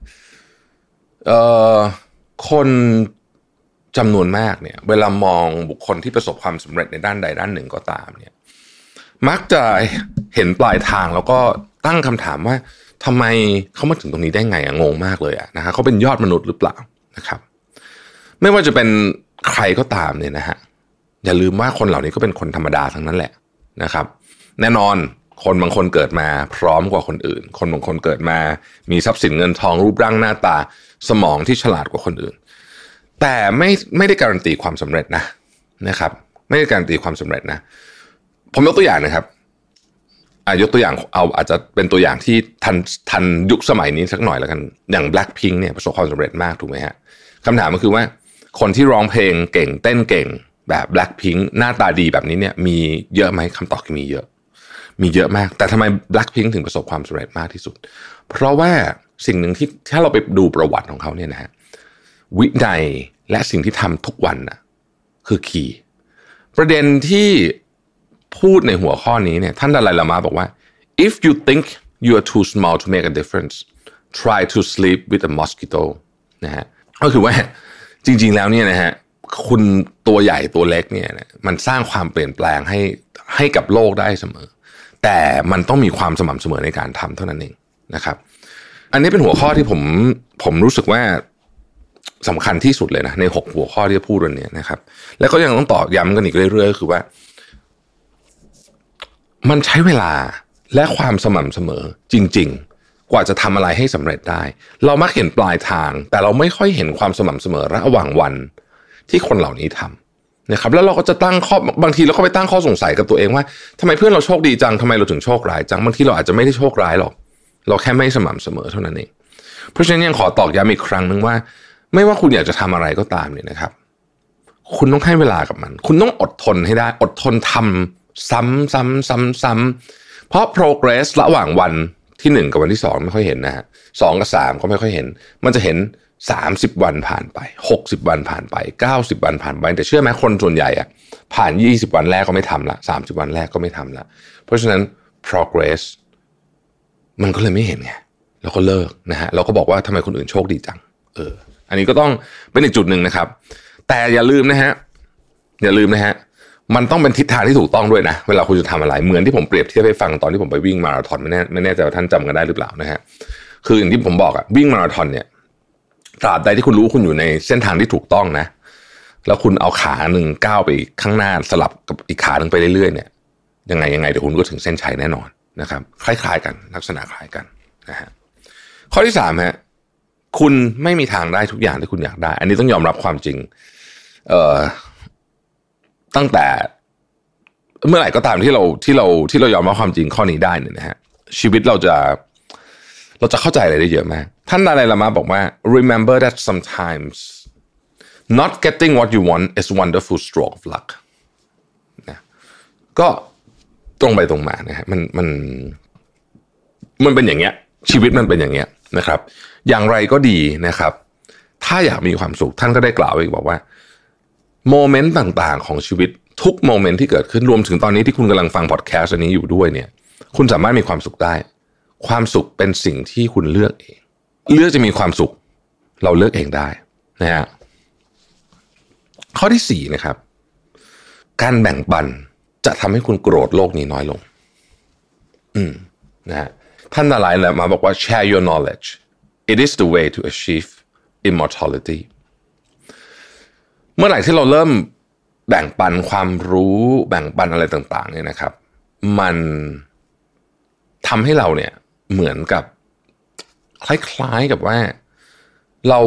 คนจำนวนมากเนี่ยเวลามองบุคคลที่ประสบความสำเร็จในด้านใดด้านหนึ่งก็ตามเนี่ยมักจะเห็นปลายทางแล้วก็ตั้งคำถามว่าทำไมเขามาถึงตรงนี้ได้ไงงงมากเลยนะฮะเขาเป็นยอดมนุษย์หรือเปล่านะครับไม่ว่าจะเป็นใครก็ตามเนี่ยนะฮะอย่าลืมว่าคนเหล่านี้ก็เป็นคนธรรมดาทั้งนั้นแหละนะครับแน่นอนคนบางคนเกิดมาพร้อมกว่าคนอื่นคนบางคนเกิดมามีทรัพย์สินเงินทองรูปร่างหน้าตาสมองที่ฉลาดกว่าคนอื่นแต่ไม่ได้การันตีความสำเร็จนะครับไม่ได้การันตีความสำเร็จนะผมยกตัวอย่างนะครับยกตัวอย่างเอาอาจจะเป็นตัวอย่างที่ทันยุคสมัยนี้สักหน่อยแล้วกันอย่าง Blackpink เนี่ยประสบความสำเร็จมากถูกไหมฮะคำถามก็คือว่าคนที่ร้องเพลงเก่งเต้นเก่งแบบ Blackpink หน้าตาดีแบบนี้เนี่ยมีเยอะไหมคำตอบคือมีเยอะมากแต่ทำไม Blackpink ถึงประสบความสำเร็จมากที่สุดเพราะว่าสิ่งหนึ่งที่ถ้าเราไปดูประวัติของเขาเนี่ยนะฮะวินัยและสิ่งที่ทำทุกวันน่ะคือคีย์ประเด็นที่พูดในหัวข้อนี้เนี่ยท่านดาไลลามาบอกว่า if you think you are too small to make a difference try to sleep with a mosquito นะฮะก็คือว่าจริงๆแล้วเนี่ยนะฮะคุณตัวใหญ่ตัวเล็กเนี่ยมันสร้างความเปลี่ยนแปลงให้กับโลกได้เสมอแต่มันต้องมีความสม่ำเสมอในการทำเท่านั้นเองนะครับอันนี้เป็นหัวข้อที่ผมรู้สึกว่าสำคัญที่สุดเลยนะใน6หัวข้อที่จะพูดวันนี้นะครับแล้วก็ยังต้องตอกย้ำกันอีกเรื่อยๆคือว่ามันใช้เวลาและความสม่ำเสมอจริงๆกว่าจะทำอะไรให้สำเร็จได้เรามักเห็นปลายทางแต่เราไม่ค่อยเห็นความสม่ำเสมอระหว่างวันที่คนเหล่านี้ทำนะครับแล้วเราก็จะตั้งข้อบางทีเราก็ไปตั้งข้อสงสัยกับตัวเองว่าทำไมเพื่อนเราโชคดีจังทำไมเราถึงโชคร้ายจังบางทีเราอาจจะไม่ได้โชคร้ายหรอกเราแค่ไม่สม่ำเสมอเท่านั้นเองเพราะฉะนั้นยังขอตอกย้ำอีกครั้งนึงว่าไม่ว่าคุณอยากจะทำอะไรก็ตามเนี่ยนะครับคุณต้องให้เวลากับมันคุณต้องอดทนให้ได้อดทนทำซ้ำเพราะ progress ระหว่างวันที่1กับวันที่2ไม่ค่อยเห็นนะฮะ2กับ3ก็ไม่ค่อยเห็นมันจะเห็น30วันผ่านไป60วันผ่านไป90วันผ่านไปแต่เชื่อไหมคนส่วนใหญ่อะผ่าน20วันแรกก็ไม่ทำละ30วันแรกก็ไม่ทำละเพราะฉะนั้น progress มันก็เลยไม่เห็นไงแล้วก็เลิกนะฮะเราก็บอกว่าทำไมคนอื่นโชคดีจังอันนี้ก็ต้องเป็นอีกจุดหนึ่งนะครับแต่อย่าลืมนะฮะมันต้องเป็นทิศทางที่ถูกต้องด้วยนะเวลาคุณจะทำอะไรเหมือนที่ผมเปรียบเทียบให้ฟังตอนที่ผมไปวิ่งมาราธอนไม่แน่ใจว่าท่านจำกันได้หรือเปล่านะฮะคืออย่างที่ผมบอกอะวิ่งมาราธอนเนี่ยตราบใดที่คุณรู้คุณอยู่ในเส้นทางที่ถูกต้องนะแล้วคุณเอาขาหนึ่งก้าวไปข้างหน้าสลับกับอีกขาหนึ่งไปเรื่อยๆเนี่ยยังไงเดี๋ยวคุณก็ถึงเส้นชัยแน่นอนนะครับคล้ายๆกันลักษณะคล้ายกันนะฮะข้อที่3ฮะคุณไม่มีทางได้ทุกอย่างที่คุณอยากได้อันนี้ต้องยอมรับความจริงตั้งแต่เมื่อไหร่ก็ตามที่เรายอมรับความจริงข้อนี้ได้เนี่ยนะฮะชีวิตเราจะเข้าใจอะไรได้เยอะมากท่านดาไลลามะบอกว่า remember that sometimes not getting what you want is wonderful stroke of luck นะก็ตรงไปตรงมานะฮะมันเป็นอย่างเงี้ยชีวิตมันเป็นอย่างเงี้ยนะครับอย่างไรก็ดีนะครับถ้าอยากมีความสุขท่านก็ได้กล่าวอีกบอกว่าโมเมนต์ต่างๆของชีวิตทุกโมเมนต์ที่เกิดขึ้นรวมถึงตอนนี้ที่คุณกำลังฟังพอดแคสต์อันนี้อยู่ด้วยเนี่ยคุณสามารถมีความสุขได้ความสุขเป็นสิ่งที่คุณเลือกเองเลือกจะมีความสุขเราเลือกเองได้นะฮะข้อที่4นะครับการแบ่งปันจะทำให้คุณโกรธโลกนี้น้อยลงนะฮะท่านดาไลลามะบอกว่า share your knowledge it is the way to achieve immortality เมื่อไหร่ที่เราเริ่มแบ่งปันความรู้แบ่งปันอะไรต่างๆเนี่ยนะครับมันทำให้เราเนี่ยเหมือนกับคล้ายๆกับว่าเรา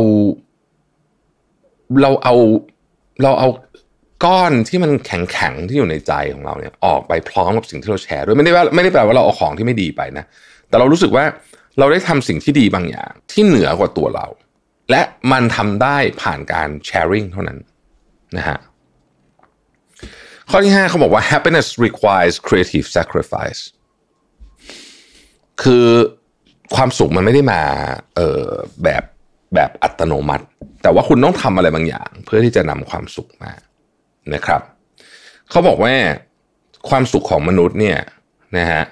เอาก้อนที่มันแข็งๆที่อยู่ในใจของเราเนี่ยออกไปพร้อมกับสิ่งที่เราแชร์ด้วยไม่ได้แปลว่าเราเอาของที่ไม่ดีไปนะแต่เรารู้สึกว่าเราได้ทำสิ่งที่ดีบางอย่างที่เหนือกว่าตัวเราและมันทำได้ผ่านการแชร์ริ่งเท่านั้นนะฮะข้อที่5เขาบอกว่า happiness requires creative sacrifice คือความสุขมันไม่ได้มาแบบอัตโนมัติแต่ว่าคุณต้องทำอะไรบางอย่างเพื่อที่จะนำความสุขมานะครับเขาบอกว่าความสุขของมนุษย์เนี่ยนะฮะ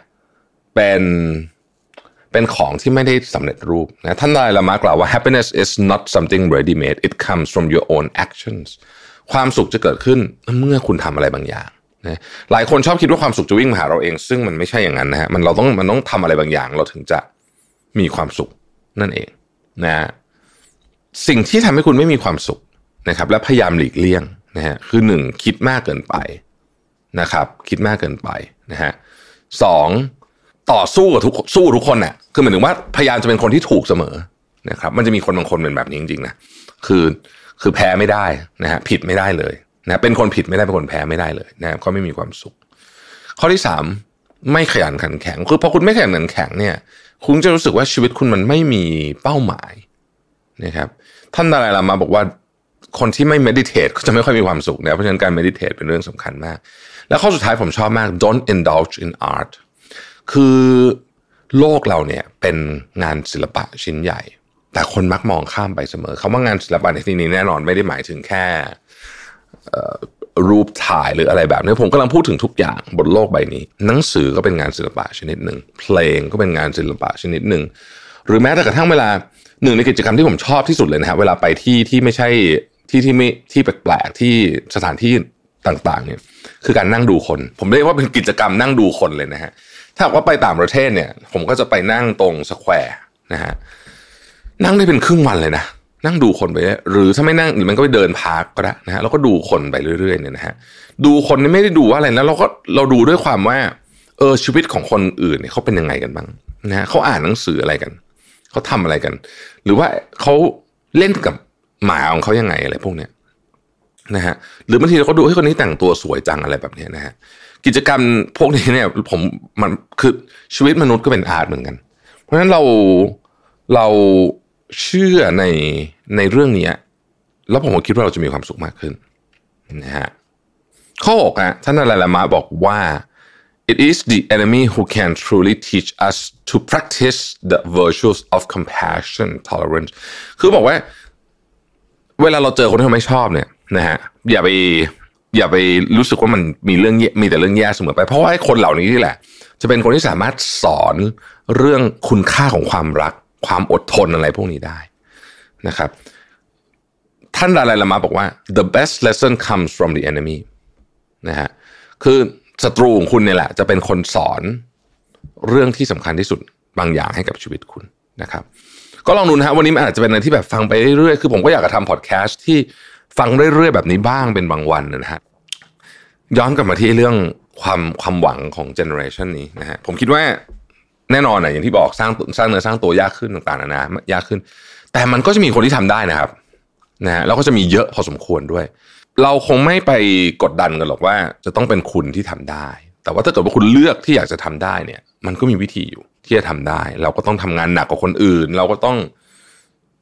เป็นของที่ไม่ได้สำเร็จรูปนะท่านดาไลลามะกล่าวว่า happiness is not something ready made it comes from your own actions ความสุขจะเกิดขึ้นเมื่อคุณทำอะไรบางอย่างนะหลายคนชอบคิดว่าความสุขจะวิ่งมาหาเราเองซึ่งมันไม่ใช่อย่างนั้นนะฮะมันต้องทำอะไรบางอย่างเราถึงจะมีความสุขนั่นเองนะสิ่งที่ทำให้คุณไม่มีความสุขนะครับและพยายามหลีกเลี่ยงนะฮะคือ1คิดมากเกินไปนะครับคิดมากเกินไปนะฮะ2ต่อสู้กับทุกคนน่ะคือหมายถึงว่าพยายามจะเป็นคนที่ถูกเสมอนะครับมันจะมีคนบางคนเป็นแบบนี้จริงๆนะคือแพ้ไม่ได้นะฮะผิดไม่ได้เลยนะเป็นคนผิดไม่ได้เป็นคนแพ้ไม่ได้เลยนะก็ไม่มีความสุขข้อที่3ไม่ขยันขันแข็งคือพอคุณไม่ขยันขันแข็งเนี่ยคุณจะรู้สึกว่าชีวิตคุณมันไม่มีเป้าหมายนะครับท่านดาไลลามะบอกว่าคนที่ไม่ meditate ก็จะไม่ค่อยมีความสุขนะเพราะฉะนั้นการ meditate เป็นเรื่องสำคัญมากแล้วข้อสุดท้ายผมชอบมาก don't indulge in art คือโลกเราเนี่ยเป็นงานศิลปะชิ้นใหญ่แต่คนมักมองข้ามไปเสมอคำว่างานศิลปะในที่นี้แน่นอนไม่ได้หมายถึงแค่รูปถ่ายหรืออะไรแบบนี้ผมกำลังพูดถึงทุกอย่างบนโลกใบนี้หนังสือก็เป็นงานศิลปะชนิดหนึ่งเพลงก็เป็นงานศิลปะชนิดหนึ่งหรือแม้แต่กระทั่งเวลาหนึ่งในกิจกรรมที่ผมชอบที่สุดเลยนะฮะเวลาไปที่ไม่ใช่ที่แปลกๆที่สถานที่ต่างๆเนี่ยคือการนั่งดูคนผมเรียกว่าเป็นกิจกรรมนั่งดูคนเลยนะฮะถ้าว่าไปต่างประเทศเนี่ยผมก็จะไปนั่งตรงสแควร์นะฮะนั่งได้เป็นครึ่งวันเลยนะนั่งดูคนไปหรือถ้าไม่นั่งหรือมันก็ไปเดินพาร์คก็ได้นะฮะแล้วก็ดูคนไปเรื่อยๆเนี่ยนะฮะดูคนนี่ไม่ได้ดูว่าอะไรนะเราดูด้วยความว่าชีวิตของคนอื่นเนี่ยเขาเป็นยังไงกันบ้างนะฮะเขาอ่านหนังสืออะไรกันเขาทำอะไรกันหรือว่าเขาเล่นกับหมาของเขายังไงอะไรพวกเนี้ยนะฮะหรือบางทีเราก็ดูให้คนนี้แต่งตัวสวยจังอะไรแบบนี้นะฮะกิจกรรมพวกนี้เนี่ยมันคือชีวิตมนุษย์ก็เป็นอาร์ตเหมือนกันเพราะฉะนั้นเราเชื่อในเรื่องนี้แล้วผมก็คิดว่าเราจะมีความสุขมากขึ้นนะฮะข้อ6ท่านดาไลลามะบอกว่า it is the enemy who can truly teach us to practice the virtues of compassion tolerance คือบอกว่าเวลาเราเจอคนที่เราไม่ชอบเนี่ยนะฮะอย่าไปรู้สึกว่ามันมีแต่เรื่องแย่เสมอไปเพราะว่าไอ้คนเหล่านี้นี่แหละจะเป็นคนที่สามารถสอนเรื่องคุณค่าของความรักความอดทนอะไรพวกนี้ได้นะครับท่านดาไลลามะบอกว่า the best lesson comes from the enemy นะฮะคือศัตรูของคุณเนี่ยแหละจะเป็นคนสอนเรื่องที่สำคัญที่สุดบางอย่างให้กับชีวิตคุณนะครับก็ลองดูนะฮะวันนี้มันอาจจะเป็นอะไรที่แบบฟังไปเรื่อยๆคือผมก็อยากจะทำพอดแคสต์ที่ฟังเรื่อยๆแบบนี้บ้างเป็นบางวันนะฮะย้อนกลับมาที่เรื่องความหวังของเจเนอเรชันนี้นะฮะผมคิดว่าแน่นอนนะอย่างที่บอกสร้างเนื้อสร้างตัวยากขึ้นต่างๆนะยากขึ้นแต่มันก็จะมีคนที่ทำได้นะครับนะฮะแล้วก็จะมีเยอะพอสมควรด้วยเราคงไม่ไปกดดันกันหรอกว่าจะต้องเป็นคุณที่ทำได้แต่ว่าถ้าเกิดว่าคุณเลือกที่อยากจะทำได้เนี่ยมันก็มีวิธีอยู่ที่จะทำได้เราก็ต้องทำงานหนักกว่าคนอื่นเราก็ต้อง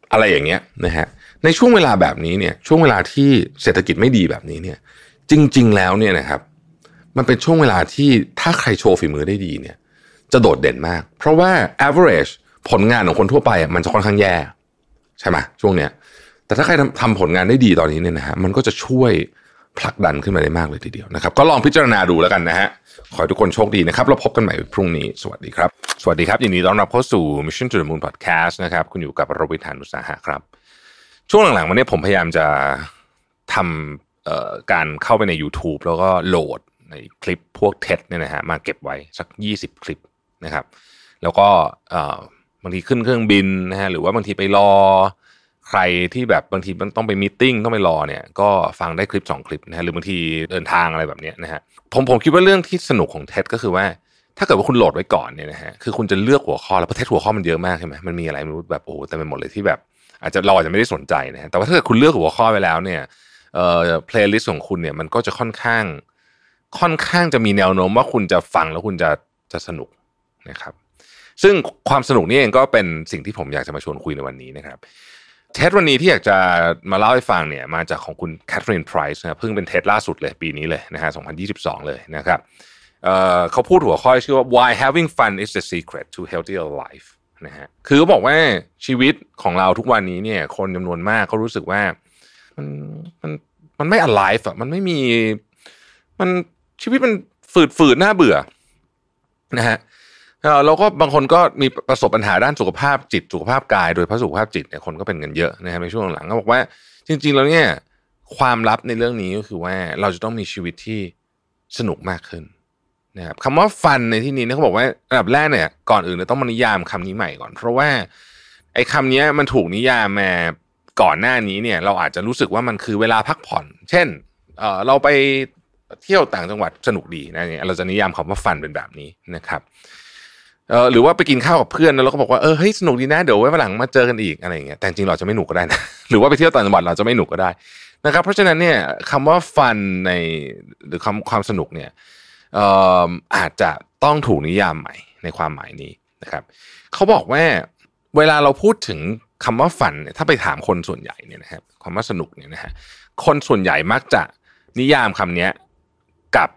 อะไรอย่างเงี้ยนะฮะในช่วงเวลาแบบนี้เนี่ยช่วงเวลาที่เศรษฐกิจไม่ดีแบบนี้เนี่ยจริงๆแล้วเนี่ยนะครับมันเป็นช่วงเวลาที่ถ้าใครโชว์ฝีมือได้ดีเนี่ยจะโดดเด่นมากเพราะว่า average ผลงานของคนทั่วไปมันจะค่อนข้างแย่ใช่ไหมช่วงเนี้ยแต่ถ้าใครทำผลงานได้ดีตอนนี้เนี่ยนะฮะมันก็จะช่วยผลักดันขึ้นมาได้มากเลยทีเดียวนะครับก็ลองพิจารณาดูแล้วกันนะฮะขอให้ทุกคนโชคดีนะครับเราพบกันใหม่พรุ่งนี้สวัสดีครับสวัสดีครับยินดีต้อนรับเข้าสู่ Mission to the Moon Podcast นะครับคุณอยู่กับรวิทย์ หาญอุตสาหะครับช่วงหลังๆวันนี้ผมพยายามจะทำการเข้าไปใน YouTube แล้วก็โหลดในคลิปพวก TED เนี่ยนะฮะมาเก็บไว้สัก20คลิปนะครับแล้วก็บางทีขึ้นเครื่องบินนะฮะหรือว่าบางทีไปรอใครที่แบบบางทีต้องไปมีตติ้งต้องไปรอเนี่ยก็ฟังได้คลิป2คลิปนะฮะหรือบางทีเดินทางอะไรแบบนี้นะฮะผมคิดว่าเรื่องที่สนุกของ TED ก็คือว่าถ้าเกิดว่าคุณโหลดไว้ก่อนเนี่ยนะฮะคือคุณจะเลือกหัวข้อแล้วเพราะ TED หัวข้อมันเยอะมากใช่ไหมมันมีอะไรไม่รู้แบบโอ้เต็มไปหมดเลยที่แบบเราอาจจะไม่ได้สนใจนะฮะแต่ว่าถ้าเกิดคุณเลือกหัวข้อไว้แล้วเนี่ยเพลย์ลิสต์ของคุณเนี่ยมันก็จะค่อนข้างจะมีแนวโน้มว่าคุณจะฟังแล้วคุณจะสนุกนะครับซึ่งความสนุกนี่เองก็เป็นสิ่งที่ผมอยากจะมาชวนคุยในวันนี้นะครับเท็ดวันนี้ที่อยากจะมาเล่าให้ฟังเนี่ยมาจากของคุณแคทเธอรีนไพรส์นะเพิ่งเป็นเท็ดล่าสุดเลยปีนี้เลยนะฮะ2022เลยนะครับเขาพูดหัวข้อชื่อว่า Why Having Fun is the Secret to Healthier Life นะฮะคือเขาบอกว่าชีวิตของเราทุกวันนี้เนี่ยคนจำนวนมากเขารู้สึกว่ามันไม่ alive อ่ะมันไม่มีมันชีวิตมันฝืดน่าเบื่อนะฮะแล้วก็บางคนก็มีประสบปัญหาด้านสุขภาพจิตสุขภาพกายโดยเฉพาะสุขภาพจิตเนี่ยคนก็เป็นกันเยอะนะครับในช่วงหลังก็บอกว่าจริงๆแล้วเนี่ยความลับในเรื่องนี้ก็คือว่าเราจะต้องมีชีวิตที่สนุกมากขึ้นนะครับคำว่าฟันในที่นี้เนี่ยเขาบอกว่าอันดับแรกเนี่ยก่อนอื่นเราต้องมานิยามคำนี้ใหม่ก่อนเพราะว่าไอ้คำนี้มันถูกนิยามมาก่อนหน้านี้เนี่ยเราอาจจะรู้สึกว่ามันคือเวลาพักผ่อนเช่นเราไปเที่ยวต่างจังหวัดสนุกดีนะเนี่ยเราจะนิยามคำว่าฟันเป็นแบบนี้นะครับหรือว่าไปกินข้าวกับเพื่อนแล้วเราก็บอกว่าเฮ้ยสนุกดีนะเดี๋ยวไว้วันหลังมาเจอกันอีกอะไรอย่างเงี้ยแต่จริงเราจะไม่หนุกก็ได้นะ หรือว่าไปเที่ยวต่างจังหวัดเราจะไม่หนุกก็ได้นะครับเพราะฉะนั้นเนี่ยคำว่าฟันในหรือความสนุกเนี่ยอาจจะต้องถูกนิยามใหม่ในความหมายนี้นะครับเขาบอกว่าเวลาเราพูดถึงคำว่าฟันเนี่ยถ้าไปถามคนส่วนใหญ่เนี่ยนะครับคำว่าสนุกเนี่ยนะฮะคนส่วนใหญ่มักจะนิยามคำนี้กับ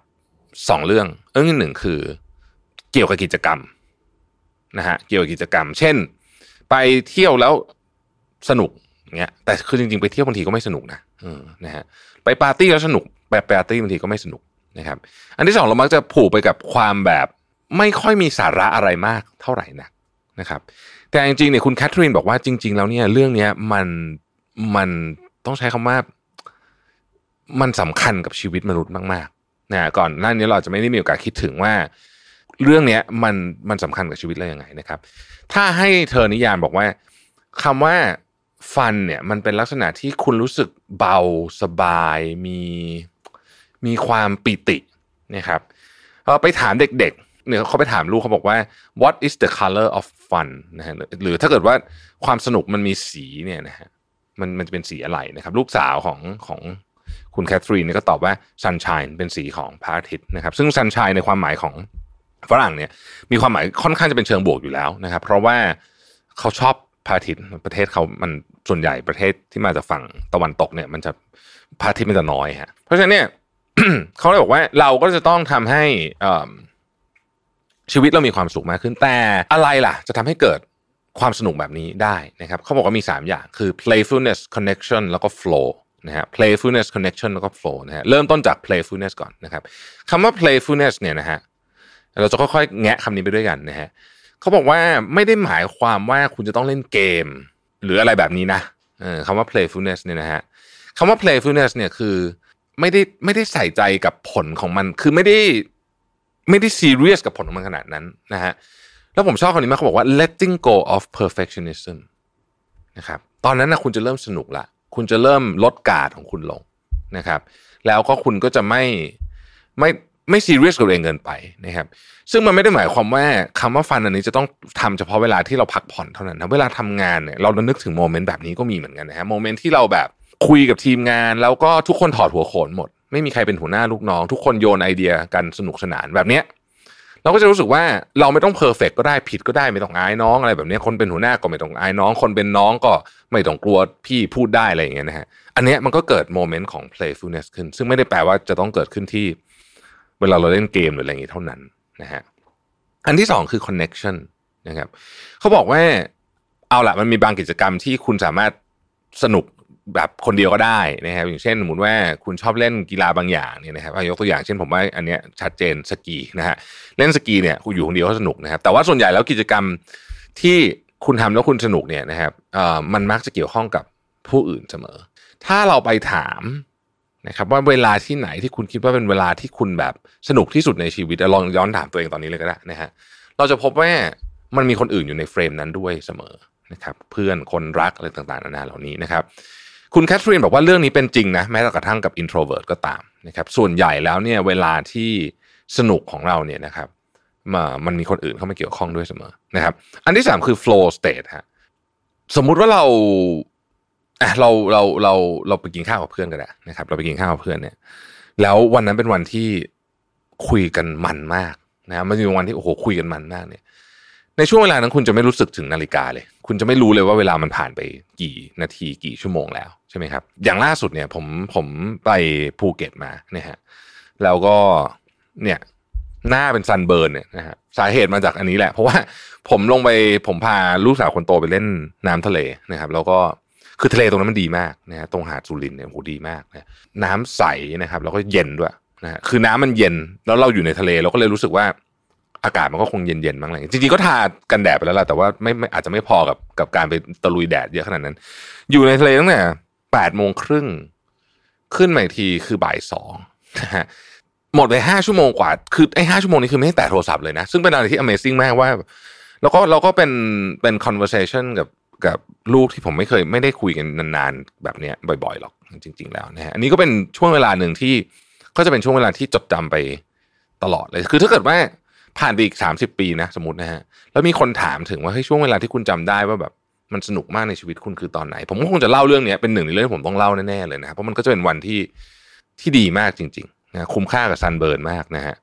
2เรื่องหนึ่งคือเกี่ยวกับกิจกรรมนะฮะเกี่ยวกับกิจกรรมเช่นไปเที่ยวแล้วสนุกเงี้ยแต่คือจริงๆไปเที่ยวบางทีก็ไม่สนุกนะฮะไปปาร์ตี้แล้วสนุกแบบปาร์ตี้บางทีก็ไม่สนุกนะครับอันที่2เรามักจะผูกไปกับความแบบไม่ค่อยมีสาระอะไรมากเท่าไหร่นะครับแต่จริงๆเนี่ยคุณแคทเธอรีนบอกว่าจริงๆแล้วเนี่ยเรื่องนี้มันต้องใช้คำว่ามันสำคัญกับชีวิตมนุษย์มากๆนะก่อนหน้านี้เราจะไม่ได้มีโอกาสคิดถึงว่าเรื่องนี้มันสำคัญกับชีวิตเรายังไงนะครับถ้าให้เธอนิยามบอกว่าคำว่าฟันเนี่ยมันเป็นลักษณะที่คุณรู้สึกเบาสบายมีความปิตินะครับไปถามเด็กๆเนี่ยเขาไปถามลูกเขาบอกว่า what is the color of fun นะฮะหรือถ้าเกิดว่าความสนุกมันมีสีเนี่ยนะฮะมันจะเป็นสีอะไรนะครับลูกสาวของคุณแคทเธอรีนเนี่ยก็ตอบว่า sunshine เป็นสีของพระอาทิตย์นะครับซึ่ง sunshine ในความหมายของฝรั่งเนี่ยมีความหมายค่อนข้างจะเป็นเชิงบวกอยู่แล้วนะครับเพราะว่าเขาชอบพระอาทิตย์ประเทศเขามันส่วนใหญ่ประเทศที่มาจากฝั่งตะวันตกเนี่ยมันจะพระอาทิตย์มันจะน้อยฮะเพราะฉะนั้นเนี่ย เขาเลยบอกว่าเราก็จะต้องทำให้ชีวิตเรามีความสุขมากขึ้นแต่อะไรล่ะจะทำให้เกิดความสนุกแบบนี้ได้นะครับเขาบอกว่ามี3อย่างคือ playfulness connection แล้วก็ flow นะฮะ playfulness connection แล้วก็ flow นะฮะเริ่มต้นจาก playfulness ก่อนนะครับคำว่า playfulness เนี่ยนะฮะเราจะค่อยๆแงะคำนี้ไปด้วยกันนะฮะเขาบอกว่าไม่ได้หมายความว่าคุณจะต้องเล่นเกมหรืออะไรแบบนี้นะคำว่า playfulness เนี่ยนะฮะคำว่า playfulness เนี่ยคือไม่ได้ใส่ใจกับผลของมันคือไม่ได้ซีเรียสกับผลของมันขนาดนั้นนะฮะแล้วผมชอบคำนี้มากเขาบอกว่า letting go of perfectionism นะครับตอนนั้นนะคุณจะเริ่มสนุกละคุณจะเริ่มลดการ์ดของคุณลงนะครับแล้วก็คุณก็จะไม่ซีเรียสกับตัวเองเกินไปนะครับซึ่งมันไม่ได้หมายความว่าคำว่าฟันอันนี้จะต้องทำเฉพาะเวลาที่เราพักผ่อนเท่านั้นนะเวลาทำงานเนี่ยเรานึกถึงโมเมนต์แบบนี้ก็มีเหมือนกันนะฮะโมเมนต์ที่เราแบบคุยกับทีมงานแล้วก็ทุกคนถอดหัวโขนหมดไม่มีใครเป็นหัวหน้าลูกน้องทุกคนโยนไอเดียกันสนุกสนานแบบเนี้ยเราก็จะรู้สึกว่าเราไม่ต้องเพอร์เฟกต์ก็ได้ผิดก็ได้ไม่ต้องอายน้องอะไรแบบนี้คนเป็นหัวหน้าก็ไม่ต้องอายน้องคนเป็นน้องก็ไม่ต้องกลัวพี่พูดได้อะไรอย่างเงี้ยนะฮะอันเนี้ยมันก็เกิดโมเมนต์ของ playfulness ขึ้นซึ่งไม่ได้แปลว่าจะต้องเกิดขึ้นที่เวลาเราเล่นเกมหรืออะไรอย่างงี้เท่านั้นนะฮะอันที่สองคือ connection นะครับเขาบอกว่าเอาละมันมีบางกิจกรรมที่คุณสามารถสนุกแบบคนเดียวก็ได้นะครับอย่างเช่นสมมติว่าคุณชอบเล่นกีฬาบางอย่างเนี่ยนะครับยกตัวอย่างเช่นผมว่าอันเนี้ยชัดเจนสกีนะฮะเล่นสกีเนี่ยคุณอยู่คนเดียวก็สนุกนะครับแต่ว่าส่วนใหญ่แล้วกิจกรรมที่คุณทำแล้วคุณสนุกเนี่ยนะครับมันมักจะเกี่ยวข้องกับผู้อื่นเสมอถ้าเราไปถามนะครับว่าเวลาที่ไหนที่คุณคิดว่าเป็นเวลาที่คุณแบบสนุกที่สุดในชีวิตลองย้อนถามตัวเองตอนนี้เลยก็ได้นะฮะเราจะพบว่ามันมีคนอื่นอยู่ในเฟรมนั้นด้วยเสมอนะครับเพื่อนคนรักอะไรต่างๆนานาเหล่านี้นะครับคุณแคทเธอรีนบอกว่าเรื่องนี้เป็นจริงนะแม้แต่กระทั่งกับ introvert ก็ตามนะครับส่วนใหญ่แล้วเนี่ยเวลาที่สนุกของเราเนี่ยนะครับมันมีคนอื่นเข้ามาเกี่ยวข้องด้วยเสมอนะครับอันที่3คือ flow state ฮะสมมุติว่าเราไปกินข้าวกับเพื่อนกันแหละนะครับเราไปกินข้าวกับเพื่อนเนี่ยแล้ววันนั้นเป็นวันที่คุยกันมันมากนะมันเป็นวันที่โอ้โหคุยกันมันมากเนี่ยในช่วงเวลานั้นคุณจะไม่รู้สึกถึงนาฬิกาเลยคุณจะไม่รู้เลยว่าเวลามันผ่านไปกี่นาทีกี่ชั่วโมงแล้วใช่ไหมครับอย่างล่าสุดเนี่ยผมไปภูเก็ตมาเนี่ยฮะแล้วก็เนี่ยหน้าเป็นซันเบิร์นเนี่ยนะฮะสาเหตุมาจากอันนี้แหละเพราะว่าผมพาลูกสาวคนโตไปเล่นน้ำทะเลนะครับแล้วก็คือทะเลตรงนั้นมันดีมากนะฮะตรงหาดสุรินทร์เนี่ยโหดีมากนะน้ำใสนะครับแล้วก็เย็นด้วยนะฮะคือน้ำมันเย็นแล้วเราอยู่ในทะเลเราก็เลยรู้สึกว่าอากาศมันก็คงเย็นๆบ้างอะไรจริงๆก็ทากันแดดไปแล้วล่ะแต่ว่าไม่อาจจะไม่พอกับการไปตะลุยแดดเยอะขนาดนั้นอยู่ในทะเลตั้งแต่8:30ขึ้นมาอีกทีคือบ่าย2นะฮะหมดไป5ชั่วโมงกว่าคือไอ้5ชั่วโมงนี้คือไม่ได้แตะโทรศัพท์เลยนะซึ่งเป็นอะไรที่ Amazing มากว่าเราก็เป็น conversation กับลูกที่ผมไม่ได้คุยกันนานๆแบบนี้บ่อยๆหรอกจริงๆแล้วนะฮะอันนี้ก็เป็นช่วงเวลาหนึ่งที่ก็จะเป็นช่วงเวลาที่จดจำไปตลอดเลยคือถ้าเกิดว่าผ่านไปอีก30 ปีนะสมมตินะฮะแล้วมีคนถามถึงว่าเฮ้ยช่วงเวลาที่คุณจำได้ว่าแบบมันสนุกมากในชีวิตคุณคือตอนไหนผมก็คงจะเล่าเรื่องนี้เป็นหนึ่งในเรื่องที่ผมต้องเล่าแน่ๆเลยนะเพราะมันก็จะเป็นวันที่ดีมากจริงๆนะคุ้มค่ากับซันเบิร์นมากนะฮะ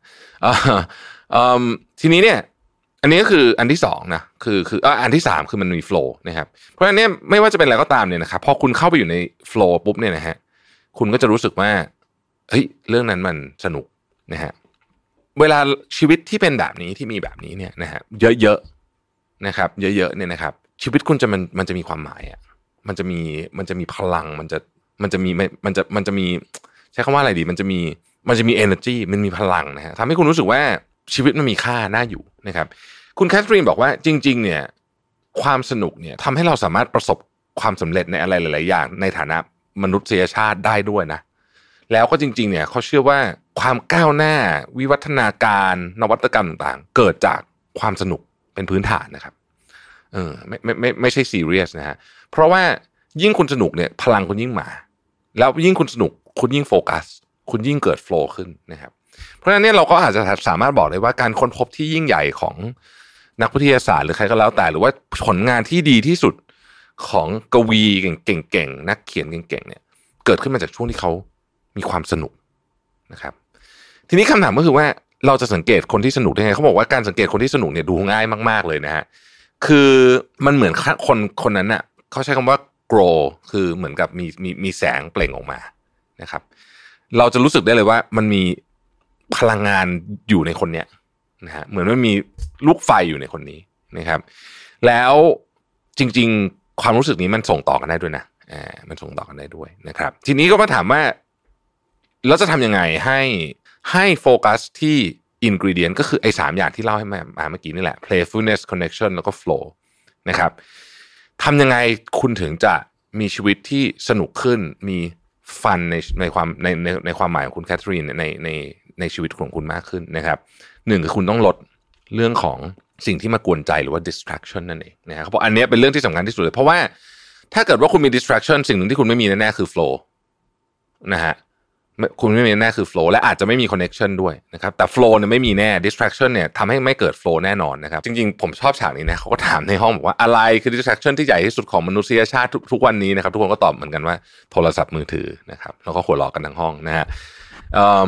ทีนี้เนี่ยอันนี้ก็คืออันที่2นะคืออันที่3คือมันมีโฟล์นะครับเพราะฉะนั้นเนี่ยไม่ว่าจะเป็นอะไรก็ตามเนี่ยนะครับพอคุณเข้าไปอยู่ในโฟล์ปุ๊บเนี่ยนะฮะคุณก็จะรู้สึกว่าเฮ้ยเรื่องนั้นมันสนุกนะฮะเวลาชีวิตที่เป็นแบบนี้ที่มีแบบนี้เนี่ยนะฮะเยอะๆนะครับเยอะๆเนี่ยนะครับชีวิตคุณมันจะมีความหมายอ่ะมันจะมีพลังมันจะมีใช้คำว่าอะไรดีมันจะมี energy มันมีพลังนะฮะทำให้คุณรู้สึกว่าชีวิตมันมีค่าน่าอยู่นะครับคุณแคทเธอรีนบอกว่าจริงๆเนี่ยความสนุกเนี่ยทำให้เราสามารถประสบความสำเร็จในอะไรหลายๆอย่างในฐานะมนุษยชาติได้ด้วยนะแล้วก็จริงๆเนี่ยเขาเชื่อว่าความก้าวหน้าวิวัฒนาการนวัตกรรมต่างๆเกิดจากความสนุกเป็นพื้นฐานนะครับไม่ใช่ซีเรียสนะฮะเพราะว่ายิ่งคุณสนุกเนี่ยพลังคุณยิ่งมาแล้วยิ่งคุณสนุกคุณยิ่งโฟกัสคุณยิ่งเกิดโฟลว์ขึ้นนะครับเพราะฉะนั้นเนี่ยเราก็อาจจะสามารถบอกได้ว่าการค้นพบที่ยิ่งใหญ่ของนักวิทยาศาสตร์หรือใครก็แล้วแต่หรือว่าผลงานที่ดีที่สุดของกวีเก่งๆนักเขียนเก่งๆเนี่ยเกิดขึ้นมาจากช่วงที่เขามีความสนุกนะครับทีนี้คำถามก็คือว่าเราจะสังเกตคนที่สนุกได้ไงเขาบอกว่าการสังเกตคนที่สนุกเนี่ยดูง่ายมากๆเลยนะฮะคือมันเหมือนคนนั้นน่ะเขาใช้คำว่า glow คือเหมือนกับมีแสงเปล่งออกมานะครับเราจะรู้สึกได้เลยว่ามันมีพลังงานอยู่ในคนเนี้ยนะฮะเหมือนว่ามีลูกไฟอยู่ในคนนี้นะครับแล้วจริงๆความรู้สึกนี้มันส่งต่อกันได้ด้วยนะมันส่งต่อกันได้ด้วยนะครับทีนี้ก็มาถามว่าเราจะทำยังไงให้โฟกัสที่ ingredient ก็คือไอ้3อย่างที่เล่าให้มาเมื่อกี้นี่แหละ playfulness connection แล้วก็ flow นะครับทำยังไงคุณถึงจะมีชีวิตที่สนุกขึ้นมีฟันในความหมายของคุณแคทเธอรีนในชีวิตของคุณมากขึ้นนะครับ1คือคุณต้องลดเรื่องของสิ่งที่มากวนใจหรือว่า distraction นั่นเองนะครับเพราะอันนี้เป็นเรื่องที่สำคัญที่สุดเลยเพราะว่าถ้าเกิดว่าคุณมี distraction สิ่งหนึ่งที่คุณไม่มีแน่ๆคือ flow นะฮะคุณไม่มีแน่คือ flow และอาจจะไม่มี connection ด้วยนะครับแต่ flow เนี่ยไม่มีแน่ distraction เนี่ยทำให้ไม่เกิด flow แน่นอนนะครับจริงๆผมชอบฉากนี้นะเขาก็ถามในห้องบอกว่าอะไรคือ distraction ที่ใหญ่ที่สุดของมนุษยชาติทุกวันนี้นะครับทุกคนก็ตอบเหมือนกันว่าโทรศัพท์มือถือนะครับแล้วก็หัวเราะกันทั้งห้องนะฮะ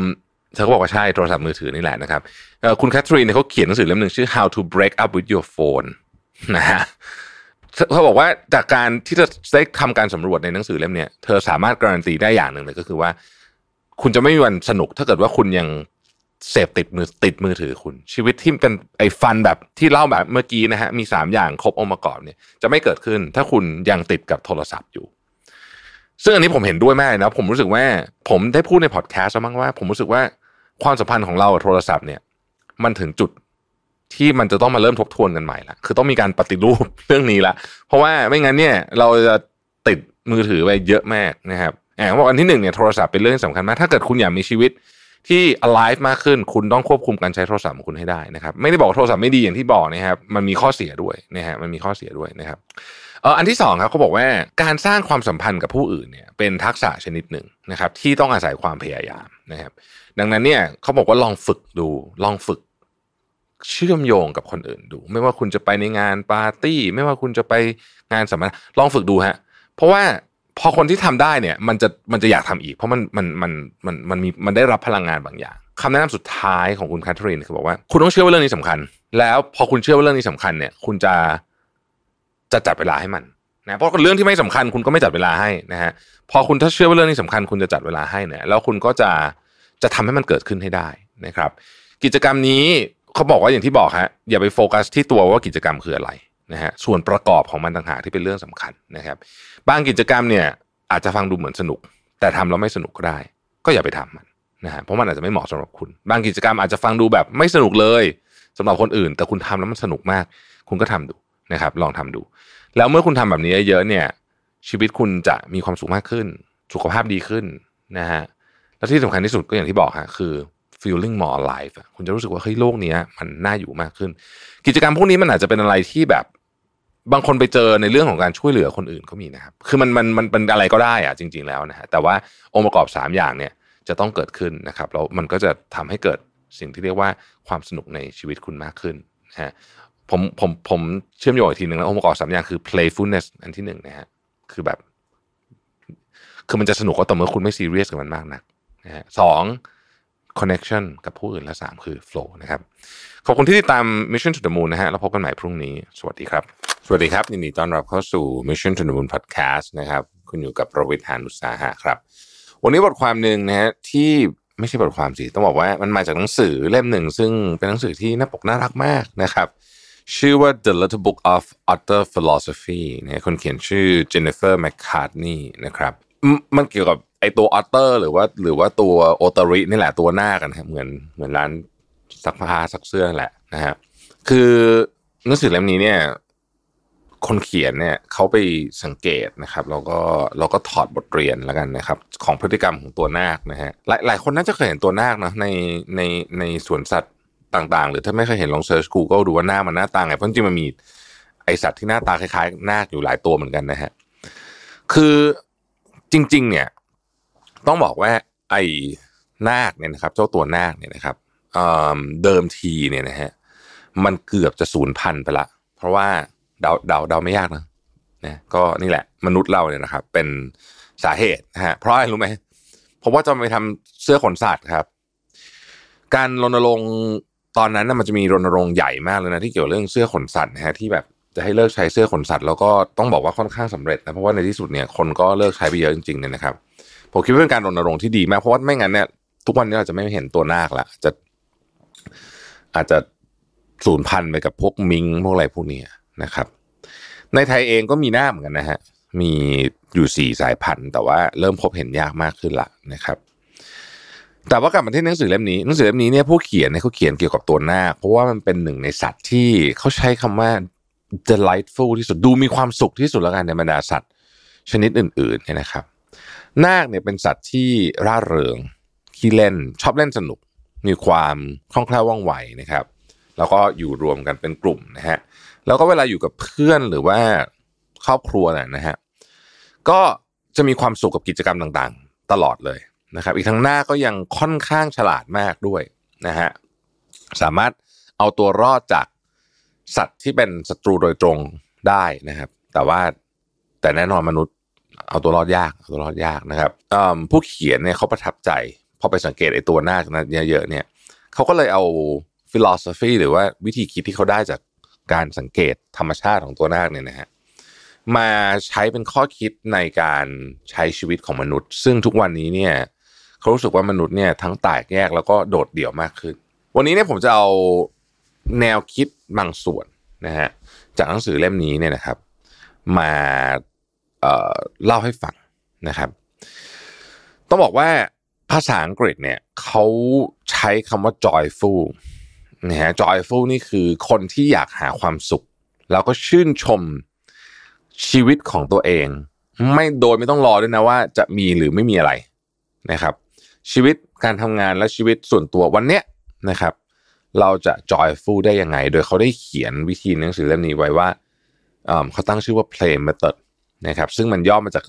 เธอก็บอกว่าใช่โทรศัพท์มือถือนี่แหละนะครับคุณแคทเธอรีนเนี่ยเขาเขียนหนังสือเล่มหนึ่งชื่อ How to Break Up with Your Phone นะฮะเขาบอกว่าจากการที่จะได้ทำการสำรวจในหนังสือเล่มนี้เธอสามารถการันตีได้อย่างหนึ่งเลยก็คือว่าคุณจะไม่มีวันสนุกถ้าเกิดว่าคุณยังเสพติดมือถือคุณชีวิตที่เป็นไอ้ฟันแบบที่เล่าแบบเมื่อกี้นะฮะมี3อย่างครบองค์ประกอบเนี่ยจะไม่เกิดขึ้นถ้าคุณยังติดกับโทรศัพท์อยู่ซึ่งอันนี้ผมเห็นด้วยมากนะผมรู้สึกว่าผมได้พูดในพอดแคสต์มั้งว่าผมรู้สึกว่าความสัมพันธ์ของเรากับโทรศัพท์เนี่ยมันถึงจุดที่มันจะต้องมาเริ่มทบทวนกันใหม่ละคือต้องมีการปฏิรูปเรื่องนี้ละเพราะว่าไม่งั้นเนี่ยเราจะติดมือถือไปเยอะมากนะครับบอกอันที่1เนี่ยโทรศัพท์เป็นเรื่องสำคัญมากถ้าเกิดคุณอยากมีชีวิตที่ alive มากขึ้นคุณต้องควบคุมการใช้โทรศัพท์ของคุณให้ได้นะครับไม่ได้บอกโทรศัพท์ไม่ดีอย่างที่บอกนะครับมันมีข้อเสียด้วยนะฮะมันมีข้อเสียด้วยนะครับอันที่2ครับเขาบอกว่าการสร้างความสัมพันธ์กับผู้อื่นเนี่ยเป็นทักษะชนิดหนึ่งนะครับที่ต้องอาศัยความพยายามนะครับดังนั้นเนี่ยเขาบอกว่าลองฝึกดูลองฝึกเชื่อมโยงกับคนอื่นดูไม่ว่าคุณจะไปในงานปาร์ตี้ไม่ว่าคุณจะไปงานสัมมนาลองฝึกดูฮะเพราะว่าพอคนที่ทำได้เนี่ยมันจะอยากทำอีกเพราะมันได้รับพลังงานบางอย่างคำแนะนำสุดท้ายของคุณแคทเธอรีนคือบอกว่าคุณต้องเชื่อว่าเรื่องนี้สำคัญแล้วพอคุณเชื่อว่าเรื่องนี้สำคัญเนี่ยคุณจะจัดเวลาให้มันนะเพราะเรื่องที่ไม่สำคัญคุณก็ไม่จัดเวลาให้นะฮะพอคุณถ้าเชื่อว่าเรื่องนี้สำคัญคุณจะจัดเวลาให้เนี่ยแล้วคุณก็จะทำให้มันเกิดขึ้นให้ได้นะครับกิจกรรมนี้เขาบอกว่าอย่างที่บอกฮะอย่าไปโฟกัสที่ตัวว่ากิจกรรมคืออะไรนะฮะส่วนประกอบของมันต่างหากที่เป็นเรื่องสำคัญนะครับบางกิจกรรมเนี่ยอาจจะฟังดูเหมือนสนุกแต่ทำแล้วไม่สนุกก็ได้ก็อย่าไปทำมันนะฮะเพราะมันอาจจะไม่เหมาะสำหรับคุณบางกิจกรรมอาจจะฟังดูแบบไม่สนุกเลยสำหรับคนอื่นแต่คุณทำแล้วมันสนุกมากคุณก็ทำดูนะครับลองทำดูแล้วเมื่อคุณทำแบบนี้เยอะเนี่ยชีวิตคุณจะมีความสุขมากขึ้นสุขภาพดีขึ้นนะฮะและที่สำคัญที่สุดก็อย่างที่บอกฮะคือ feeling more alive คุณจะรู้สึกว่าเฮ้ยโลกนี้มันน่าอยู่มากขึ้นกิจกรรมพวกนี้มันอาจจะเป็นอะไรที่แบบบางคนไปเจอในเรื่องของการช่วยเหลือคนอื่นก็มีนะครับคือมันเป็นอะไรก็ได้อะจริงๆแล้วนะฮะแต่ว่าองค์ประกอบ3อย่างเนี่ยจะต้องเกิดขึ้นนะครับแล้วมันก็จะทำให้เกิดสิ่งที่เรียกว่าความสนุกในชีวิตคุณมากขึ้นนะฮะผมเชื่อมโยงอีกทีนึงแล้วองค์ประกอบ3อย่างคือ playfulness อันที่1นะฮะคือแบบคือมันจะสนุกก็ต่อเมื่อคุณไม่ซีเรียสกับมันมากนักนะฮะ2 connection กับผู้อื่นและ3คือ flow นะครับขอบคุณที่ติดตาม Mission to the Moon นะฮะแล้วพบกันใหม่พรุ่งนี้สวัสดีครับสวัสดีครับยินดีต้อนรับเข้าสู่ Mission to the Moon Podcast นะครับคุณอยู่กับประวิตร หาญอุตสาหะครับวันนี้บทความนึงนะฮะที่ไม่ใช่บทความสิต้องบอกว่ามันมาจากหนังสือเล่มหนึ่งซึ่งเป็นหนังสือที่หน้าปกน่ารักมากนะครับชื่อว่า The Little Book of Utter Philosophy นะคนเขียนชื่อ Jennifer McCartney นะครับมันเกี่ยวกับไอตัว Otter หรือว่าตัวโอตารินี่แหละตัวหน้ากันครับเหมือนร้านซักผ้าซักเสื้อนั่นแหละนะฮะคือหนังสือเล่มนี้เนี่ยคนเขียนเนี่ยเขาไปสังเกตนะครับแล้วก็ถอดบทเรียนแล้วกันนะครับของพฤติกรรมของตัวนาคนะฮะหลายคนน่าจะเคยเห็นตัวนาคนะในสวนสัตว์ต่างๆหรือถ้าไม่เคยเห็นลองเซิร์ช Google ดูว่านาคมันหน้าตาไงเพราะจริงๆมันมีไอสัตว์ที่หน้าตาคล้ายๆนาคอยู่หลายตัวเหมือนกันนะฮะคือจริงๆเนี่ยต้องบอกว่าไอ้นาคเนี่ยนะครับเจ้าตัวนาคเนี่ยนะครับเดิมทีเนี่ยนะฮะมันเกือบจะสูญพันธุ์ไปละเพราะว่าเดาไม่ยากนะก็นี่แหละมนุษย์เราเนี่ยนะครับเป็นสาเหตุนะฮะเพราะอะไรรู้ไหมเพราะว่าจะไปทำเสื้อขนสัตว์ครับการรณรงค์ตอนนั้นนะมันจะมีรณรงค์ใหญ่มากเลยนะที่เกี่ยวเรื่องเสื้อขนสัตว์นะฮะที่แบบจะให้เลิกใช้เสื้อขนสัตว์แล้วก็ต้องบอกว่าค่อนข้างสำเร็จนะเพราะว่าในที่สุดเนี่ยคนก็เลิกใช้ไปเยอะจริงๆเนี่ยนะครับผมคิดว่าเป็นการรณรงค์ที่ดีมากเพราะว่าไม่งั้นเนี่ยทุกวันนี้เราจะไม่เห็นตัวนาคละอาจจะสูญพันธุ์ไปกับพวกมิงพวกอะไรพวกนี้นะครับในไทยเองก็มีนาคเหมือนกันนะฮะมีอยู่4สายพันธุ์แต่ว่าเริ่มพบเห็นยากมากขึ้นละนะครับแต่ว่ากลับมาที่หนังสือเล่มนี้เนี่ยผู้เขียนเนี่ยเขาเขียนเกี่ยวกับตัวนาคเพราะว่ามันเป็นหนึ่งในสัตว์ที่เขาใช้คำว่า delightful ที่สุดดูมีความสุขที่สุดแล้วกันในบรรดาสัตว์ชนิดอื่นๆเนี่ยนะครับนาคเนี่ยเป็นสัตว์ที่ร่าเริงขี้เล่นชอบเล่นสนุกมีความคล่องแคล่วว่องไวนะครับแล้วก็อยู่รวมกันเป็นกลุ่มนะฮะแล้วก็เวลาอยู่กับเพื่อนหรือว่าครอบครัวนะฮะก็จะมีความสุขกับกิจกรรมต่างๆตลอดเลยนะครับอีกทั้งหน้าก็ยังค่อนข้างฉลาดมากด้วยนะฮะสามารถเอาตัวรอดจากสัตว์ที่เป็นศัตรูโดยตรงได้นะครับแต่แน่นอนมนุษย์เอาตัวรอดยากนะครับผู้เขียนเนี่ยเขาประทับใจพอไปสังเกตไอ้ตัวนาคนั้นเยอะๆเนี่ยเขาก็เลยเอา philosophy หรือว่าวิธีคิดที่เขาได้จากการสังเกตธรรมชาติของตัวนาคเนี่ยนะฮะมาใช้เป็นข้อคิดในการใช้ชีวิตของมนุษย์ซึ่งทุกวันนี้เนี่ยเขารู้สึกว่ามนุษย์เนี่ยทั้งแตกแยกแล้วก็โดดเดี่ยวมากขึ้นวันนี้เนี่ยผมจะเอาแนวคิดบางส่วนนะฮะจากหนังสือเล่มนี้เนี่ยนะครับมาเล่าให้ฟังนะครับต้องบอกว่าภาษาอังกฤษเนี่ยเขาใช้คำว่า joyful นะฮะ joyful นี่คือคนที่อยากหาความสุขแล้วก็ชื่นชมชีวิตของตัวเองไม่ต้องรอด้วยนะว่าจะมีหรือไม่มีอะไรนะครับชีวิตการทำงานและชีวิตส่วนตัววันเนี้ยนะครับเราจะ joyful ได้ยังไงโดยเขาได้เขียนวิธีหนังสือเล่มนี้ไว้ว่าเขาตั้งชื่อว่า play method นะครับซึ่งมันย่อมาจาก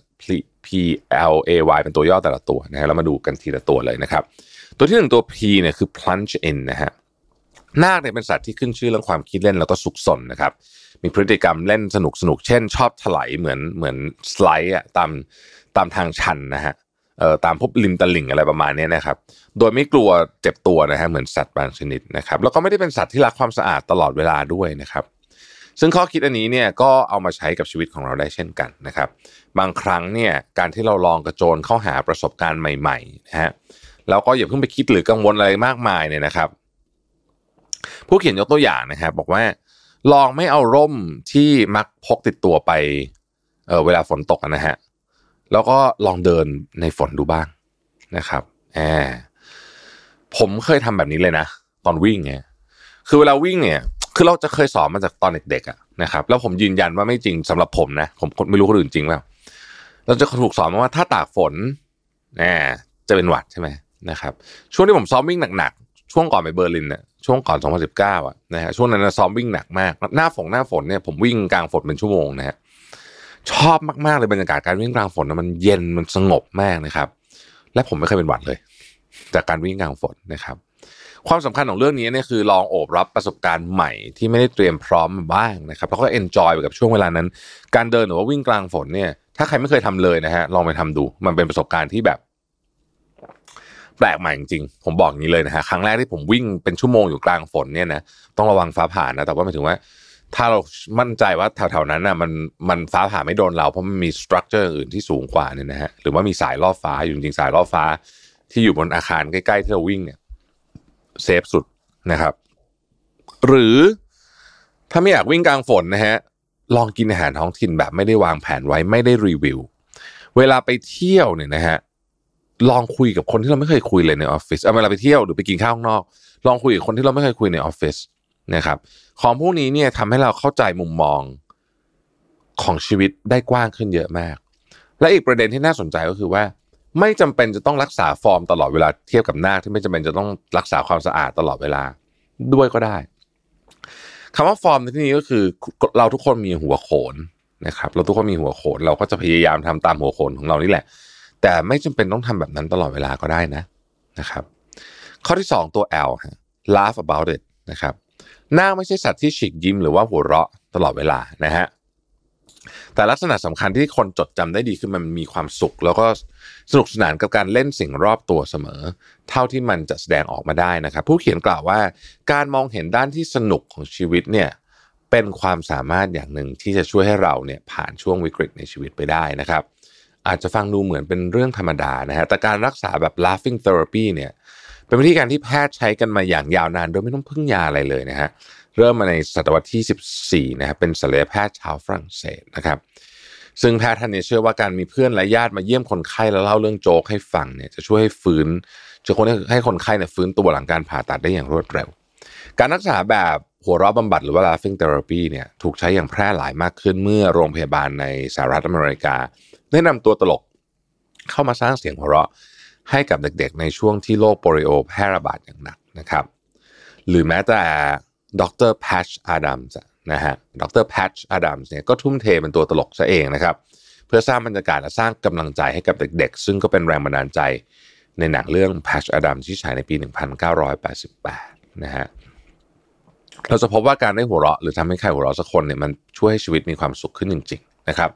PLAY เป็นตัวย่อแต่ละตัวนะฮะเรามาดูกันทีละตัวเลยนะครับตัวที่1ตัว P เนี่ยคือ plunge in นะฮะนาคเนี่ยเป็นสัตว์ที่ขึ้นชื่อเรื่องความคิดเล่นแล้วก็สุขสนนะครับมีพฤติกรรมเล่นสนุกเช่นชอบถลายเหมือนสไลด์ตามทางชันนะฮะตามพวกริมตลิ่งอะไรประมาณนี้นะครับโดยไม่กลัวเจ็บตัวนะฮะเหมือนสัตว์บางชนิดนะครับแล้วก็ไม่ได้เป็นสัตว์ที่รักความสะอาดตลอดเวลาด้วยนะครับซึ่งข้อคิดอันนี้เนี่ยก็เอามาใช้กับชีวิตของเราได้เช่นกันนะครับบางครั้งเนี่ยการที่เราลองกระโจนเข้าหาประสบการณ์ใหม่ๆนะฮะแล้วก็อย่าเพิ่งไปคิดหรือกังวลอะไรมากมายเนี่ยนะครับผู้เขียนยกตัวอย่างนะครับบอกว่าลองไม่เอาร่มที่มักพกติดตัวไปเวลาฝนตกนะฮะแล้วก็ลองเดินในฝนดูบ้างนะครับผมเคยทำแบบนี้เลยนะตอนวิ่งเนี่ยคือเวลาวิ่งเนี่ยคือเราจะเคยสอนมาจากตอนเด็กๆนะครับแล้วผมยืนยันว่าไม่จริงสำหรับผมนะผมไม่รู้คนอื่นจริงเปล่าเราจะถูกสอนมาว่าถ้าตากฝนจะเป็นหวัดใช่ไหมนะครับช่วงที่ผมซ้อมวิ่งหนักๆช่วงก่อนไปเบอร์ลินเนี่ยช่วงก่อน2019นะฮะช่วงนั้นซ้อมวิ่งหนักมากหน้าฝนเนี่ยผมวิ่งกลางฝนเป็นชั่วโมงนะฮะชอบมากๆเลยบรรยากาศการวิ่งกลางฝนมันเย็นมันสงบมากนะครับและผมไม่เคยเป็นหวัดเลยจากการวิ่งกลางฝนนะครับความสำคัญของเรื่องนี้เนี่ยคือลองโอบรับประสบการณ์ใหม่ที่ไม่ได้เตรียมพร้อมมาบ้างนะครับแล้วก็เอนจอยไปกับช่วงเวลานั้นการเดินหรือว่าวิ่งกลางฝนเนี่ยถ้าใครไม่เคยทำเลยนะฮะลองไปทำดูมันเป็นประสบการณ์ที่แบบแปลกใหม่จริงๆผมบอกอย่างนี้เลยนะฮะครั้งแรกที่ผมวิ่งเป็นชั่วโมงอยู่กลางฝนเนี่ยนะต้องระวังฟ้าผ่านะแต่ว่าหมายถึงว่าถ้าเรามั่นใจว่าแถวๆนั้นนะมันฟ้าผ่าไม่โดนเราเพราะมันมีสตรัคเจอร์อื่นที่สูงกว่าเนี่ยนะฮะหรือว่ามีสายล่อฟ้าอยู่จริงๆสายล่อฟ้าที่อยู่บนอาคารใกล้ๆที่เราวิ่งเนี่ยเซฟสุดนะครับหรือถ้าไม่อยากวิ่งกลางฝนนะฮะลองกินอาหารท้องถิ่นแบบไม่ได้วางแผนไว้ไม่ได้รีวิวเวลาไปเที่ยวเนี่ยนะฮะลองคุยกับคนที่เราไม่เคยคุยเลยในออฟฟิศเวลาไปเที่ยวหรือไปกินข้าวข้างนอกลองคุยกับคนที่เราไม่เคยคุยในออฟฟิศนะครับของพวกนี้เนี่ยทำให้เราเข้าใจมุมมองของชีวิตได้กว้างขึ้นเยอะมากและอีกประเด็นที่น่าสนใจก็คือว่าไม่จำเป็นจะต้องรักษาฟอร์มตลอดเวลาเทียบกับนาคที่ไม่จำเป็นจะต้องรักษาความสะอาดตลอดเวลาด้วยก็ได้คำว่าฟอร์มในที่นี้ก็คือเราทุกคนมีหัวโขนนะครับเราทุกคนมีหัวโขนเราก็จะพยายามทำตามหัวโขนของเรานี่แหละแต่ไม่จำเป็นต้องทำแบบนั้นตลอดเวลาก็ได้นะครับข้อที่2ตัว L laugh about it นะครับนาคไม่ใช่สัตว์ที่ฉีกยิ้มหรือว่าหัวเราะตลอดเวลานะฮะแต่ลักษณะสำคัญที่คนจดจำได้ดีคือมันมีความสุขแล้วก็สนุกสนานกับการเล่นสิ่งรอบตัวเสมอเท่าที่มันจะแสดงออกมาได้นะครับผู้เขียนกล่าวว่าการมองเห็นด้านที่สนุกของชีวิตเนี่ยเป็นความสามารถอย่างหนึ่งที่จะช่วยให้เราเนี่ยผ่านช่วงวิกฤตในชีวิตไปได้นะครับอาจจะฟังดูเหมือนเป็นเรื่องธรรมดานะฮะแต่การรักษาแบบ laughing therapy เนี่ยเป็นวิธีการที่แพทย์ใช้กันมาอย่างยาวนานโดยไม่ต้องพึ่งยาอะไรเลยนะฮะเริ่มมาในศตวรรษที่14นะครับเป็นศัลยแพทย์ชาวฝรั่งเศสนะครับซึ่งแพทย์ท่านนี้เชื่อว่าการมีเพื่อนและญาติมาเยี่ยมคนไข้แล้วเล่าเรื่องโจ๊กให้ฟังเนี่ยจะช่วยให้ฟื้นจะให้คนไข้เนี่ยฟื้นตัวหลังการผ่าตัดได้อย่างรวดเร็วการรักษาแบบหัวเราะบำบัดหรือว่า laughing therapy เนี่ยถูกใช้อย่างแพร่หลายมากขึ้นเมื่อโรงพยาบาลในสหรัฐอเมริกาได้นำตัวตลกเข้ามาสร้างเสียงหัวเราะให้กับเด็กๆในช่วงที่โรคโปลิโอแพร่ระบาดอย่างหนักนะครับหรือแม้แต่ดร. แพทช์ อาดัมส์นะฮะดร. แพทช์ อาดัมส์เนี่ยก็ทุ่มเทเป็นตัวตลกซะเองนะครับเพื่อสร้างบรรยากาศและสร้างกำลังใจให้กับเด็กๆซึ่งก็เป็นแรงบันดาลใจในหนังเรื่อง Patch Adams ที่ฉายในปี 1988 นะฮะเราจะพบว่าการได้หัวเราะหรือทำให้ใครหัวเราะสักคนเนี่ยมันช่วยให้ชีวิตมีความสุขขึ้นจริงๆนะครับ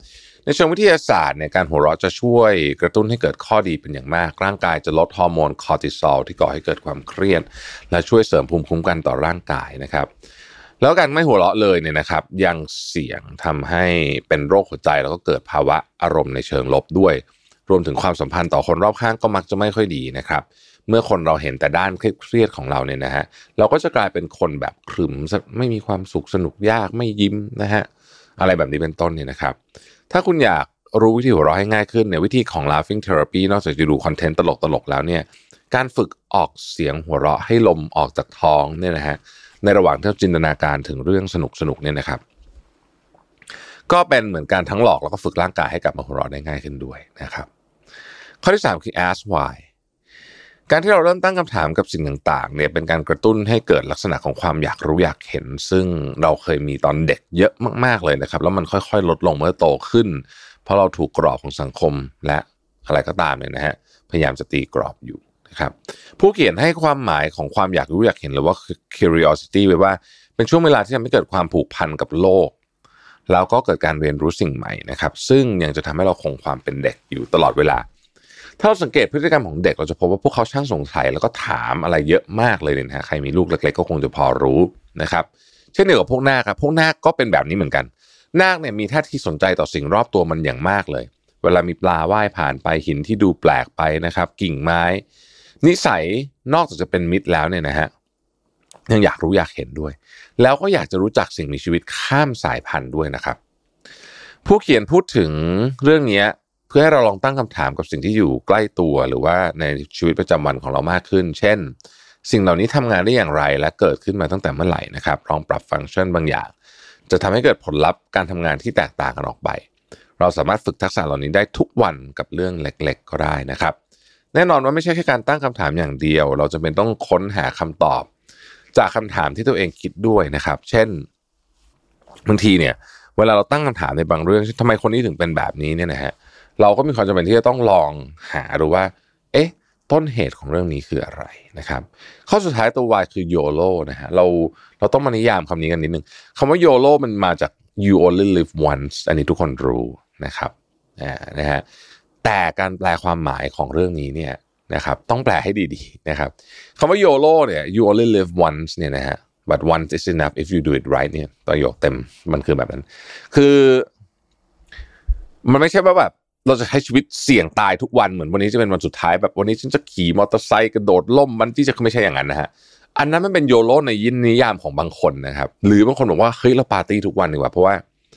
ในเชิงวิทยาศาสตร์เนี่ยการหัวเราะจะช่วยกระตุ้นให้เกิดข้อดีเป็นอย่างมากร่างกายจะลดฮอร์โมนคอร์ติซอลที่ก่อให้เกิดความเครียดและช่วยเสริมภูมิคุ้มกันต่อร่างกายนะครับแล้วการไม่หัวเราะเลยเนี่ยนะครับยังเสี่ยงทำให้เป็นโรคหัวใจแล้วก็เกิดภาวะอารมณ์ในเชิงลบด้วยรวมถึงความสัมพันธ์ต่อคนรอบข้างก็มักจะไม่ค่อยดีนะครับเมื่อคนเราเห็นแต่ด้านเครียดของเราเนี่ยนะฮะเราก็จะกลายเป็นคนแบบขรึมไม่มีความสุขสนุกยากไม่ยิ้มนะฮะอะไรแบบนี้เป็นต้นเนี่ยนะครับถ้าคุณอยากรู้วิธีหัวเราะให้ง่ายขึ้นเนี่ยวิธีของ laughing therapy นอกจากจะดูคอนเทนต์ตลกๆแล้วเนี่ยการฝึกออกเสียงหัวเราะให้ลมออกจากท้องเนี่ยนะฮะในระหว่างที่เราจินตนาการถึงเรื่องสนุกเนี่ยนะครับก็เป็นเหมือนการทั้งหลอกแล้วก็ฝึกร่างกายให้กลับมาหัวเราะได้ง่ายขึ้นด้วยนะครับข้อที่3คือ ask why การที่เราเริ่มตั้งคำถามกับสิ่งต่างๆเนี่ยเป็นการกระตุ้นให้เกิดลักษณะของความอยากรู้อยากเห็นซึ่งเราเคยมีตอนเด็กเยอะมากๆเลยนะครับแล้วมันค่อยๆลดลงเมื่อโตขึ้นเพราะเราถูกกรอบของสังคมและอะไรก็ตามเนี่ยนะฮะพยายามจะตีกรอบอยู่นะครับผู้เขียนให้ความหมายของความอยากรู้อยากเห็นหรือว่า curiosity ไว้ว่าเป็นช่วงเวลาที่ทำให้เกิดความผูกพันกับโลกแล้วก็เกิดการเรียนรู้สิ่งใหม่นะครับซึ่งยังจะทำให้เราคงความเป็นเด็กอยู่ตลอดเวลาถ้าเราสังเกตพฤติกรรมของเด็กเราจะพบว่าพวกเขาช่างสงสัยแล้วก็ถามอะไรเยอะมากเลยนะฮะใครมีลูกเล็กๆก็คงจะพอรู้นะครับเช่นเดียวกับพวกนาคครับพวกนาคก็เป็นแบบนี้เหมือนกันนาคเนี่ยมีท่าทีสนใจต่อสิ่งรอบตัวมันอย่างมากเลยเวลามีปลาว่ายผ่านไปหินที่ดูแปลกไปนะครับกิ่งไม้นิสัยนอกจากจะเป็นมิตรแล้วเนี่ยนะฮะยังอยากรู้อยากเห็นด้วยแล้วก็อยากจะรู้จักสิ่งมีชีวิตข้ามสายพันธุ์ด้วยนะครับผู้เขียนพูดถึงเรื่องนี้เพื่อให้เราลองตั้งคำถามกับสิ่งที่อยู่ใกล้ตัวหรือว่าในชีวิตประจำวันของเรามากขึ้นเช่นสิ่งเหล่านี้ทำงานได้อย่างไรและเกิดขึ้นมาตั้งแต่เมื่อไหร่นะครับลองปรับฟังก์ชันบางอย่างจะทำให้เกิดผลลัพธ์การทำงานที่แตกต่างกันออกไปเราสามารถฝึกทักษะเหล่านี้ได้ทุกวันกับเรื่องเล็กๆก็ได้นะครับแน่นอนว่าไม่ใช่แค่การตั้งคำถามอย่างเดียวเราจำเป็นต้องค้นหาคำตอบจากคำถามที่ตัวเองคิดด้วยนะครับเช่นบางทีเนี่ยเวลาเราตั้งคำถามในบางเรื่องทำไมคนนี้ถึงเป็นแบบนี้เนี่ยนะฮะเราก็มีความจำเป็นที่จะต้องลองหาดูว่าต้นเหตุของเรื่องนี้คืออะไรนะครับข้อสุดท้ายตัว Y คือ YOLO นะฮะเราต้องมานิยามคำนี้กันนิดนึงคำว่า YOLO มันมาจาก You only live once อันนี้ทุกคนรู้นะครับนะฮะแต่การแปลความหมายของเรื่องนี้เนี่ยนะครับต้องแปลให้ดีๆนะครับคำว่า YOLO เนี่ย You only live once เนี่ยนะฮะ but once is enough if you do it right เนี่ยประโยคเต็มมันคือแบบนั้นคือมันไม่ใช่ว่าแบบเราจะใช้ชีวิตเสี่ยงตายทุกวันเหมือนวันนี้จะเป็นวันสุดท้ายแบบวันนี้ฉันจะขี่มอเตอร์ไซค์กระโดดล่มมันที่จะไม่ใช่อย่างนั้นนะฮะอันนั้นมันเป็นโยโลในนิยามของบางคนนะครับหรือบางคนบอกว่าเฮ้ยเราปาร์ตี้ทุกวันดีกว่าเพราะว่า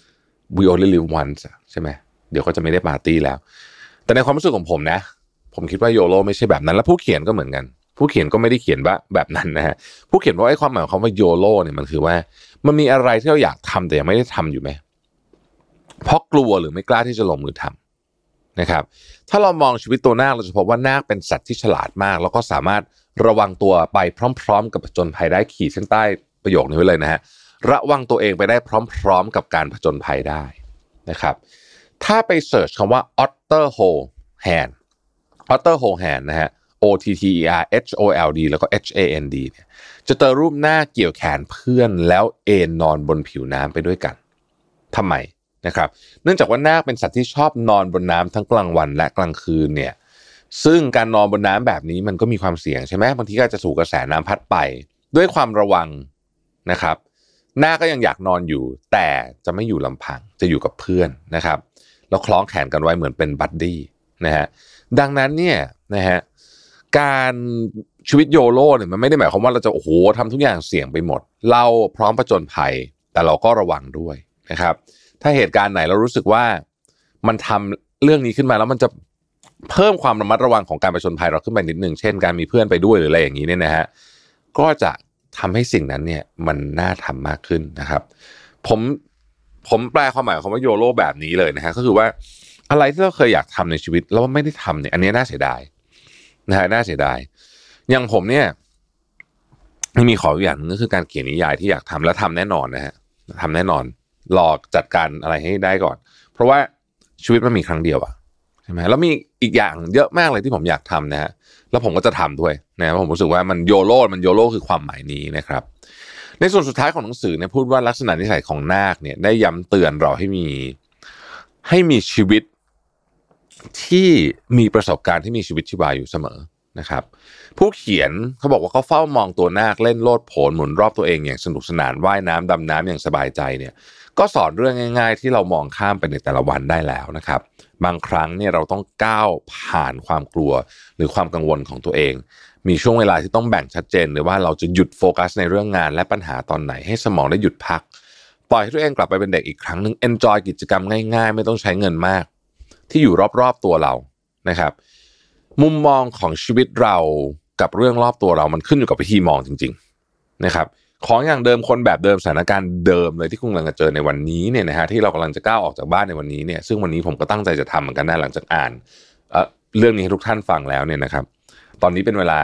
we only live once ใช่ไหมเดี๋ยวเขาจะไม่ได้ปาร์ตี้แล้วแต่ในความรู้สึกของผมนะผมคิดว่าโยโลไม่ใช่แบบนั้นแล้วผู้เขียนก็เหมือนกันผู้เขียนก็ไม่ได้เขียนว่าแบบนั้นนะฮะผู้เขียนว่าไอ้ความหมายของคำว่าโยโลเนี่ยมันคือว่ามันมีอะไรที่เราอยากทำแต่ยังไม่ได้ทำอยู่ไหมเพราะกลัวหรือไม่กล้าที่จะลงมือทำนะครับถ้าเรามองชีวิตตัวนาคเราจะพบว่านาคเป็นสัตว์ที่ฉลาดมากแล้วก็สามารถระวังตัวไปพร้อมๆกับผจญภัยได้ขีดเส้นใต้ประโยคนี้ไว้เลยนะฮะระวังตัวเองไปได้พร้อมๆกับการผจญภัยได้นะครับถ้าไปเสิร์ชคำว่า Otter Hold Hand Otter Hold Hand นะฮะ OTTERHOLD แล้วก็ HAND เนี่ยจะเจอรูปหน้าเกี่ยวแขนเพื่อนแล้วเอนนอนบนผิวน้ำไปด้วยกันทำไมนะครับเนื่องจากว่านาคเป็นสัตว์ที่ชอบนอนบนน้ำทั้งกลางวันและกลางคืนเนี่ยซึ่งการนอนบนน้ำแบบนี้มันก็มีความเสี่ยงใช่ไหมบางทีก็จะถูกกระแสน้ำพัดไปด้วยความระวังนะครับนาคก็ยังอยากนอนอยู่แต่จะไม่อยู่ลำพังจะอยู่กับเพื่อนนะครับแล้วคล้องแขนกันไว้เหมือนเป็นบัดดี้นะฮะดังนั้นเนี่ยนะฮะการชีวิตโยโลเนี่ยมันไม่ได้หมายความว่าเราจะโอ้โหทำทุกอย่างเสี่ยงไปหมดเราพร้อมผจญภัยแต่เราก็ระวังด้วยนะครับถ้าเหตุการณ์ไหนเรารู้สึกว่ามันทำเรื่องนี้ขึ้นมาแล้วมันจะเพิ่มความระมัดระวังของการผจญภัยเราขึ้นไปนิดนึงเช่นการมีเพื่อนไปด้วยหรืออะไรอย่างนี้เนี่ยนะฮะก็จะทำให้สิ่งนั้นเนี่ยมันน่าทำมากขึ้นนะครับผมแปลความหมายของคำว่าโยโลแบบนี้เลยนะฮะก็คือว่าอะไรที่เราเคยอยากทำในชีวิตแล้วไม่ได้ทำเนี่ยอันนี้น่าเสียดายนะฮะน่าเสียดายอย่างผมเนี่ยมีขออย่างนึงก็คือการเขียนนิยายที่อยากทำและทำแน่นอนนะฮะทำแน่นอนรอจัดการอะไรให้ได้ก่อนเพราะว่าชีวิตมันมีครั้งเดียวอะใช่ไหมแล้วมีอีกอย่างเยอะมากเลยที่ผมอยากทำนะฮะแล้วผมก็จะทำด้วยนะผมรู้สึกว่ามันโยโลคือความหมายนี้นะครับในส่วนสุดท้ายของหนังสือเนี่ยพูดว่าลักษณะนิสัยของนาคเนี่ยได้ย้ำเตือนเราให้มีชีวิตที่มีประสบการณ์ที่มีชีวิตชีวาอยู่เสมอนะครับผู้เขียนเขาบอกว่าเขาเฝ้ามองตัวนาคเล่นโลดโผนหมุนรอบตัวเองอย่างสนุกสนานว่ายน้ำดำน้ำอย่างสบายใจเนี่ยก็สอนเรื่องง่ายๆที่เรามองข้ามไปในแต่ละวันได้แล้วนะครับบางครั้งเนี่ยเราต้องก้าวผ่านความกลัวหรือความกังวลของตัวเองมีช่วงเวลาที่ต้องแบ่งชัดเจนเลยว่าเราจะหยุดโฟกัสในเรื่องงานและปัญหาตอนไหนให้สมองได้หยุดพักปล่อยให้ตัวเองกลับไปเป็นเด็กอีกครั้งนึง enjoy กิจกรรมง่ายๆไม่ต้องใช้เงินมากที่อยู่รอบๆตัวเรานะครับมุมมองของชีวิตเรากับเรื่องรอบตัวเรามันขึ้นอยู่กับวิธีมองจริงๆนะครับของอย่างเดิมคนแบบเดิมสถานการณ์เดิมเลยที่คุณกำลังจะเจอในวันนี้เนี่ยนะฮะที่เรากำลังจะก้าวออกจากบ้านในวันนี้เนี่ยซึ่งวันนี้ผมก็ตั้งใจจะทำเหมือนกันนะหลังจากอ่านเรื่องนี้ให้ทุกท่านฟังแล้วเนี่ยนะครับตอนนี้เป็นเวลา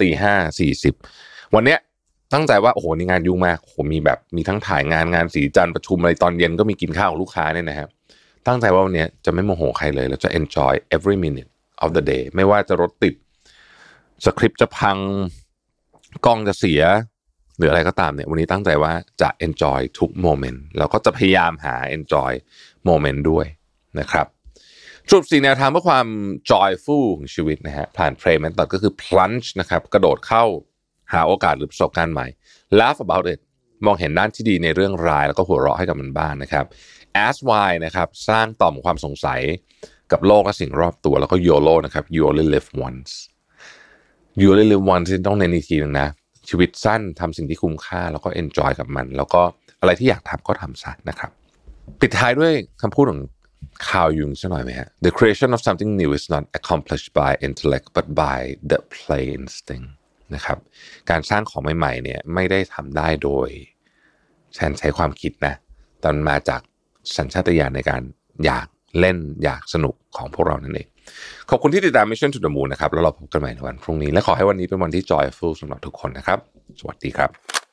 5:40 วันเนี้ยตั้งใจว่าโอ้โหนี่งานยุ่งมากโอ้โหมีทั้งถ่ายงานสีจันทร์ประชุมอะไรตอนเย็นก็มีกินข้าวกับลูกค้าเนี่ยนะครับตั้งใจว่าวันนี้จะไม่โมโหใครเลยแล้วจะ enjoy every minute of the day ไม่ว่าจะรถติดสคริปต์จะพังกล้องจะเสียหรืออะไรก็ตามเนี่ยวันนี้ตั้งใจว่าจะ enjoy ทุกโมเมนต์แล้วก็จะพยายามหา enjoy โมเมนต์ด้วยนะครับสรุป4แนวทางเพื่อความ joyful ของชีวิตนะฮะผ่าน Play Method ก็คือ plunge นะครับกระโดดเข้าหาโอกาสหรือประสบการณ์ใหม่ laugh about it มองเห็นด้านที่ดีในเรื่องร้ายแล้วก็หัวเราะให้กับมันบ้างนะครับ ask why นะครับสร้างต่อมความสงสัยกับโลกและสิ่งรอบตัวแล้วก็ YOLO นะครับ you only live once you only live once ต้องเน้นอีกทีนึงนะชีวิตสั้นทำสิ่งที่คุ้มค่าแล้วก็ enjoy กับมันแล้วก็อะไรที่อยากทำก็ทำซะนะครับปิดท้ายด้วยคำพูดของคาร์ล ยุงสักหน่อยไหมฮะ The creation of something new is not accomplished by intellect but by the play instinct นะครับการสร้างของใหม่ๆเนี่ยไม่ได้ทำได้โดยใช้ความคิดนะแต่มันมาจากสัญชาตญาณในการอยากเล่นอยากสนุกของพวกเรานั่นเองขอบคุณที่ติดตาม Mission to the Moon นะครับแล้วเราพบกันใหม่ในวันพรุ่งนี้และขอให้วันนี้เป็นวันที่ joyful สำหรับทุกคนนะครับสวัสดีครับ